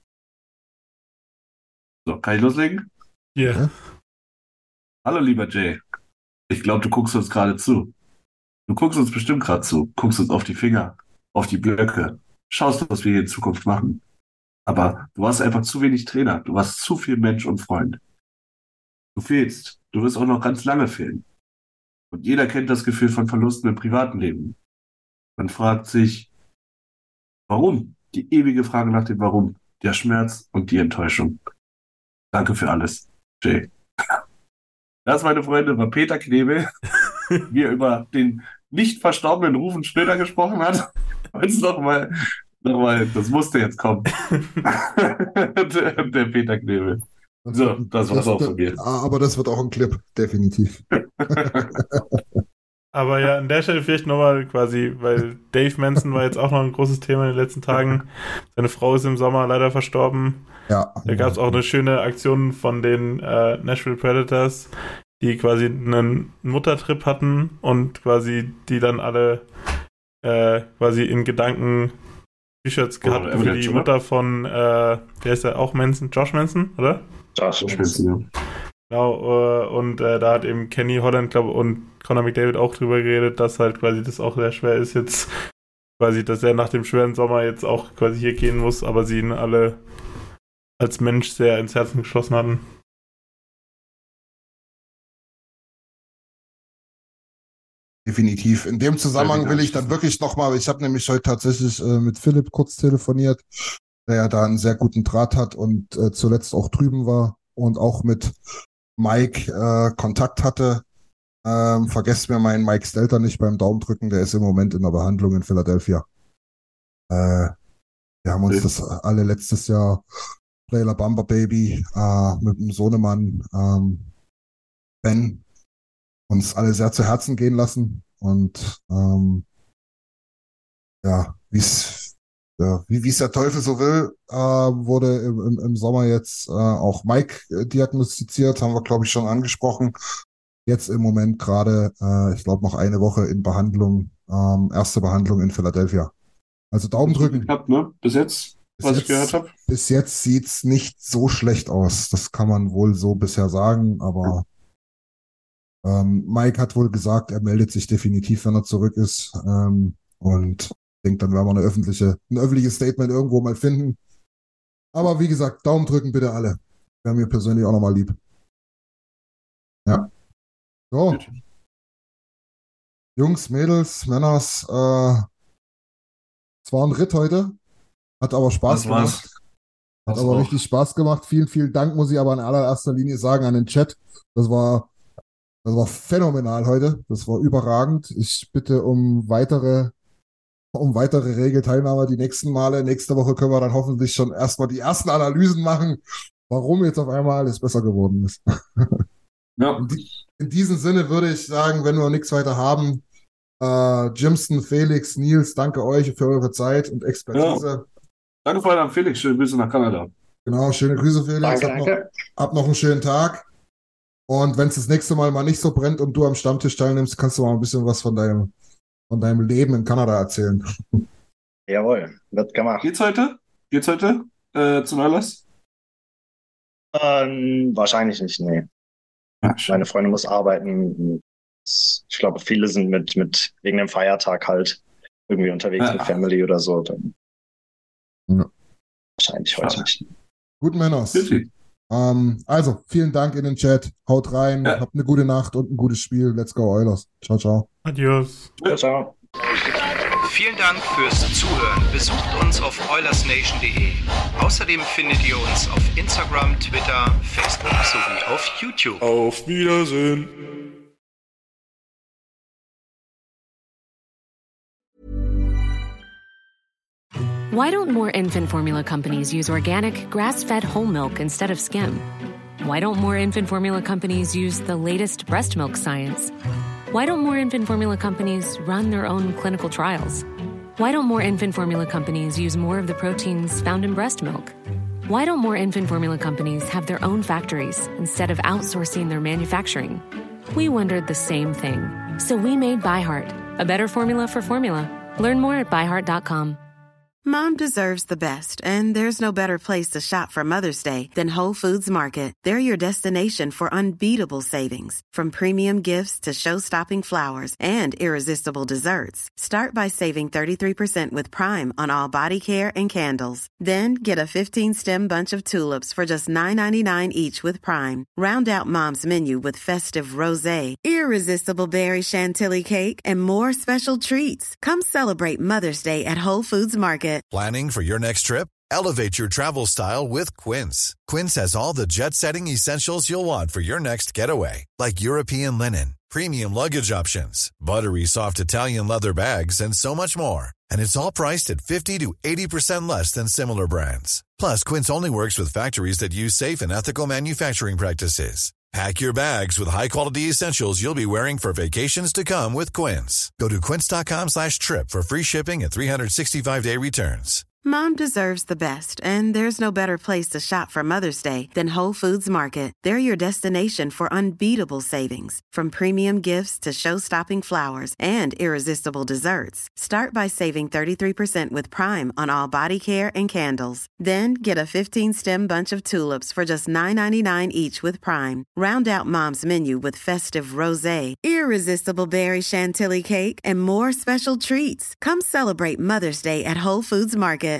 So, kann ich loslegen? Ja. Okay. Hallo, lieber Jay. Ich glaube, du guckst uns gerade zu. Du guckst uns bestimmt gerade zu. Guckst uns auf die Finger, auf die Blöcke. Schaust, was wir hier in Zukunft machen. Aber du warst einfach zu wenig Trainer. Du warst zu viel Mensch und Freund. Du fehlst. Du wirst auch noch ganz lange fehlen. Und jeder kennt das Gefühl von Verlusten im privaten Leben. Man fragt sich, warum? Die ewige Frage nach dem Warum. Der Schmerz und die Enttäuschung. Danke für alles, Jay. Das, meine Freunde, war Peter Knebel, wie er über den nicht verstorbenen Rufen Schröder gesprochen hat. Und nochmal, nochmal, das musste jetzt kommen. der, der Peter Knebel. So, das war's auch von mir. Aber das wird auch ein Clip, definitiv. Aber ja, an der Stelle vielleicht nochmal quasi, weil Dave Manson war jetzt auch noch ein großes Thema in den letzten Tagen. Seine Frau ist im Sommer leider verstorben. Ja. Da gab es auch eine schöne Aktion von den äh, Nashville Predators, die quasi einen Muttertrip hatten und quasi die dann alle äh, quasi in Gedanken T-Shirts gehabt Oh, für Avalanche, die oder? Mutter von, äh, der ist ja auch Manson, Josh Manson, oder? Josh, Ja. Genau, äh, und äh, da hat eben Kenny Holland, glaube und Conor McDavid auch drüber geredet, dass halt quasi das auch sehr schwer ist jetzt, quasi, dass er nach dem schweren Sommer jetzt auch quasi hier gehen muss, aber sie ihn alle als Mensch sehr ins Herzen geschlossen hatten. Definitiv. In dem Zusammenhang will ich dann wirklich nochmal, ich habe nämlich heute tatsächlich äh, mit Philipp kurz telefoniert, der ja da einen sehr guten Draht hat und äh, zuletzt auch drüben war und auch mit Mike äh, Kontakt hatte. Ähm, vergesst mir meinen Mike Stelter nicht beim Daumendrücken, der ist im Moment in der Behandlung in Philadelphia. Äh, wir haben uns Okay. das alle letztes Jahr Layla Bumper Baby äh, mit dem Sohnemann ähm, Ben uns alle sehr zu Herzen gehen lassen und ähm, ja, wie's, ja, wie wie es der Teufel so will, äh, wurde im, im, im Sommer jetzt äh, auch Mike äh, diagnostiziert, haben wir glaube ich schon angesprochen. Jetzt im Moment gerade, äh, ich glaube noch eine Woche in Behandlung, ähm, erste Behandlung in Philadelphia. Also Daumen drücken. Geklappt, ne? Bis jetzt, Bis was jetzt, ich gehört habe. bis jetzt sieht's nicht so schlecht aus. Das kann man wohl so bisher sagen, aber ähm, Mike hat wohl gesagt, er meldet sich definitiv, wenn er zurück ist. Ähm, und ich denke, dann werden wir eine öffentliche, ein öffentliches Statement irgendwo mal finden. Aber wie gesagt, Daumen drücken bitte alle. Wäre mir persönlich auch nochmal lieb. Ja. So. Jungs, Mädels, Männers, äh, es war ein Ritt heute. Hat aber Spaß Das war's. gemacht. Hat Das aber auch. richtig Spaß gemacht. Vielen, vielen Dank, muss ich aber in allererster Linie sagen, an den Chat. Das war, das war phänomenal heute. Das war überragend. Ich bitte um weitere, um weitere rege Teilnahme die nächsten Male. Nächste Woche können wir dann hoffentlich schon erstmal die ersten Analysen machen, warum jetzt auf einmal alles besser geworden ist. Ja. In, die, in diesem Sinne würde ich sagen, wenn wir nichts weiter haben, äh, Jimson, Felix, Nils, danke euch für eure Zeit und Expertise. Danke vor allem an Felix. Schöne Grüße nach Kanada. Genau, schöne Grüße, Felix. Danke, hab, noch, danke. hab noch einen schönen Tag. Und wenn es das nächste Mal mal nicht so brennt und du am Stammtisch teilnimmst, kannst du mal ein bisschen was von deinem, von deinem Leben in Kanada erzählen. Jawohl, wird gemacht. Geht's heute? Geht's heute äh, zum Anlass? Ähm, wahrscheinlich nicht, nee. Ja, Meine Freundin muss arbeiten. Ich glaube, viele sind mit, mit wegen dem Feiertag halt irgendwie unterwegs Ja. mit Family oder so. Dann Ja. wahrscheinlich Schade. heute nicht. Gut, Männers. Bitte. Ähm, also, vielen Dank in den Chat. Haut rein, Ja. habt eine gute Nacht und ein gutes Spiel. Let's go, Oilers. Ciao, ciao. Adios. Ciao, ciao. Vielen Dank fürs Zuhören. Besucht uns auf oilers nation punkt de. Außerdem findet ihr uns auf Instagram, Twitter, Facebook sowie auf YouTube. Auf Wiedersehen. Why don't more infant formula companies use organic, grass-fed whole milk instead of skim? Why don't more infant formula companies use the latest breast milk science? Why don't more infant formula companies run their own clinical trials? Why don't more infant formula companies use more of the proteins found in breast milk? Why don't more infant formula companies have their own factories instead of outsourcing their manufacturing? We wondered the same thing. So we made ByHeart, a better formula for formula. Learn more at by heart dot com. Mom deserves the best, and there's no better place to shop for Mother's Day than Whole Foods Market. They're your destination for unbeatable savings, from premium gifts to show-stopping flowers and irresistible desserts. Start by saving thirty-three percent with Prime on all body care and candles. Then get a fifteen-stem bunch of tulips for just nine ninety-nine each with Prime. Round out Mom's menu with festive rosé, irresistible berry chantilly cake, and more special treats. Come celebrate Mother's Day at Whole Foods Market. Planning for your next trip? Elevate your travel style with Quince. Quince has all the jet-setting essentials you'll want for your next getaway, like European linen, premium luggage options, buttery soft Italian leather bags, and so much more. And it's all priced at fifty to eighty percent less than similar brands. Plus, Quince only works with factories that use safe and ethical manufacturing practices. Pack your bags with high-quality essentials you'll be wearing for vacations to come with Quince. Go to quince.com slash trip for free shipping and three sixty-five day returns. Mom deserves the best, and there's no better place to shop for Mother's Day than Whole Foods Market. They're your destination for unbeatable savings, from premium gifts to show-stopping flowers and irresistible desserts. Start by saving thirty-three percent with Prime on all body care and candles. Then get a fifteen-stem bunch of tulips for just nine ninety-nine each with Prime. Round out Mom's menu with festive rosé, irresistible berry chantilly cake, and more special treats. Come celebrate Mother's Day at Whole Foods Market.